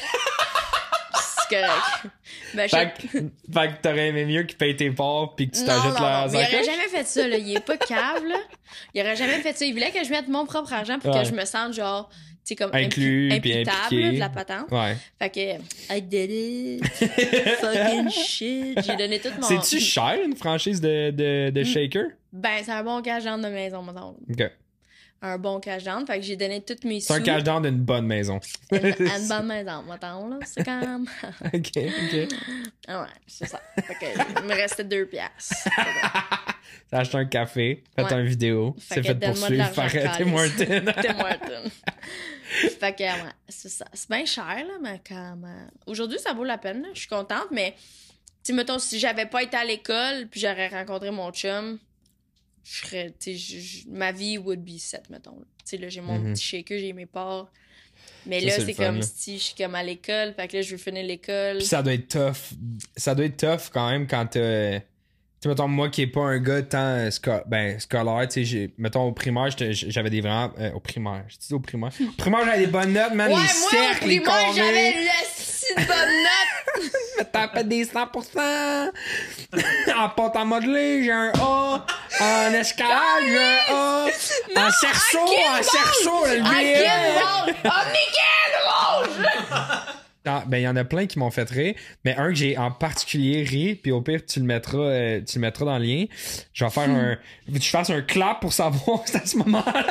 C'est correct. Ben, Fait que t'aurais aimé mieux qu'il paye tes parts puis que tu Non, t'ajoutes la il aurait sacoche? jamais fait ça, là. Il est pas cave, là. Il aurait jamais fait ça. Il voulait que je mette mon propre argent pour Ouais. que je me sente, genre, tu sais, comme Inclus, puis imputable, impliqué. là, de la patente. Ouais. Fait que, I did it. Fucking shit. J'ai donné tout mon... C'est-tu cher une franchise de shaker? Ben, c'est un bon cash down de maison, mettons. Ok. Un bon cash down. Fait que j'ai donné toutes mes C'est sous. un cash down d'une bonne maison. Une bonne maison, mettons, là. C'est quand même... ok. Ah ouais, c'est ça. Fait que, il me restait 2 piastres. T'as acheté un café, fait Ouais. une vidéo, Fait c'est que fait donne-moi de poursuivre l'argent, par Tim calice. Martin. Tim Martin. Fait que, ouais, c'est ça. C'est bien cher, là, mais quand même. Aujourd'hui, ça vaut la peine, là. Je suis contente, mais, tu sais, mettons, si j'avais pas été à l'école, puis j'aurais rencontré mon chum, je serais, tu sais, ma vie would be set, mettons. Tu sais, là, j'ai mon Mhm. petit shaker, j'ai mes parts. Mais Ça, là, c'est c'est le fun, comme là. si je suis comme à l'école, fait que là, je veux finir l'école. Puis ça doit être tough. Ça doit être tough quand même quand t'as. Tu sais, mettons, moi qui est pas un gars tant scolaire, tu sais, mettons, au primaire, j'avais des vraiment. Au primaire, je dis au primaire. Au primaire, j'avais des bonnes notes, man, Ouais, les moi, cercles, au les primaire, carrés. j'avais la si bonne note. Je tapais des 100%. En pâte à modeler, j'ai un A. En escalade, j'ai un A. En cerceau, le Ah, BL. quel rouge! Oh, Nickel rouge! Ah, ben, il y en a plein qui m'ont fait rire, mais un que j'ai en particulier ri, puis au pire, tu le mettras dans le lien. Je vais faire veux-tu que je fasse un clap pour savoir c'est à ce moment-là?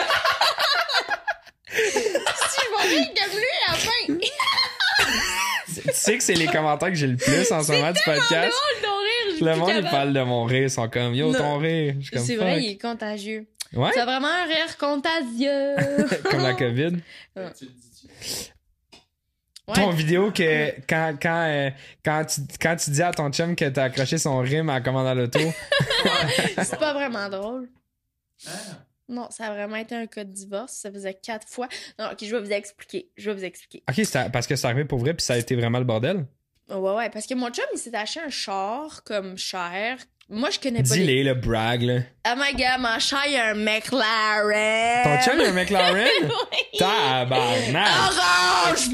Si je vais rire comme lui à la fin. Tu sais que c'est les commentaires que j'ai le plus en ce moment du podcast. Drôle, ton rire, je suis Le plus monde, il capable. parle de mon rire, ils sont comme, yo, Non. ton rire. Je suis comme, C'est vrai, fuck. il est contagieux. Ouais, C'est vraiment un rire contagieux. comme la COVID. Tu le dis-tu? Ouais. Ton vidéo que quand tu dis à ton chum que t'as accroché son rime à la commande à l'auto. C'est pas vraiment drôle. Ah, Non, ça a vraiment été un cas de divorce. Ça faisait 4 fois. Non, ok, je vais vous expliquer. Ok, c'est parce que c'est arrivé pour vrai puis ça a été vraiment le bordel. Ouais, parce que mon chum, il s'est acheté un char comme cher. Moi, je connais pas Dis-les, le brag, là. Oh my god, mon char, il y a un McLaren. Ton chum, il y a un McLaren? Oui. Tabarnak! Orange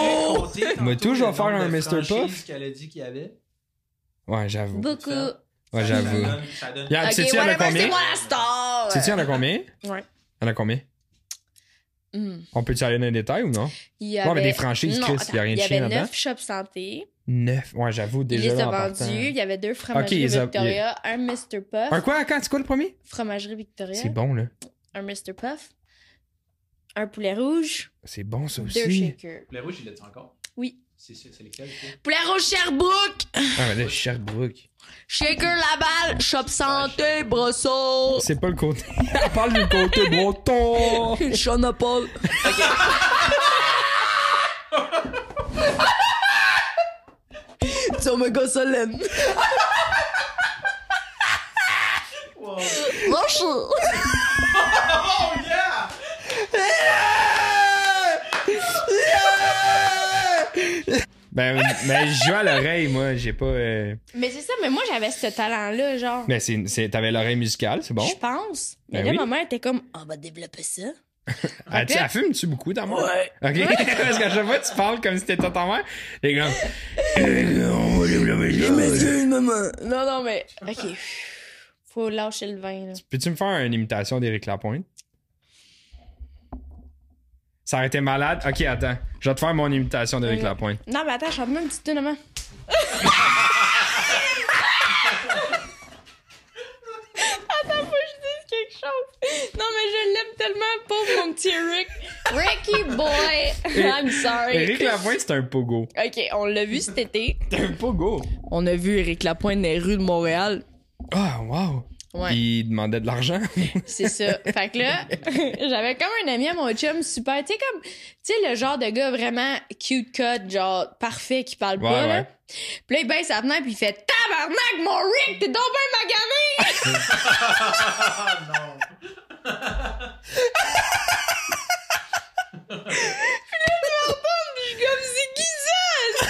bleu! Mais tout, je vais faire un Mr. Puff. qu'elle a dit qu'il y avait. Ouais, j'avoue. Beaucoup. Ouais, j'avoue. Ça donne... Yeah, Ok, sais-tu, il y en a whatever, combien? c'est moi la star! Sais-tu, il y en a combien? Ouais. Il y en a combien? On peut-tu aller dans les détails ou non? Il y Ouais, mais avait- des franchises, Non, Chris, il y a rien de Il y chien avait là-dedans. 9 shops santé. 9. Ouais, j'avoue, Il déjà les là, a en partant. vendus. Il y avait 2 fromageries ils a- Victoria, un Mr. Puff. Un quoi? Quand? C'est quoi le premier? Fromagerie Victoria. C'est bon, là. Un Mr. Puff. Un poulet rouge. C'est bon, ça 2 aussi. shakers. Le rouge, il l'a-tu encore? Oui. C'est lesquels? ça? Poulet rouge Sherbrooke. Ah, mais là, Sherbrooke. Shaker Laval. Shop santé, Brosseau. C'est pas le côté. Elle parle du côté breton. Chonapol. C'est Omega Solène. Wow. Bonjour. Oh yeah! Ben, mais je joue à l'oreille, moi. J'ai pas. Mais c'est ça, mais moi j'avais ce talent-là, genre. Mais t'avais l'oreille musicale, c'est bon. Je pense. Mais Ben là, oui. ma mère était comme, on va développer ça. Elle fume-tu beaucoup ta mère? Ouais. Ok. Parce qu'à chaque fois, tu parles comme si t'étais ta mère. T'es comme. M'excuse, maman. Non, mais. Ok. Faut lâcher le vin, là. Peux-tu me faire une imitation d'Éric Lapointe? Ça aurait été malade. Ok, attends. Je vais te faire mon imitation d'Éric Ouais. Lapointe. Non, mais attends, chante-moi une petite tune, maman. Attends, faut que je dise quelque chose. Non, mais je l'aime tellement, pauvre mon petit Rick. Ricky boy. I'm sorry. Éric Lapointe, c'est un pogo. Ok, on l'a vu cet été. C'est un pogo. On a vu Éric Lapointe dans les rues de Montréal. Ah, wow. Ouais. Il demandait de l'argent. C'est ça. Fait que là, j'avais comme un ami à mon chum super, tu sais, comme, tu sais, le genre de gars vraiment cute cut, genre parfait qui parle pas, Ouais, là. ouais. Puis là, il baisse sa fenêtre puis il fait tabarnak, mon Rick, t'es donc ben magané! Ah non! Je suis comme, c'est qui ça?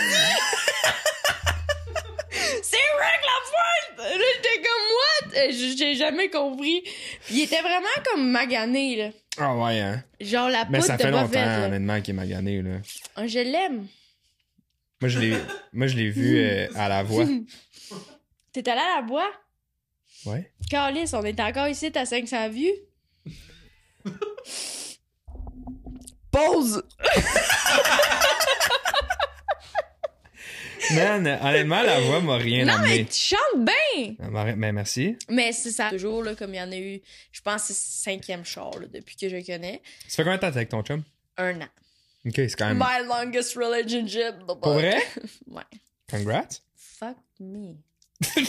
C'est Rick Lapointe! Là, j'étais comme, what? J'ai jamais compris. Puis il était vraiment comme magané, là. Ah, ouais, hein. Genre la Mais poudre ça de fait pas longtemps, faite, là. honnêtement, qu'il est magané, là. Ah, je l'aime. Moi, je l'ai vu à la voix. T'es allé à la bois? Ouais. Calice, on est encore ici à 500 vues. Pause! Man, honnêtement, la voix m'a rien Non, mais amené. tu chantes bien! Ben, merci. Mais c'est ça. Toujours, là, comme il y en a eu, je pense que c'est 5e char, là, depuis que je le connais. Ça fait combien de temps t'es avec ton chum? 1 an. Ok, c'est quand même. My longest relationship. Pour vrai? Ouais. Congrats. Fuck me. 1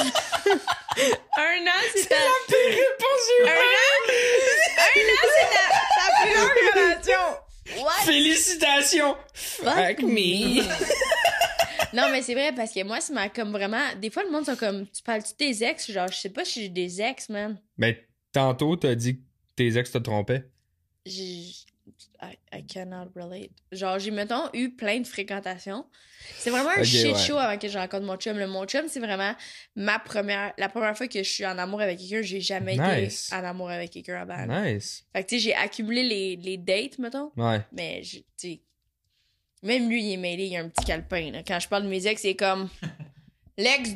an, c'est ta... réponse 1 an? 1 an, c'est ta plus longue relation. What? Félicitations! Fuck me! Non, mais c'est vrai, parce que moi, ça m'a comme vraiment... Des fois, le monde sont comme, tu parles-tu de tes ex? Genre, je sais pas si j'ai des ex, man. Ben, tantôt, t'as dit que tes ex te trompaient. I cannot relate. Genre, j'ai, mettons, eu plein de fréquentations. C'est vraiment un Ok, shit ouais. show avant que je rencontre mon chum. Mon chum, c'est vraiment la première fois que je suis en amour avec quelqu'un. J'ai jamais Nice. été en amour avec quelqu'un avant. Nice. Fait que, tu sais, j'ai accumulé les dates, mettons. Ouais. Mais, tu sais, même lui, il est mêlé, il y a un petit calepin. Là. Quand je parle de mes ex, c'est comme l'ex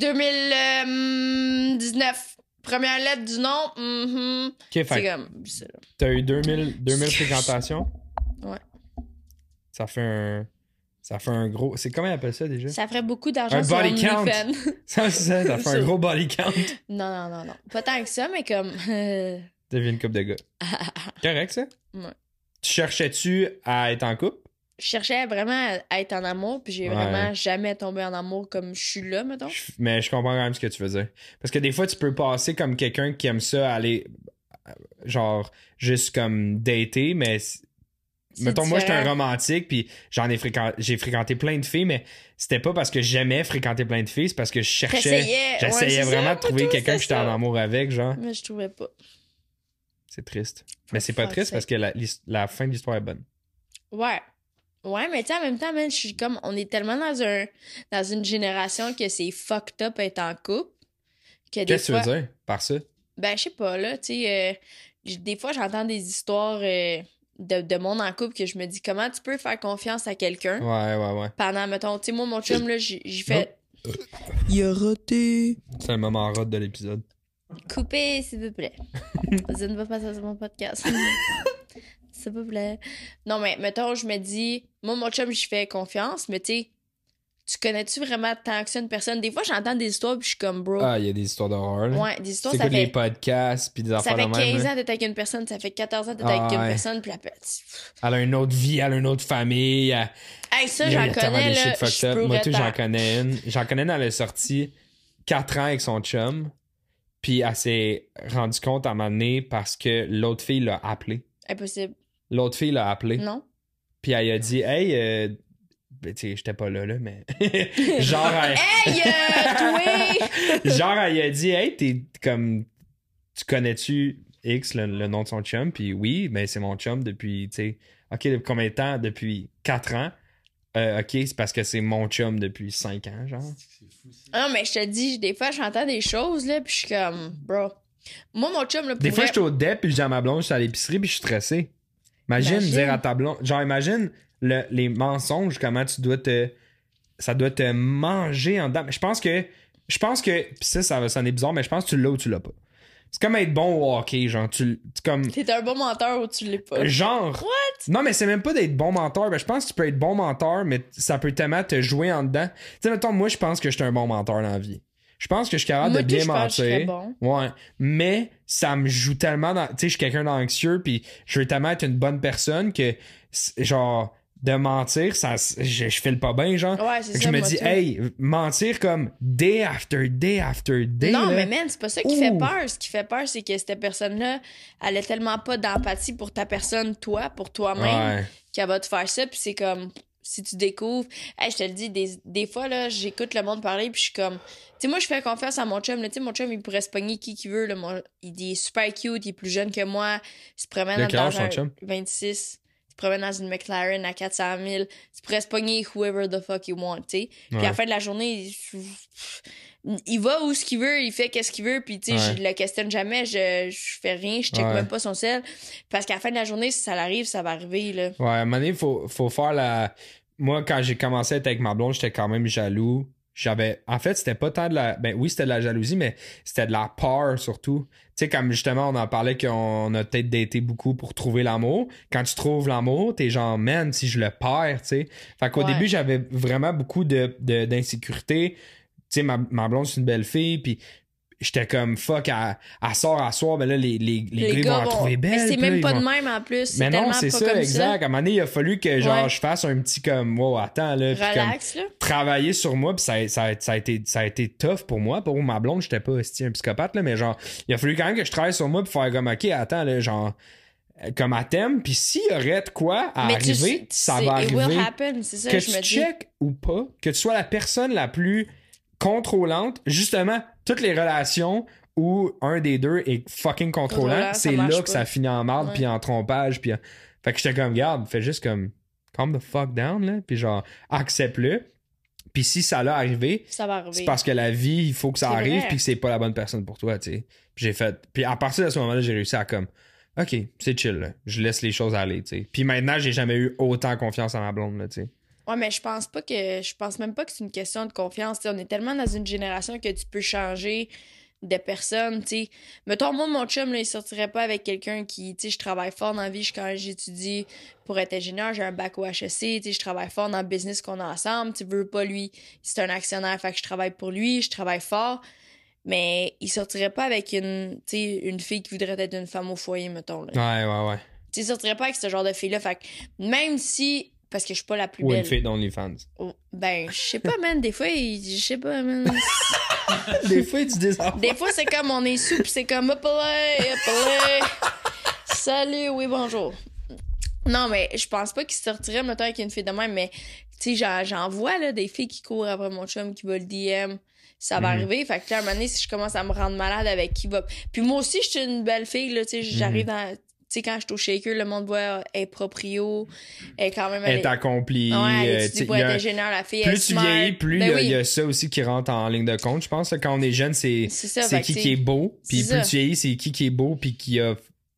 2019. Première lettre du nom. Ok, C'est fait comme ça. Là. t'as eu 2000 fréquentations? Ouais. Ça fait un gros. C'est comment ils appellent ça déjà? Ça ferait beaucoup d'argent Un sur body count. OnlyFans. Ça fait un Ça. gros body count. Non. Pas tant que ça, mais comme. T'as vu une couple de gars. Correct, ça? Ouais. Tu cherchais-tu à être en couple? Je cherchais vraiment à être en amour, puis j'ai Ouais. vraiment jamais tombé en amour comme je suis là, mettons. Mais je comprends quand même ce que tu veux dire. Parce que des fois, tu peux passer comme quelqu'un qui aime ça aller, genre, juste comme dater, mais C'est mettons, moi, j'étais un différent. romantique, puis j'ai fréquenté plein de filles, mais c'était pas parce que j'aimais fréquenter plein de filles, c'est parce que T'essayais. j'essayais Ouais, c'est vraiment ça, de trouver moi, quelqu'un c'est que j'étais ça. en amour avec, genre. Mais je trouvais pas. C'est triste. Mais c'est pas fuck's triste parce sake. que la fin de l'histoire est bonne. Ouais. Ouais, mais tu sais, en même temps, man, je suis comme. On est tellement dans une génération que c'est fucked up être en couple. Que des Qu'est-ce que tu fois. veux dire par ça? Ben, je sais pas, là. Tu sais, des fois, j'entends des histoires de monde en couple que je me dis comment tu peux faire confiance à quelqu'un Ouais. pendant, mettons, tu sais, moi, mon chum, là, j'ai fait. Il a raté. C'est le moment rot de l'épisode. Coupez, s'il vous plaît. Ça ne va pas ça sur mon podcast. S'il vous plaît. Non, mais mettons, je me dis, moi, mon chum, je fais confiance, mais tu sais, tu connais-tu vraiment tant que ça une personne? Des fois, j'entends des histoires puis je suis comme, bro. Ah, il y a des histoires d'horreur. Là. Ouais, des histoires, c'est ça quoi fait... des podcasts puis des Ça affaires fait de même. 15 là. ans d'être avec une personne, ça fait 14 ans d'être avec une ouais. personne, puis la Elle a une autre vie, elle a une autre famille. Hey, ça, Il y a j'en tellement connais, des là. shit fucked Je up. Moi, pourrais tout, t'en- j'en connais une. J'en connais une, elle a sorti 4 ans avec son chum. Puis elle s'est rendue compte à un moment donné parce que l'autre fille l'a appelé. Impossible. L'autre fille l'a appelé. Non? Puis elle a dit, hey, ben, tu sais, j'étais pas là, mais. genre, elle... Hey, toi! genre, elle a dit, hey, t'es comme. Tu connais-tu X, le nom de son chum? Puis oui, ben c'est mon chum depuis, tu sais. OK, depuis combien de temps? Depuis 4 ans. OK, c'est parce que c'est mon chum depuis 5 ans, genre. C'est fou, ça. Non, mais je te dis, des fois, j'entends des choses, là, puis je suis comme, bro. Moi, mon chum, là, Des fois, pourrait- je suis au dep, puis je dis à ma blonde, je suis à l'épicerie, puis je suis stressé. Imagine dire à ta blonde. Genre, imagine les mensonges, comment tu dois te. Ça doit te manger en dedans. Mais je pense que. Puis ça va sonner bizarre, mais je pense que tu l'as ou tu l'as pas. C'est comme être bon au hockey, genre. Comme. T'es un bon menteur ou tu l'es pas. Genre. What? Non, mais c'est même pas d'être bon menteur. Ben, je pense que tu peux être bon menteur, mais ça peut tellement te jouer en dedans. Tu sais, mettons, moi, je pense que je suis un bon menteur dans la vie. Je pense que je suis capable Moi, de tout, bien je pense que je serais mentir. bon. Ouais. Mais ça me joue tellement dans. Tu sais, je suis quelqu'un d'anxieux, puis je veux tellement être une bonne personne que, genre, de mentir, ça, je file pas bien, genre. Ouais, c'est Fait que ça, je me moi, dis, tout. hey, mentir comme day after day after day. Non, là. mais man, c'est pas ça qui Ouh. fait peur. Ce qui fait peur, c'est que cette personne-là, elle a tellement pas d'empathie pour ta personne, toi, pour toi-même, Ouais. qu'elle va te faire ça, puis c'est comme, si tu découvres... Hey, je te le dis, des fois, là, j'écoute le monde parler, puis je suis comme... Tu sais, moi, je fais confiance à mon chum, là. Tu sais, mon chum, il pourrait se pogner qui veut, là. Il est super cute, il est plus jeune que moi, il se promène Il a quel âge, dans ton un... chum? 26. Il se promène dans une McLaren à 400 000. Il pourrait se pogner whoever the fuck you want, tu sais. Puis Ouais. à la fin de la journée, il va où ce qu'il veut, il fait qu'est-ce qu'il veut, puis tu sais, Ouais. je le questionne jamais, je fais rien, je check Ouais. même pas son sel. Parce qu'à la fin de la journée, si ça l'arrive, ça va arriver, là. Ouais, à un moment donné, faut faire la. Moi, quand j'ai commencé à être avec ma blonde, j'étais quand même jaloux. En fait, c'était pas tant de la. Ben oui, c'était de la jalousie, mais c'était de la peur surtout. Tu sais, comme justement, on en parlait qu'on a peut-être daté beaucoup pour trouver l'amour. Quand tu trouves l'amour, t'es genre, man, si je le perds, tu sais. Fait qu'au Ouais. début, j'avais vraiment beaucoup d'insécurité. Tu sais, ma blonde, c'est une belle fille, puis j'étais comme, fuck, elle sort à soir, ben là, les gars, ils vont la trouver belle. Mais c'est puis là, même ils pas vont- de même en plus. C'est mais non, tellement c'est pas ça, comme exact. À un moment donné, il a fallu que genre Ouais. je fasse un petit comme wow, attends là, puis comme Relax, là. travailler sur moi, puis ça a été tough pour moi. Pour ma blonde, j'étais pas un psychopathe là, mais genre il a fallu quand même que je travaille sur moi pour faire comme OK, attends là, genre comme à thème, puis s'il y aurait de quoi à Mais arriver, ça va it will arriver. happen, c'est ça Que je me tu dis. check ou pas, que tu sois la personne la plus contrôlante, justement, toutes les relations où un des deux est fucking contrôlant, Contrôlant, ça c'est marche là pas. que ça finit en marde, Ouais. puis en trompage, puis fait que j'étais comme, garde, fais juste comme calm the fuck down, là, puis genre, accepte-le. Puis si ça l'a arrivé, Ça va arriver. c'est parce que la vie, il faut que ça C'est arrive, vrai. puis que c'est pas la bonne personne pour toi, tu sais. Puis j'ai fait, puis à partir de ce moment-là, j'ai réussi à comme, OK, c'est chill, là. Je laisse les choses aller, tu sais. Puis maintenant, j'ai jamais eu autant confiance en ma blonde, là, tu sais. Ouais, mais je pense même pas que c'est une question de confiance. T'sais, on est tellement dans une génération que tu peux changer de personne, tu sais. Mettons, moi, mon chum, là, il sortirait pas avec quelqu'un qui, tu sais, je travaille fort dans la vie, quand j'étudie pour être ingénieur, j'ai un bac au HEC, tu sais, je travaille fort dans le business qu'on a ensemble, tu veux pas, lui, c'est un actionnaire, fait que je travaille pour lui, je travaille fort, mais il sortirait pas avec tu sais, une fille qui voudrait être une femme au foyer, mettons, là. Ouais. Tu sais, il sortirait pas avec ce genre de fille-là, fait que même si, parce que je suis pas la plus Ou belle. une fille d'OnlyFans. Oh, ben, je sais pas, man. Des fois, je sais pas, man. Des fois, tu dis ça. Des fois, c'est comme on est sous, pis c'est comme hop là. Salut, oui, bonjour. Non, mais je pense pas qu'il sortirait, mettons, avec une fille de même, mais tu sais, j'en vois, là, des filles qui courent après mon chum, qui va le DM. Ça va arriver. Fait que là, à un moment donné, si je commence à me rendre malade avec qui va. Puis moi aussi, je suis une belle fille, là, tu sais, j'arrive dans. Tu sais, quand je suis au shaker, le monde voit, elle est proprio, elle est quand même... Elle est accomplie. Ouais, elle tu étudie sais, pour il y être a- ingénieur, la fille, elle est plus tu smart. vieillis, plus Ben il y oui. a ça aussi qui rentre en ligne de compte. Je pense que quand on est jeune, c'est C'est ça, c'est fait que qui est beau. Puis c'est plus ça. tu vieillis, c'est qui est beau puis qui a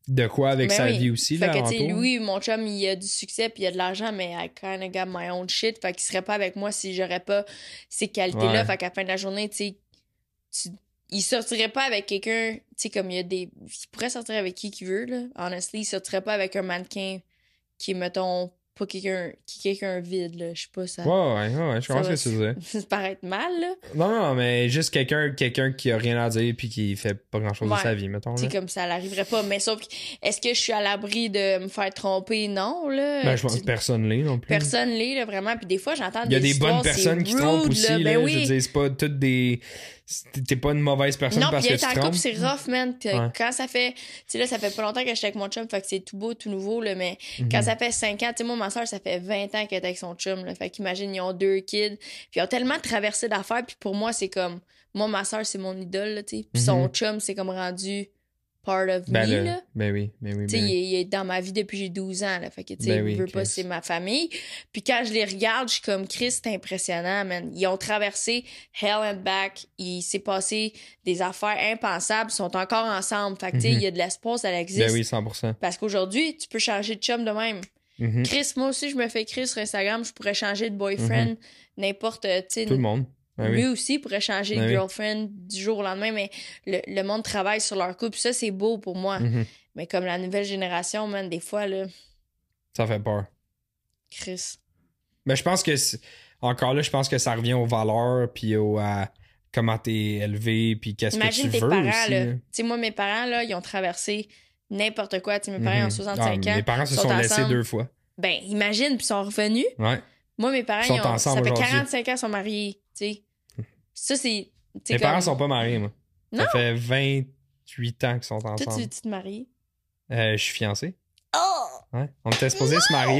de quoi avec Ben sa oui. vie aussi, Fait là, que, tu sais, alentour. lui, mon chum, il a du succès puis il a de l'argent, mais I kinda got my own shit. Fait qu'il serait pas avec moi si j'aurais pas ces qualités-là. Ouais. Fait qu'à la fin de la journée, tu sais, il sortirait pas avec quelqu'un, tu sais, comme il y a des... Il pourrait sortir avec qui qu'il veut, là. Honestly, il sortirait pas avec un mannequin qui est, mettons, pas quelqu'un... Qui est quelqu'un vide, là. Je sais pas, ça... Ouais, je comprends ce que tu veux dire. Ça paraît être mal, là. Non, mais juste quelqu'un qui a rien à dire puis qui fait pas grand-chose de Ouais. sa vie, mettons. Tu sais, Là. comme ça l'arriverait pas. Mais sauf que, est-ce que je suis à l'abri de me faire tromper? Non, là. Ben, je pense que personne l'est non plus. Personne l'est, là, vraiment. Puis des fois, j'entends Il y a des histoires, bonnes personnes qui c'est trompent rude, aussi, là. là. Ben Je oui. veux dire, c'est pas toutes des... T'es pas une mauvaise personne Non, parce puis que tu être en te trompes. couple, c'est rough, man. Ouais. Quand ça fait... Tu sais, là, ça fait pas longtemps que j'étais avec mon chum, fait que c'est tout beau, tout nouveau, là, mais Mhm. quand ça fait 5 ans... Tu sais, moi, ma soeur, ça fait 20 ans qu'elle est avec son chum, là. Fait qu'imagine, ils ont 2 kids. Puis ils ont tellement traversé d'affaires, puis pour moi, c'est comme... Moi, ma soeur, c'est mon idole, là, tu sais. Puis son chum, c'est comme rendu part of Ben, me, là, là. ben oui. Tu sais, il est dans ma vie depuis que j'ai 12 ans, là. Fait que, tu sais, Ben oui, il veut pas, Chris. c'est ma famille. Puis quand je les regarde, je suis comme, Chris, c'est impressionnant, man. Ils ont traversé hell and back. Il s'est passé des affaires impensables. Ils sont encore ensemble. Fait que, tu sais, il y a de l'espoir, ça existe. Ben oui, 100%. Parce qu'aujourd'hui, tu peux changer de chum de même. Mhm. Chris, moi aussi, je me fais Chris sur Instagram. Je pourrais changer de boyfriend. N'importe, tu sais. Tout le monde. Ben Lui oui. aussi pourrait changer Ben de oui. girlfriend du jour au lendemain, mais le monde travaille sur leur couple. Ça, c'est beau pour moi. Mhm. Mais comme la nouvelle génération, man, des fois, là, Ça fait peur. Chris. Mais je pense que encore là, je pense que ça revient aux valeurs puis à comment t'es élevé puis qu'est-ce que Imagine tu tes veux parents, aussi. là. là. Tu sais, moi, mes parents, là, ils ont traversé n'importe quoi. Tu sais, mes parents Mhm. ont 65 ans. Mes parents se sont sont laissés ensemble. 2 fois. Ben, imagine, puis ils sont revenus. Ouais. Moi, mes parents, Ils sont ensemble ça fait aujourd'hui. 45 ans qu'ils sont mariés, tu sais. Ça, c'est... tu sais, Mes comme- parents sont pas mariés, moi. Non? Ça fait 28 ans qu'ils sont Toi, ensemble. tu te maries. Je suis fiancé. Oh! Ouais. On était supposé se marier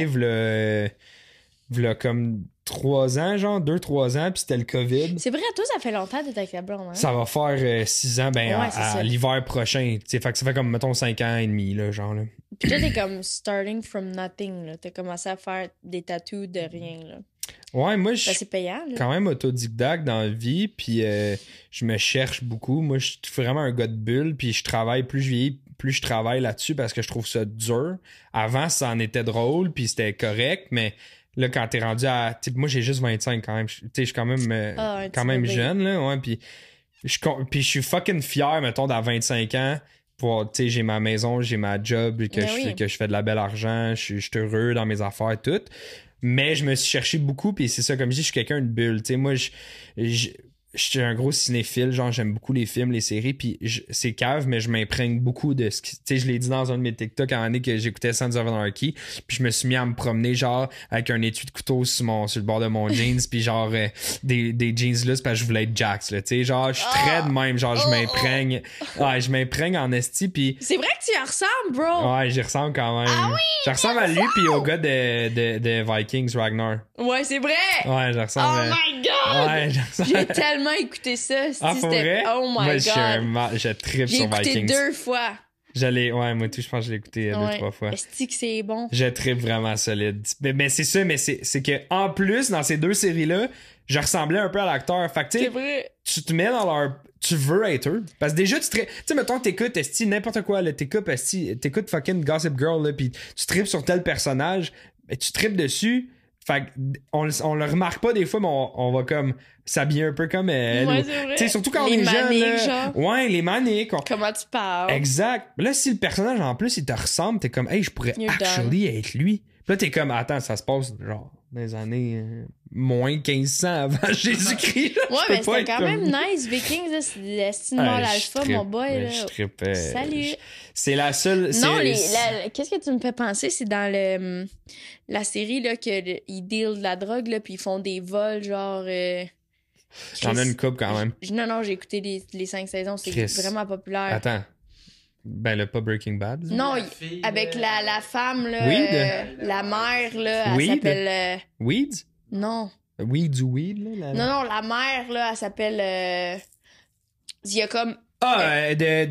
v'là comme 3 ans, genre 2-3 ans, puis c'était le COVID. C'est vrai, toi, ça fait longtemps d'être avec la blonde, hein? Ça va faire 6 ans, ben, Ouais, c'est à ça. l'hiver prochain. T'sais, fait que ça fait comme, mettons, 5 ans et demi, là, genre, là. Puis toi, t'es comme starting from nothing, là. T'as commencé à faire des tattoos de rien, là. Ouais, moi, je Ben, suis c'est payant, là. quand même autodidacte dans la vie, puis je me cherche beaucoup. Moi, je suis vraiment un gars de bulle, puis je travaille, plus je vieillis, plus je travaille là-dessus parce que je trouve ça dur. Avant, ça en était drôle, puis c'était correct, mais là, quand t'es rendu à... t'sais, moi, j'ai juste 25 quand même. Tu sais, je suis quand même, Un quand petit même bébé. jeune, là, ouais, puis je suis fucking fier, mettons, dans 25 ans. Pour, tu sais, j'ai ma maison, j'ai ma job, Ben oui. que je fais de la belle argent, je suis heureux dans mes affaires et tout. Mais je me suis cherché beaucoup, puis c'est ça, comme je dis, je suis quelqu'un de bulle. Tu sais, moi, je suis un gros cinéphile, genre, j'aime beaucoup les films, les séries, puis c'est cave, mais je m'imprègne beaucoup de ce qui... Tu sais, je l'ai dit dans un de mes TikTok à l'année que j'écoutais Sons of Anarchy, puis je me suis mis à me promener, genre, avec un étui de couteau sur le bord de mon jeans, puis genre, des jeans là, c'est parce que je voulais être Jax, là, tu sais, genre, je suis très de même, genre, je m'imprègne. Ouais, je m'imprègne en esti, puis... C'est vrai que tu y ressembles, bro! Ouais, j'y ressemble quand même. Ah oui, je ressemble à lui, puis au gars de Vikings, Ragnar. Ouais, c'est vrai! Ouais, je Oh ressemble my god! Ouais, je ressemble J'ai tellement écouté ça. Ah, pour vrai? Oh my Moi, god! je trippe J'ai sur écouté Vikings. 2 fois. Ouais, moi tout, je pense que je l'ai écouté 2-3 fois. Est-ce que c'est bon? Je trippe vraiment solide. Mais c'est ça, mais c'est que en plus, dans ces 2 séries-là, je ressemblais un peu à l'acteur. Fait que tu C'est sais, vrai. tu te mets dans leur... Tu veux être eux. Parce que déjà, tu sais, mettons que t'écoutes, esti, n'importe quoi, là, t'écoutes fucking Gossip Girl, là, pis tu tripes sur tel personnage, mais tu tripes dessus. Fait que on le remarque pas des fois, mais on va comme s'habiller un peu comme elle. Ouais, ou- c'est vrai. Tu sais, surtout quand Les on est jeune. maniques, là. genre. Ouais, les maniques. Comment tu parles? Exact. Là, si le personnage, en plus, il te ressemble, t'es comme, hey, je pourrais You're actually être lui. Puis là, t'es comme, attends, ça se passe, genre, dans les années moins 1500 avant Jésus-Christ. là. Ouais, Je peux mais pas c'était être quand comme même lui. nice. Vikings, là, c'est l'estime Ouais, mort je alpha, trippe, mon boy. ouais, Là. je trippe, Salut. C'est la seule. Non, c'est- qu'est-ce que tu me fais penser? C'est dans la série là, ils deal de la drogue, là, puis ils font des vols, genre. J'en ai une coupe quand même. Non, j'ai écouté les 5 saisons, c'est Chris. vraiment populaire. Attends. Ben, le pas Breaking Bad. là. Non, La fille, avec la femme, là, Weed? la mère, là, elle Weed? s'appelle... Weeds? non. Weeds ou Weed, là? Non, la mère, là, elle s'appelle... Il y a comme... Ah,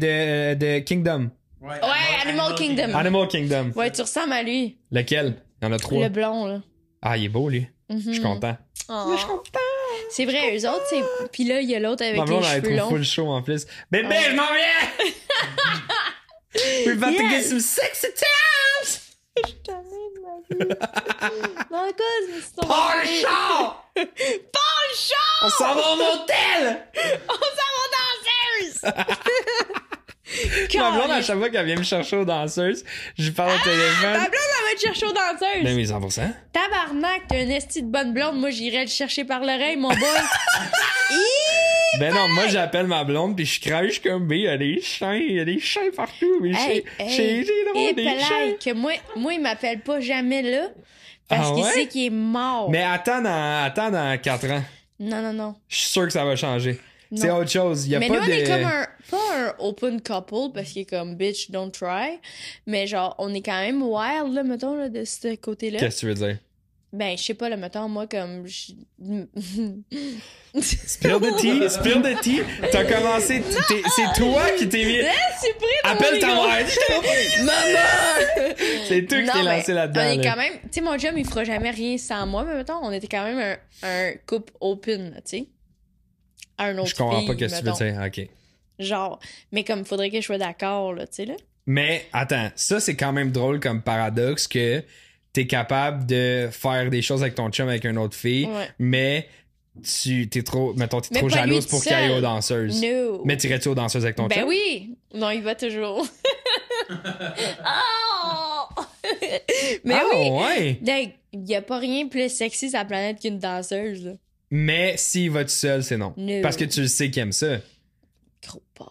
de Kingdom. Ouais, Animal Kingdom. Animal Kingdom. Ouais, tu ressembles à lui. Lequel? Il y en a 3. Le blond, là. Ah, il est beau, lui. Mhm. Je suis content. Oh. C'est vrai, eux autres, c'est... Puis là, il y a l'autre avec Ma les blonde, elle cheveux est trop longs. full show en plus. Bébé, Ouais. je m'en viens! We're about to get Yes. some sexy times! Je suis tannée de ma vie. Dans le cas, je me suis tombée. Pas le char! Pas le char! On s'en va au motel! On s'en va danseuse! Ma blonde, à chaque fois qu'elle vient me chercher aux danseuses, je lui parle au Ta téléphone. blonde, elle va te chercher aux danseuses. Ben oui, 100%. Tabarnak, t'as un esti de bonne blonde. Moi, j'irais le chercher par l'oreille, mon boy. Ben non, moi j'appelle ma blonde pis je crèche comme B, il y a des chiens partout. Mais Hey, j'ai et des chiens. pelaille, que moi, il m'appelle pas jamais là. Parce Ah qu'il ouais? sait qu'il est mort. Mais attends dans 4 ans. Non. Je suis sûr que ça va changer. Non. C'est autre chose. Il y a Mais pas nous, de. on est comme pas un open couple parce qu'il est comme bitch, don't try. Mais genre, on est quand même wild, là, mettons, là, de ce côté-là. Qu'est-ce que tu veux dire? Ben, je sais pas, là, mettons, moi, comme. Spill the tea. T'as commencé. C'est toi qui t'es mis. C'est pris dans Appelle ta mon mère. Maman! C'est toi qui t'es Non, mais lancé là-dedans. On est là. quand même. Tu sais, mon chum, il fera jamais rien sans moi, mais mettons, on était quand même un couple open, là, tu sais. À un autre Je comprends fille, pas ce que tu veux mettons. dire. OK. Genre, mais comme, faudrait que je sois d'accord, là, tu sais, là. Mais attends, ça c'est quand même drôle comme paradoxe que t'es capable de faire des choses avec ton chum avec une autre fille, Ouais. mais t'es trop Mais trop pas lui jalouse tout pour qu'il aille seul. aux danseuses. No. Mais t'irais-tu aux danseuses avec ton Ben chum? oui! Non, il va toujours. Oh! Mais Ah oui! ouais! Il y a pas rien de plus sexy sur la planète qu'une danseuse, là. Mais s'il va tout seul, c'est non. No. Parce que tu le sais qu'il aime ça. Gros porc.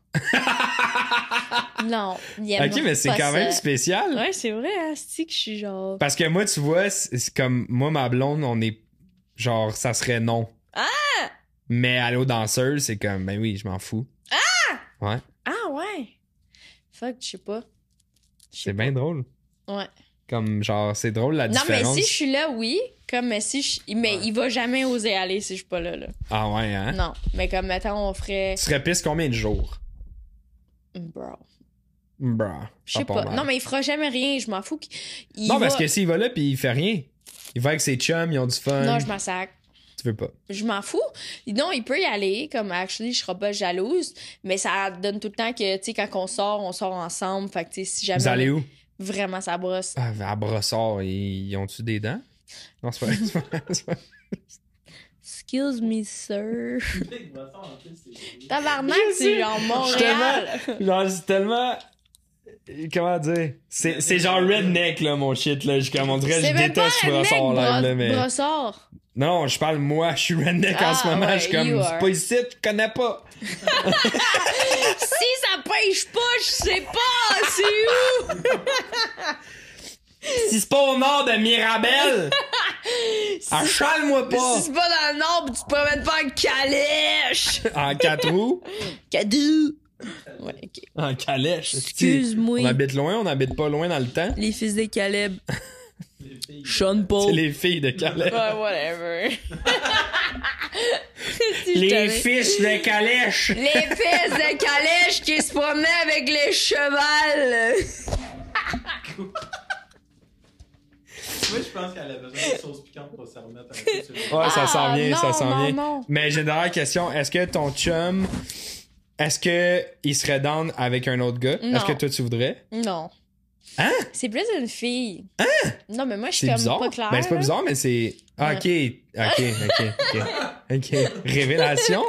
Non, il aime Ok, mais c'est pas quand même ça. spécial. Ouais, c'est vrai, hein, c'est que je suis genre... Parce que moi, tu vois, c'est comme moi, ma blonde, on est genre, ça serait non. Ah! Mais aller aux danseuses, c'est comme, ben oui, je m'en fous. Ah! Ouais, Ah ouais! Fuck, je sais pas. Je sais c'est pas. bien drôle. Ouais. Comme, genre, c'est drôle la Non, mais différence. si je suis là, oui. Comme, mais si je... Mais il va jamais oser aller si je suis pas là, là. Ah ouais, hein? Non. Mais comme, mettons, on ferait... Tu serais pisse combien de jours? Bro. Bruh. Je sais pas. mal. Non, mais il fera jamais rien. Je m'en fous. Non, parce que s'il va là pis il fait rien, il va avec ses chums, ils ont du fun. Non, je m'en sac. Tu veux pas. Je m'en fous. Non, il peut y aller. Comme, actually, je serai pas jalouse. Mais ça donne tout le temps que, tu sais, quand on sort ensemble. Fait que, tu sais, si jamais. Vous allez où? Vraiment, ça brosse. Ah, à Brossard, ils ont-tu des dents? Non, c'est pas vrai. C'est pas vrai, c'est pas vrai. Excuse me, sir. Big Boston, en plus, c'est- Tabarnak, Je c'est sais. genre Je suis Montréal. Genre, c'est tellement. Comment dire? C'est genre redneck, là, mon shit, là. Comme on dirait, C'est je même pas déteste un Brossard, mec, là, mais. Brossard. Non, je parle moi, je suis redneck en Ah, ce moment. ouais, Je suis comme, you c'est are. pas ici, je connais pas. Si ça pêche pas, je sais pas. C'est où? Si c'est pas au nord de Mirabel, achale-moi pas. Si c'est pas dans le nord, tu te promènes pas en calèche. En 4 roues. Cadou. Ouais, ok. En calèche. Excuse-moi. On habite loin, on habite pas loin dans le temps. Les fils de Caleb. Les filles. Sean C'est Paul. les filles de Calèche. Ouais, whatever. Les fils de Calèche. Les fils de calèche qui se promenaient avec les chevals. Moi, je pense qu'elle a besoin de sauce piquante pour se remettre un peu sur le... Ouais, ça Ah, s'en vient, non, ça s'en non, vient. non. Mais j'ai une dernière question. Est-ce que ton chum, est-ce que il serait down avec un autre gars? Non. Est-ce que toi tu voudrais? Non. Hein? C'est plus une fille. Non, mais moi, je suis C'est comme bizarre. pas claire. Ben, c'est pas là. bizarre, mais c'est. Ah, ok. Ok. Révélation?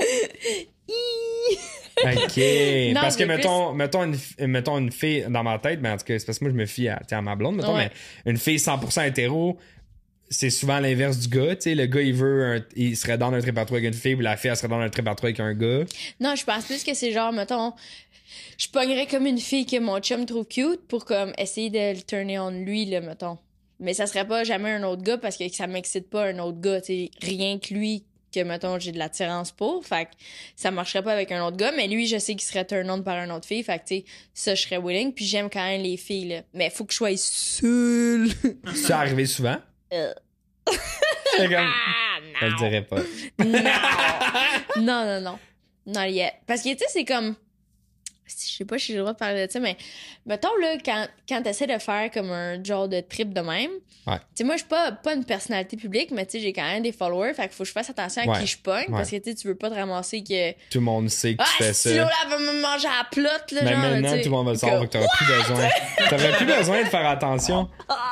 Ok. Non, parce que, mais mettons une fille dans ma tête, ben, en tout cas, c'est parce que moi, je me fie à ma blonde, mettons, Ouais. mais une fille 100% hétéro, c'est souvent l'inverse du gars. Tu sais, le gars, il serait dans un trip à trois avec une fille, puis la fille, elle serait dans un trip à trois avec un gars. Non, je pense plus que c'est genre, mettons, je pognerais comme une fille que mon chum trouve cute pour comme essayer de le turner on lui, là, mettons. Mais ça serait pas jamais un autre gars parce que ça m'excite pas un autre gars, tu sais, rien que lui que, mettons, j'ai de l'attirance pour. Fait que ça marcherait pas avec un autre gars, mais lui, je sais qu'il serait turn on par une autre fille. Fait que, tu sais, ça, je serais willing. Puis j'aime quand même les filles, là. Mais faut que je sois seule. C'est arrivé souvent. C'est comme. Ah, Je le non. dirais pas. Non. Non. Not yet. Parce que, tu sais, c'est comme... Je sais pas si j'ai le droit de parler de ça, mais mettons, là, quand t'essaies de faire comme un genre de trip de même, Ouais. tu sais, moi, je suis pas une personnalité publique, mais tu sais, j'ai quand même des followers, fait qu'il faut que je fasse attention à Ouais. qui je pogne, Ouais. parce que tu sais, tu veux pas te ramasser que. Tout le monde sait que tu fais Si ça. là va me manger à la plotte, là, Mais genre. maintenant, tu sais, tout le monde va le savoir, que t'auras plus besoin. T'aurais plus besoin de faire attention.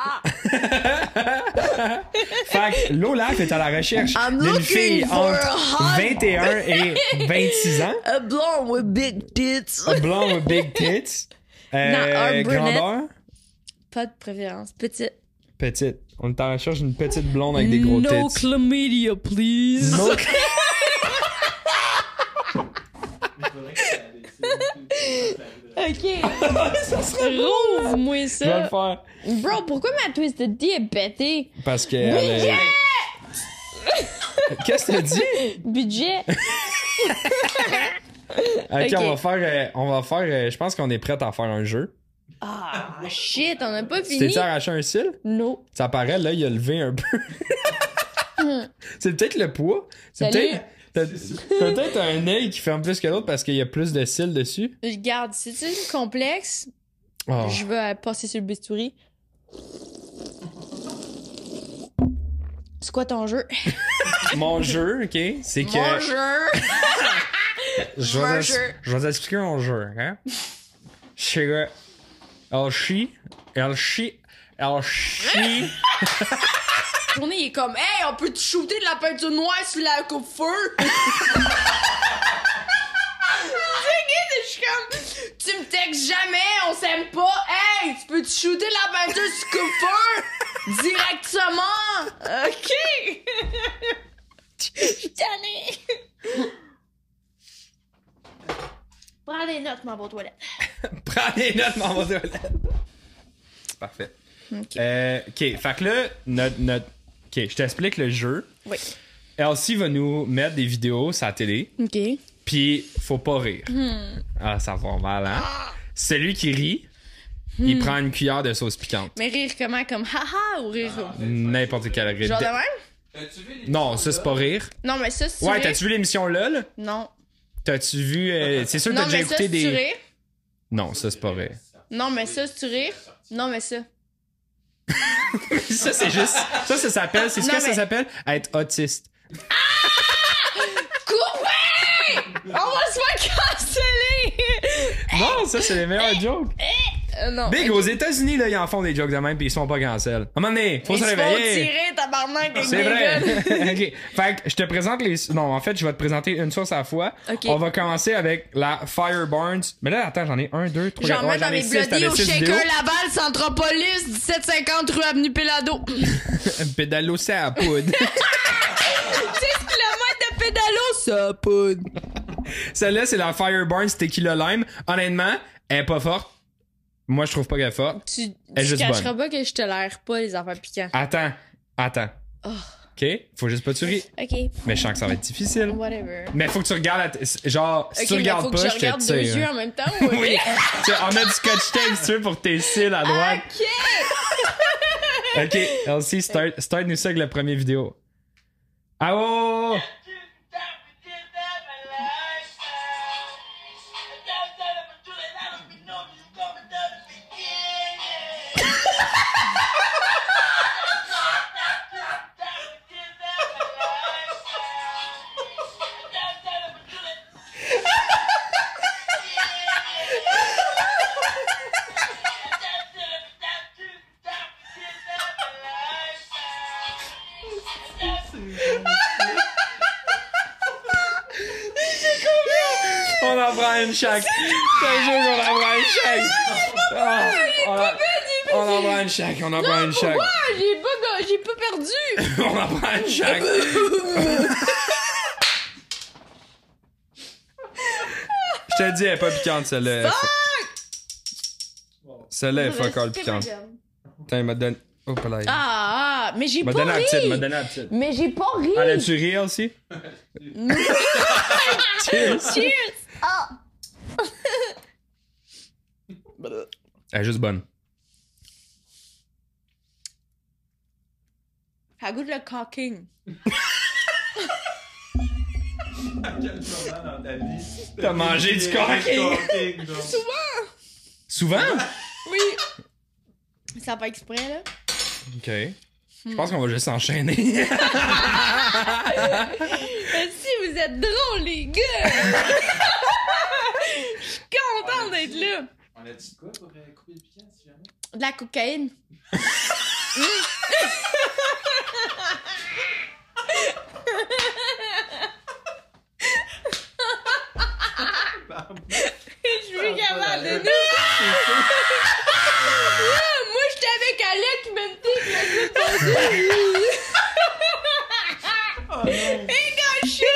Fait que Lolaf est à la recherche I'm d'une looking fille for entre a hot- 21 et 26 ans. A blonde with big tits. A blonde with big tits. un brunette. Grandeur? Pas de préférence. Petite. Petite. On est à la recherche d'une petite blonde avec des gros No tits. chlamydia, please. No Ok. Rouvre-moi Je vais le ça. faire. Bro, pourquoi ma Twisted Tea est pétée? Parce que. Qu'est-ce que t'as dit? Budget. Ok, Ok. on va faire. Je pense qu'on est prêt à faire un jeu. Ah, shit, on n'a pas Tu fini. t'es-tu arraché un cil? No. Ça paraît, là, il a levé un peu. C'est peut-être le poids. C'est Salut. peut-être. T'as peut-être un œil qui ferme plus que l'autre parce qu'il y a plus de cils dessus. Regarde, si c'est complexe, Oh. je vais passer sur le bistouri. C'est quoi ton jeu? Mon jeu, ok, c'est que. Mon jeu! Je Mon vais, jeu. je vais t'expliquer mon jeu, hein? C'est que. Elle chie. La journée, il est comme, hey, on peut te shooter de la peinture noire sur la coupe-feu? Je suis comme, tu me textes jamais, on s'aime pas. Hey, tu peux te shooter de la peinture sur coupe-feu? Directement. OK. Je suis tannée. Prends des notes, m'en va aux toilettes. Prends des notes, m'en va aux toilettes. Parfait. OK. Ok, fait que là, Ok, je t'explique le jeu. Oui. Elsie va nous mettre des vidéos sur la télé, OK. pis faut pas rire. Ah, ça va mal, hein? Celui qui rit, il prend une cuillère de sauce piquante. Mais rire comment? Comme haha ou rire? N'importe quel rire. Genre de même? Non, ça c'est pas rire. Non, mais ça, c'est Ouais, rire. t'as-tu vu l'émission LOL? Non. T'as-tu vu. C'est sûr que t'as Non, déjà mais ça, écouté c'est des. rire. Non, ça c'est pas rire. Non, mais ça, c'est rire. Non, mais ça. Ça c'est juste. Ça s'appelle. C'est ce Non, que ça mais- s'appelle? Être autiste. Coupez! On va se faire canceller! Non, ça c'est les meilleurs jokes. Non. Big, aux États-Unis, là, ils en font des jokes de même pis ils sont pas cancel. À un moment donné, faut Ils se se font réveiller. tirer, tabarnak, avec C'est des vrai. guns. Ok. Fait que je te présente les. Non, en fait, je vais te présenter une sauce à la fois. Ok. On va commencer avec la Fire Barnes. Mais là, attends, j'en ai 1, 2, 3, J'en 4, mets dans mes 6. bloodies T'avais au 6 Shaker vidéos. Laval, Centropolis, 1750 rue Avenue Pélado. Pédalo, c'est à la poudre. 10 km de pédalo, ça poudre. Celle-là, c'est la Fire Barnes Tequila Lime. Honnêtement, elle est pas forte. Moi, je trouve pas qu'elle est forte. Tu Elle est juste cacheras bonne. pas que je te l'air pas, les affaires piquants. Attends. Oh. Ok? Faut juste pas te rire. OK, Mais je sens que ça va être difficile. whatever. Mais faut que tu regardes genre, si OK, tu mais regardes faut pas, que je je te regarde deux tire. yeux en même temps, ou Oui. Tu sais, on met du scotch tape si tu veux pour tes cils à droite. OK! Ok, Elsie, start nous ça avec la première vidéo. Ah oh! On en prend une chaque. Je te jure qu'on en prend une chaque. Ah, on en prend une chaque, on en prend une chaque. Ah, j'ai pas perdu! On en prend une chaque. Je te dis, elle est pas piquante, celle-là. Celle-là est fuck all piquante. Putain, il m'a donné. Oh, pas là. Ah, mais j'ai M'a pas donné la petite, m'a ri! donné la petite. Mais j'ai pas ri! Elle a-tu ri aussi? Cheers! Cheers! Ah! Elle est juste bonne. Ça goûte le cocking. À quel moment dans ta vie T'as mangé du caking? Souvent? Oui. Ça pas exprès, là. Ok. Je pense qu'on va juste enchaîner. Si vous êtes drôles, les gars! Je suis contente d'être là. On a dit quoi pour couper le piquant, si jamais? De la cocaïne. Je suis plus capable de nous. Moi, j'étais avec Alec, même temps que la semaine passée. Oh non! He got shit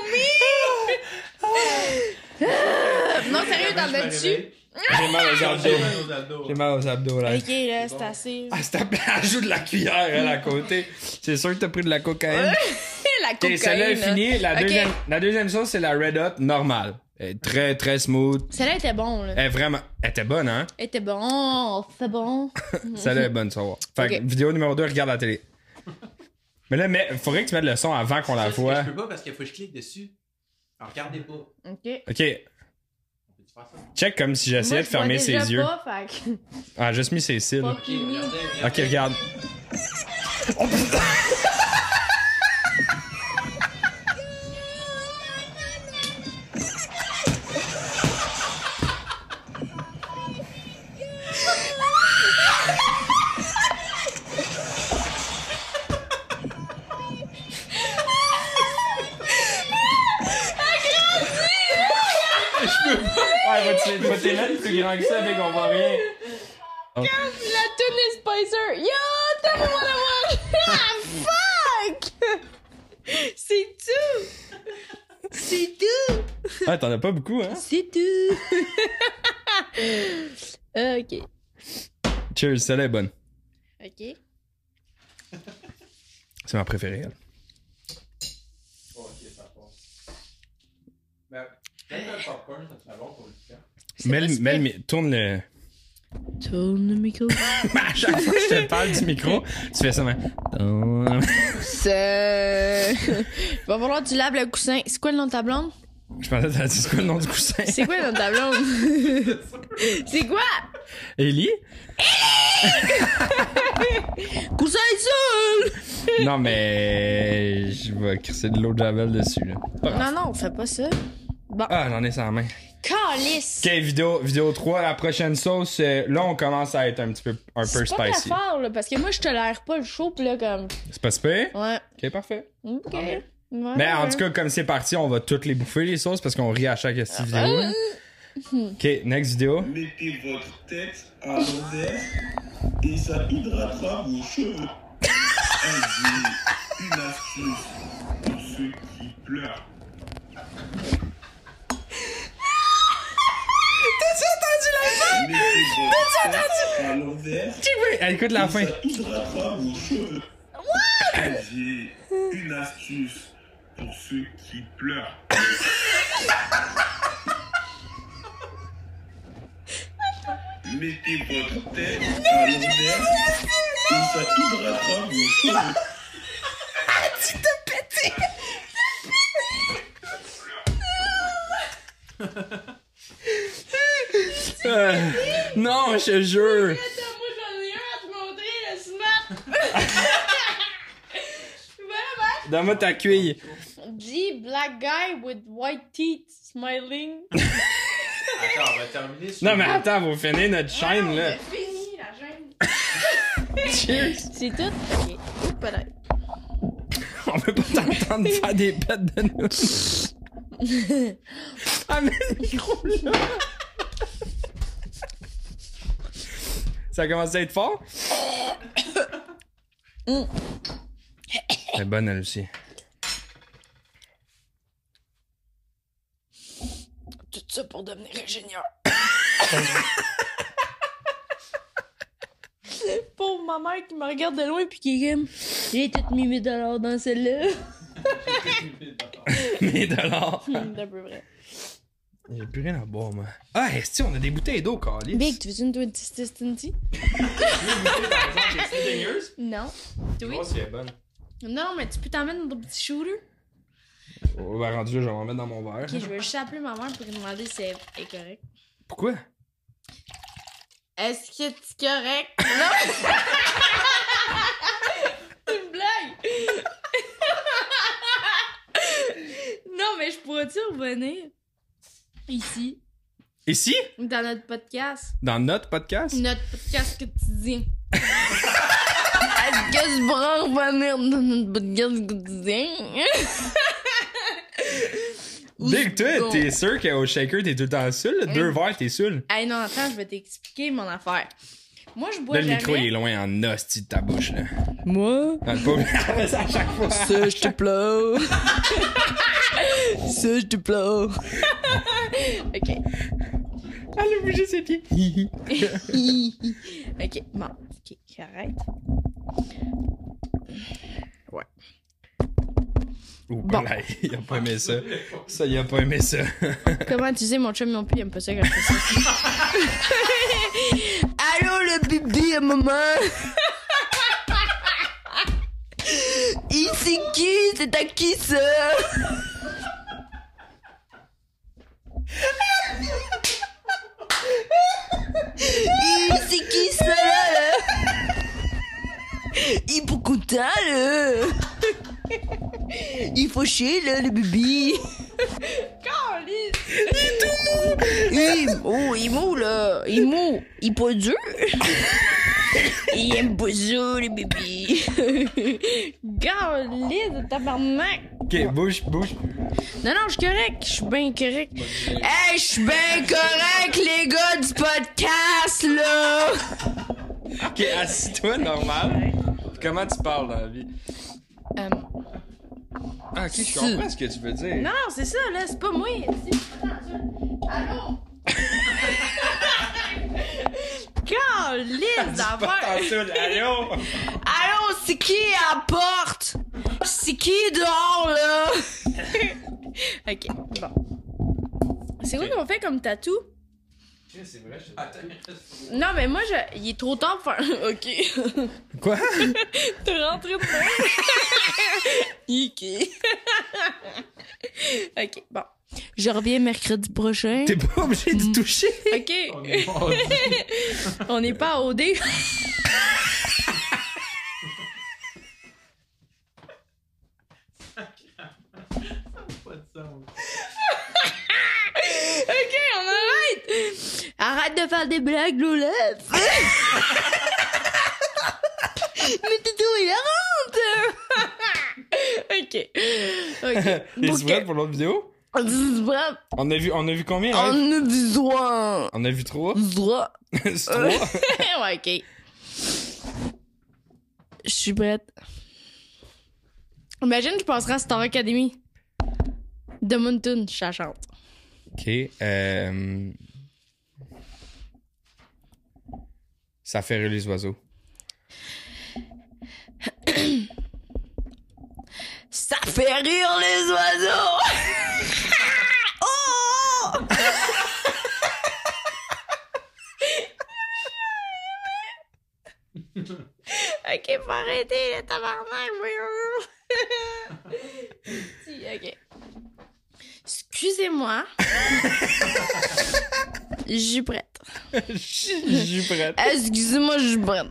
on me! Non, sérieux, t'en as-tu? J'ai mal aux abdos. Aux abdos. J'ai mal aux abdos, là. Ok, là, c'est assez. Ah, elle joue de la cuillère, elle, à côté. C'est sûr que t'as pris de la cocaïne. La cocaïne. Ok, celle-là est là. finie. Ok. La deuxième sauce, c'est la Red Hot normale. Elle est très, très smooth. Celle-là était bon, là. Elle est vraiment... Elle était bonne, hein? Elle était bon, c'est bon. Celle-là est bonne, ça va. Fait que Ok. vidéo numéro 2, regarde la télé. Mais là, faudrait que tu mettes le son avant qu'on la Ça, voit. Je peux pas parce qu'il faut que je clique dessus. Alors, regardez pas. Ok. Ok, On peut-tu faire ça? check comme si j'essayais de Moi, fermer je ses vois déjà yeux. Pas, fait que... Ah, juste mis ses cils. Fuck you, me. Ok, regarde. Ouais, va te les mettre plus grand que ça, fait qu'on voit rien. La tune est Spicer. Yo, t'as le wanna watch. Ah, fuck! C'est tout! C'est tout! Ouais, t'en as pas beaucoup, hein? C'est tout! Ok. Cheers, celle-là est bonne. Ok. C'est ma préférée, elle. Oh, ok, ça passe. Ben, peut-être un popcorn, ça serait bon pour le piquant. Tourne le... Tourne le micro. À chaque fois que je te parle du micro, tu fais ça, mais... C'est... Va falloir que tu laves le coussin. C'est quoi le nom de ta blonde? Je pensais que t'as dit c'est quoi le nom du coussin? C'est quoi le nom de ta blonde? C'est quoi? Ellie? Coussin seul! Non, mais... Je vais crisser de l'eau de Javel dessus, là. Pas grave. Non, fais pas ça. Bon. Ah, j'en ai ça en main. Calice! Ok, vidéo 3, la prochaine sauce, là, on commence à être un peu C'est pas très spicy. fort, là, parce que moi, je tolère pas le chaud, pis là, comme... C'est pas super? Ouais. Ok, parfait. Ok. Ouais, Mais en tout cas, comme c'est parti, on va toutes les bouffer, les sauces, parce qu'on rit à chaque vidéo. là. Ok, next vidéo. Mettez votre tête à l'envers et ça hydratera vos cheveux. J'ai une astuce pour ceux qui pleurent. Mettez votre tête à l'envers Elle écoute la fin. et ça hydratera vos cheveux. J'ai une astuce pour ceux qui pleurent. Mettez votre tête à l'envers et ça hydratera vos cheveux. Non, je te jure. Attends, moi, j'en ai un à te montrer, le snap! Voilà, Donne-moi ta cuille. Dis black guy with white teeth smiling. Attends, on va terminer sur... Non, mais attends, vous finissez notre chaîne, là. C'est fini, la chaîne. Cheers. C'est tout? Ok. Oups, peut-être. On peut pas t'entendre faire des pets de nous. Ah, mais le micro, là. Ça commence à être fort? Elle est bonne, elle aussi. Tout ça pour devenir ingénieur. Pauvre ma mère qui me regarde de loin puis qui est comme... J'ai tout mis mes dollars dans celle-là. Mes dollars. C'est un peu vrai. J'ai plus rien à boire, moi. Ah, est-ce on a des bouteilles d'eau, Carlis? Big, tu veux une 20 Non. Je Oui. vois si elle est bonne. Non, mais tu peux t'en mettre dans ton petit shooter. Ben, rendu là, je vais m'en mettre dans mon verre. Ok, je vais juste appeler ma mère pour lui demander si elle est correcte. Pourquoi? Est-ce que tu es correct? Non! C'est une blague! Non, mais je pourrais-tu revenir? Ici, Ici? dans notre podcast. Dans notre podcast? Notre podcast quotidien. Est-ce que je pourrais revenir dans notre podcast quotidien? Big, toi, t'es sûr qu'au shaker, t'es tout le temps seul? Là? 2 verres, t'es seul? Hey, non, attends, je vais t'expliquer mon affaire. Moi, je bois Là, le jamais... micro, il est loin en hostie de ta bouche, là. Moi? Dans le pauvre, elle fait ça à chaque fois. Ça, je te pleure. Ça, je te pleure. OK. Elle a bougé ses pieds. OK, bon. OK, arrête. Ouais. Ouh, Bon. là, il a pas aimé ça. Ça, il a pas aimé ça. Comment tu sais, mon chum non plus, il aime pas ça quand je fais ça. Allô, le bébé à maman? C'est qui? C'est à qui, ça? C'est qui, ça, là? Il est pas content, là. Il faut chier, là, le bébé. Il est tout mou. Il est mou, là. Il est mou. Il est pas dur. Il aime pas ça, les bébés. Galide, tabarnak. Ok, bouge. Non, je suis correct. Je suis bien correct. Hey, je suis bien correct, les gars du podcast, là. Ok, assis-toi, normal. Comment tu parles dans la vie? Ah, ok, je comprends ce que tu veux dire. Non, c'est ça, là. C'est pas moi. Allô? Galide d'affaires. Allô? Allô, c'est qui à la porte? C'est qui dehors, là? Ok, bon. C'est quoi qu'on fait comme tatou? C'est vrai, Non, mais moi, il est trop tard pour faire... Ok. Quoi? T'es rentré dedans? Ok. Ok, bon. Je reviens mercredi prochain. T'es pas obligé de toucher. Ok. On est pas au On n'est pas au dé. pas de sens. Ok, on arrête. Arrête de faire des blagues, Lola. Mais Tito, il rentre. Ok. Ok. Es-tu prête pour l'autre vidéo? On a vu combien? Hein? On a besoin. On a vu 3? Droit. C'est 3? Ouais, ok. Je suis prête. Imagine, je passerai à Star Academy. De Mountain, je la chante. Ok. Ça fait rire les oiseaux. Ça fait rire les oiseaux! Oh! Ok, faut arrêter le tabarnak, si, ok. Excusez-moi. Je suis prête. Je suis prête. Excusez-moi, je suis prête.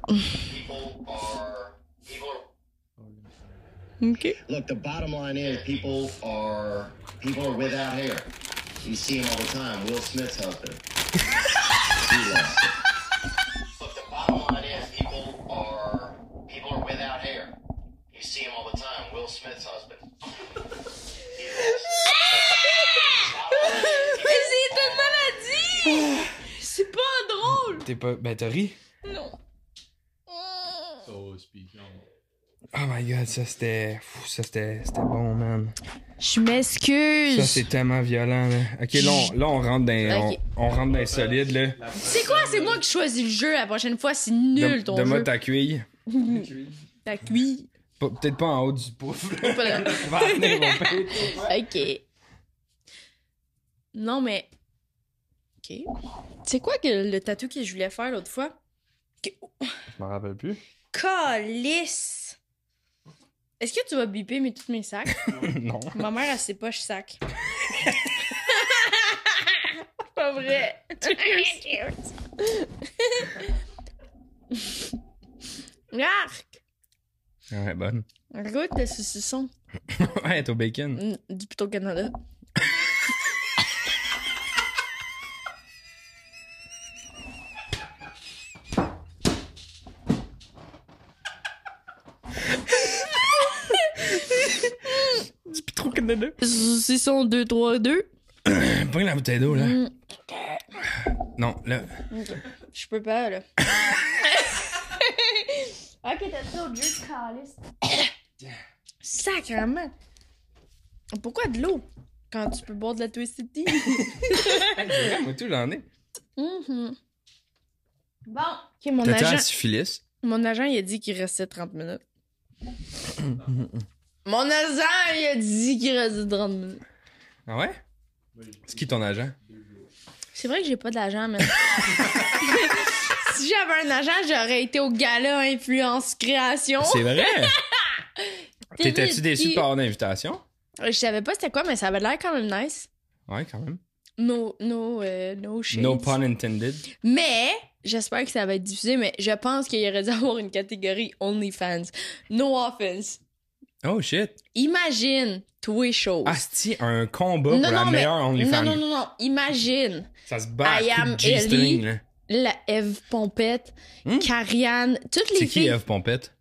Ok. Look, the bottom line is people are without hair. You see him all the time. Will Smith's husband. He lost it. Look, the bottom line is people are without hair. You see him all the time. Will Smith's husband. He lost it. Mais c'est une maladie! C'est pas drôle! T'es pas. Ben, t'as ri? Non. So speaking. Oh my god, ça c'était bon, man. Je m'excuse. Ça c'est tellement violent, là. Ok, là on rentre dans. Ok. On rentre dans les solides, là. C'est quoi? C'est moi qui choisis le jeu la prochaine fois. C'est nul ton Donne-moi jeu. ta cuille. Ta cuille. Peut-être pas en haut du pouf, là. Pas là. On va tenir mon père. Ok. Non, mais. Ok. C'est quoi que le tatou que je voulais faire l'autre fois? Je m'en rappelle plus. Calice! Est-ce que tu vas biper tous mes sacs? Non. Ma mère, elle sait pas, je sac. Pas vrai. Arc! Ouais, bonne. Goûte le saucisson. Ouais, t'es au bacon. Du plutôt Canada. C'est plus trop Canada. Saucisson 2, 3, 2. Prends la bouteille d'eau, là. Non, là. Je peux pas, là. Ok, t'as ça au jus de calice. Sacrement. Pourquoi de l'eau quand tu peux boire de la Twisted Tea? Moi, tout, j'en ai. Mhm. Bon, ok, mon T'as-tu un agent, syphilis? mon agent, il a dit qu'il restait 30 minutes. Mon agent, il a dit qu'il restait 30 minutes. Ah ouais? C'est qui ton agent? C'est vrai que j'ai pas d'agent, mais. Si j'avais un agent, j'aurais été au gala Influence Création. C'est vrai? T'étais-tu déçu de pas avoir d'invitation? Je savais pas c'était quoi, mais ça avait l'air quand même nice. Ouais, quand même. No shades. No pun intended. Mais, j'espère que ça va être diffusé, mais je pense qu'il aurait dû avoir une catégorie OnlyFans. No offense. Oh shit. Imagine, tous choses. Asti, un combat pour la meilleure OnlyFans. Non. Imagine Ça se bat I à am coups de G-string, Ellie. là. la Eve Pompette, Karianne, toutes les C'est qui filles. Eve Pompette?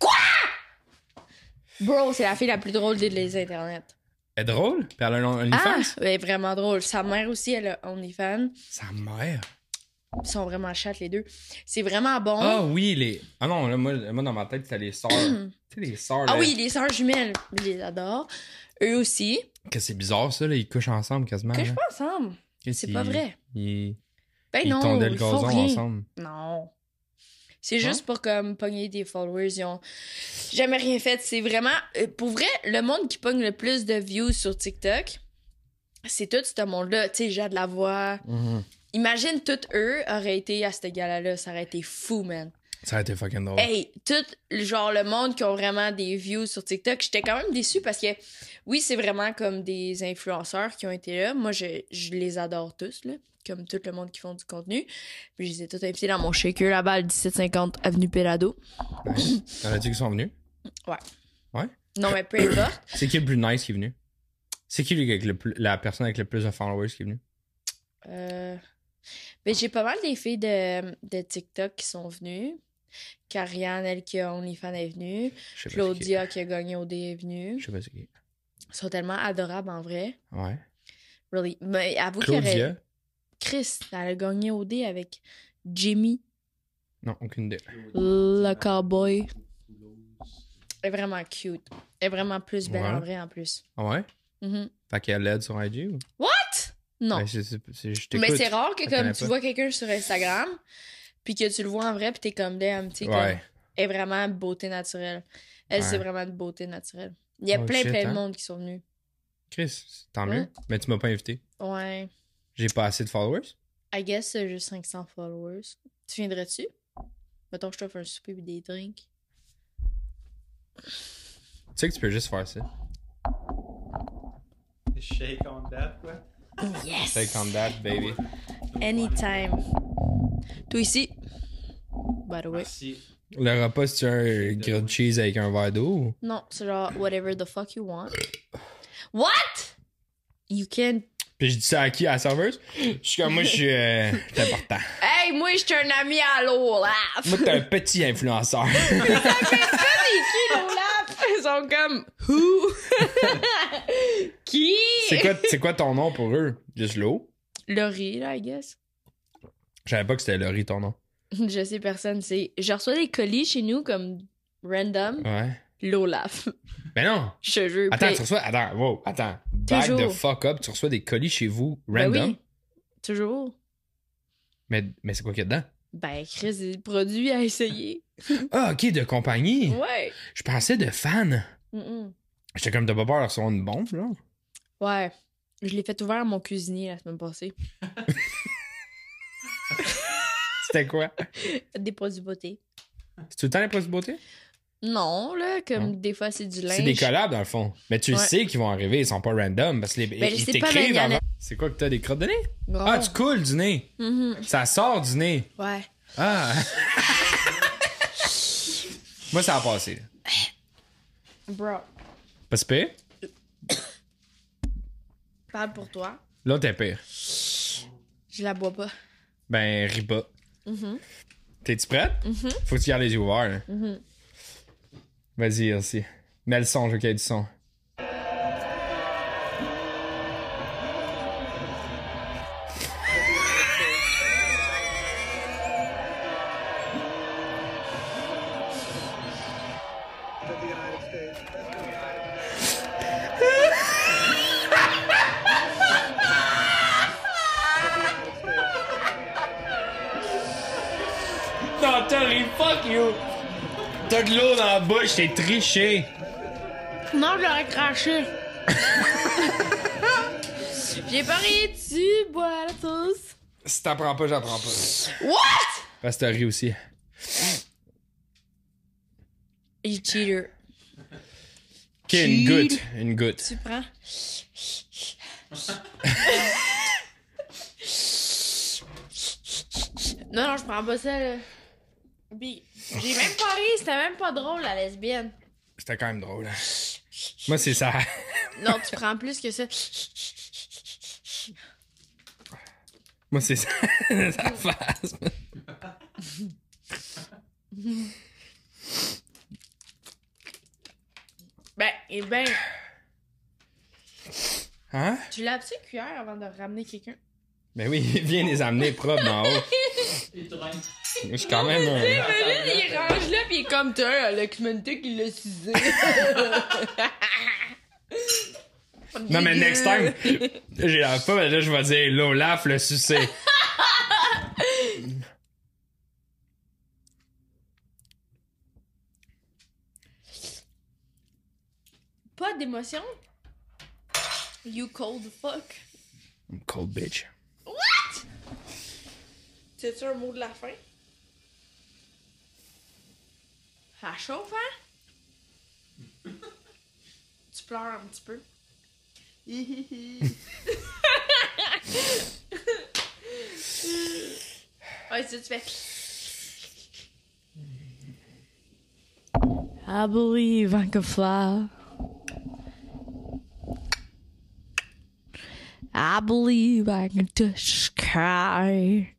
Bro, c'est la fille la plus drôle des internets. Elle est drôle? Puis elle a un Ah, OnlyFans? elle est vraiment drôle. Sa mère aussi, elle a OnlyFans. Sa mère. Ils sont vraiment chattes, les deux. C'est vraiment bon. Ah oui, les. Ah non, là, moi dans ma tête, c'était les sœurs. Tu sais, les sœurs. Ah là. oui, les sœurs jumelles. Je les adore. Eux aussi. Que c'est bizarre, ça, là. Ils couchent ensemble quasiment. Que je là. pas ensemble. Qu'est-ce C'est qu'ils- pas vrai. Ils, Ben ils non, tondaient le ils font gazon rien. ensemble. Non. C'est juste pour comme pogner des followers. Ils ont jamais rien fait. C'est vraiment. Pour vrai, le monde qui pogne le plus de views sur TikTok, c'est tout ce monde-là. Tu sais, Jade Lavoie. Mhm. Imagine, tous eux auraient été à ce gala-là. Ça aurait été fou, man. Ça a été fucking drôle. Hey, tout genre le monde qui ont vraiment des views sur TikTok, j'étais quand même déçue parce que oui, c'est vraiment comme des influenceurs qui ont été là. Moi, je les adore tous, là, comme tout le monde qui font du contenu. Puis je les ai tous invités dans mon shaker là-bas, à 1750 Avenue Pelado. Ouais. T'en as-tu qui sont venus? Non, mais peu importe. C'est qui le plus nice qui est venu? C'est qui lui, avec la personne avec le plus de followers qui est venue? Ben, j'ai pas mal des filles de TikTok qui sont venues. Karianne, elle qui a OnlyFans est venue. Je sais pas Claudia qui a gagné OD est venue. Je sais pas c'est qui. Ils sont tellement adorables en vrai. Ouais. Really. Mais avoue qu'il y aurait. Claudia? Chris, elle a gagné OD avec Jimmy, Non, aucune idée. le cowboy. Elle est vraiment cute. Elle est vraiment plus belle Ouais. en vrai en plus. Ah ouais? Mhm. Fait qu'elle l'aide sur IG ou? What? Non. Ben, je t'écoute. Mais c'est rare que Je comme connais tu pas. vois quelqu'un sur Instagram, puis que tu le vois en vrai, puis t'es comme damn, tu sais, comme, Ouais. elle est vraiment beauté naturelle. Elle, Ouais. c'est vraiment de beauté naturelle. Il y a Oh, plein shit, de hein? monde qui sont venus. Chris, tant Ouais. mieux. Mais tu m'as pas invité. Ouais. J'ai pas assez de followers? I guess j'ai juste 500 followers. Tu viendrais-tu? Mettons que je t'offre un souper et des drinks. Tu sais que tu peux juste faire ça. Shake on that, quoi. Yes! Take on that, baby. Anytime. Toi ici? By the way. Merci. Le repas, c'est un grilled cheese avec un verre d'eau? ou? Non, c'est genre whatever the fuck you want. What? You can. Puis je dis ça à qui? À la serveuse? Je suis comme, moi, je suis... c'est important. Hey, moi, je suis un ami à l'Olaf! Moi, t'es un petit influenceur. Qui l'Olaf? Ils sont comme. Who? Qui? c'est quoi ton nom pour eux? Juste l'eau? Laurie, là, I guess. Je savais pas que c'était Laurie, ton nom. Je sais personne, c'est. Je reçois des colis chez nous comme random. Ouais. L'Olaf. Ben non! Je te jure. Attends, Puis- tu reçois... Attends, wow, attends. Back the Toujours. fuck up, tu reçois des colis chez vous, Ben random. oui. Toujours. Mais c'est quoi qu'il y a dedans? Ben, Chris, des produits à essayer. Ah, ok, de compagnie. Ouais. Je pensais de fan. Mm-mm. J'étais comme, t'as pas peur de recevoir une bombe, là? Ouais. Je l'ai fait ouvert à mon cuisinier la semaine passée. C'était quoi? Des produits beauté. C'est tout le temps les produits de beauté? Non, là, comme des fois, c'est du linge. C'est des collabs, dans le fond. Mais tu le sais qu'ils vont arriver, ils sont pas random. Parce que Ben, je ils sais pas, mais t'écrivent il y en a- avant. C'est quoi que t'as, des crottes de nez? Gros. Ah, tu coules du nez. Ça sort du nez. Ouais. Ah. Moi, ça a passé. Là. Bro. Pas si pire? Parle pour toi. L'autre est pire. Je la bois pas. Ben, ris pas. T'es-tu prête? Faut que tu gardes les yeux ouverts. Là. Vas-y, aussi. Mets le son, je veux qu'il y ait du son. Non, Terry, fuck you! T'as de l'eau dans la bouche, t'es triché! Non, je l'aurais craché. J'ai pas rien dessus, bois la tous. Si t'apprends pas, j'apprends pas. What? Parce que t'as ri aussi. You cheater. Ok, une goutte. Une goutte. Tu prends. Non, je prends pas ça, là. Puis, j'ai même pas ri, c'était même pas drôle, la lesbienne. C'était quand même drôle. Hein. Moi, c'est ça. Non, tu prends plus que ça. Moi, c'est ça. Sa face. Ben, Hein? tu laves-tu les cuillères avant de ramener quelqu'un? Ben oui, viens les amener propres d'en haut. Je suis quand même... Il range là, pis il est comme toi, Alex Menté qui l'a sucé. Non, mais next time, j'ai la pas, mais là, je vais dire Lolaf le sucé. Pas d'émotion? You cold fuck. I'm cold bitch. What? C'est-tu un mot de la fin? Ça chauffe, hein? Tu pleures un petit peu. Ouais, c'est ça, tu fais. I believe I can fly. I believe I can touch the sky.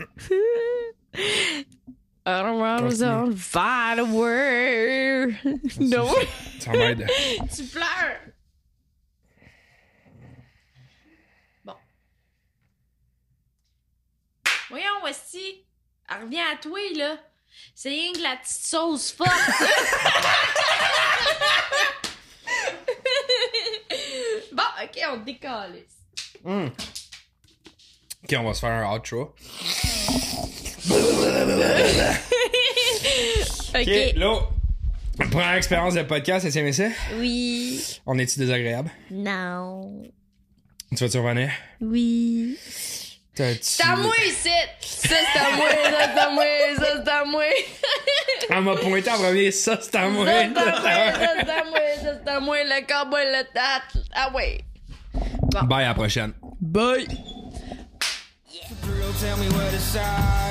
I don't want to find a word. No. Ça m'aide. Tu pleures. Bon. Voyons, voici. Elle revient à toi, là. C'est rien que la petite sauce forte. Bon, ok, on décalisse. Ok, on va se faire un outro. Ok. Ok, là, première expérience de podcast, est-ce que ça? Oui. On est-tu désagréable? Non. Tu vas-tu revenir? Oui. C'est à moi ici! Ça, c'est à moi, ça, c'est à moi, ça, c'est à moi. Elle m'a pointé en premier, ça, c'est à moi. Ça, c'est à moi, ça, c'est à moi, ça, c'est à moi, le cowboy, le tat. Ah ouais. Bye, à la prochaine. Bye. Tell me where to start.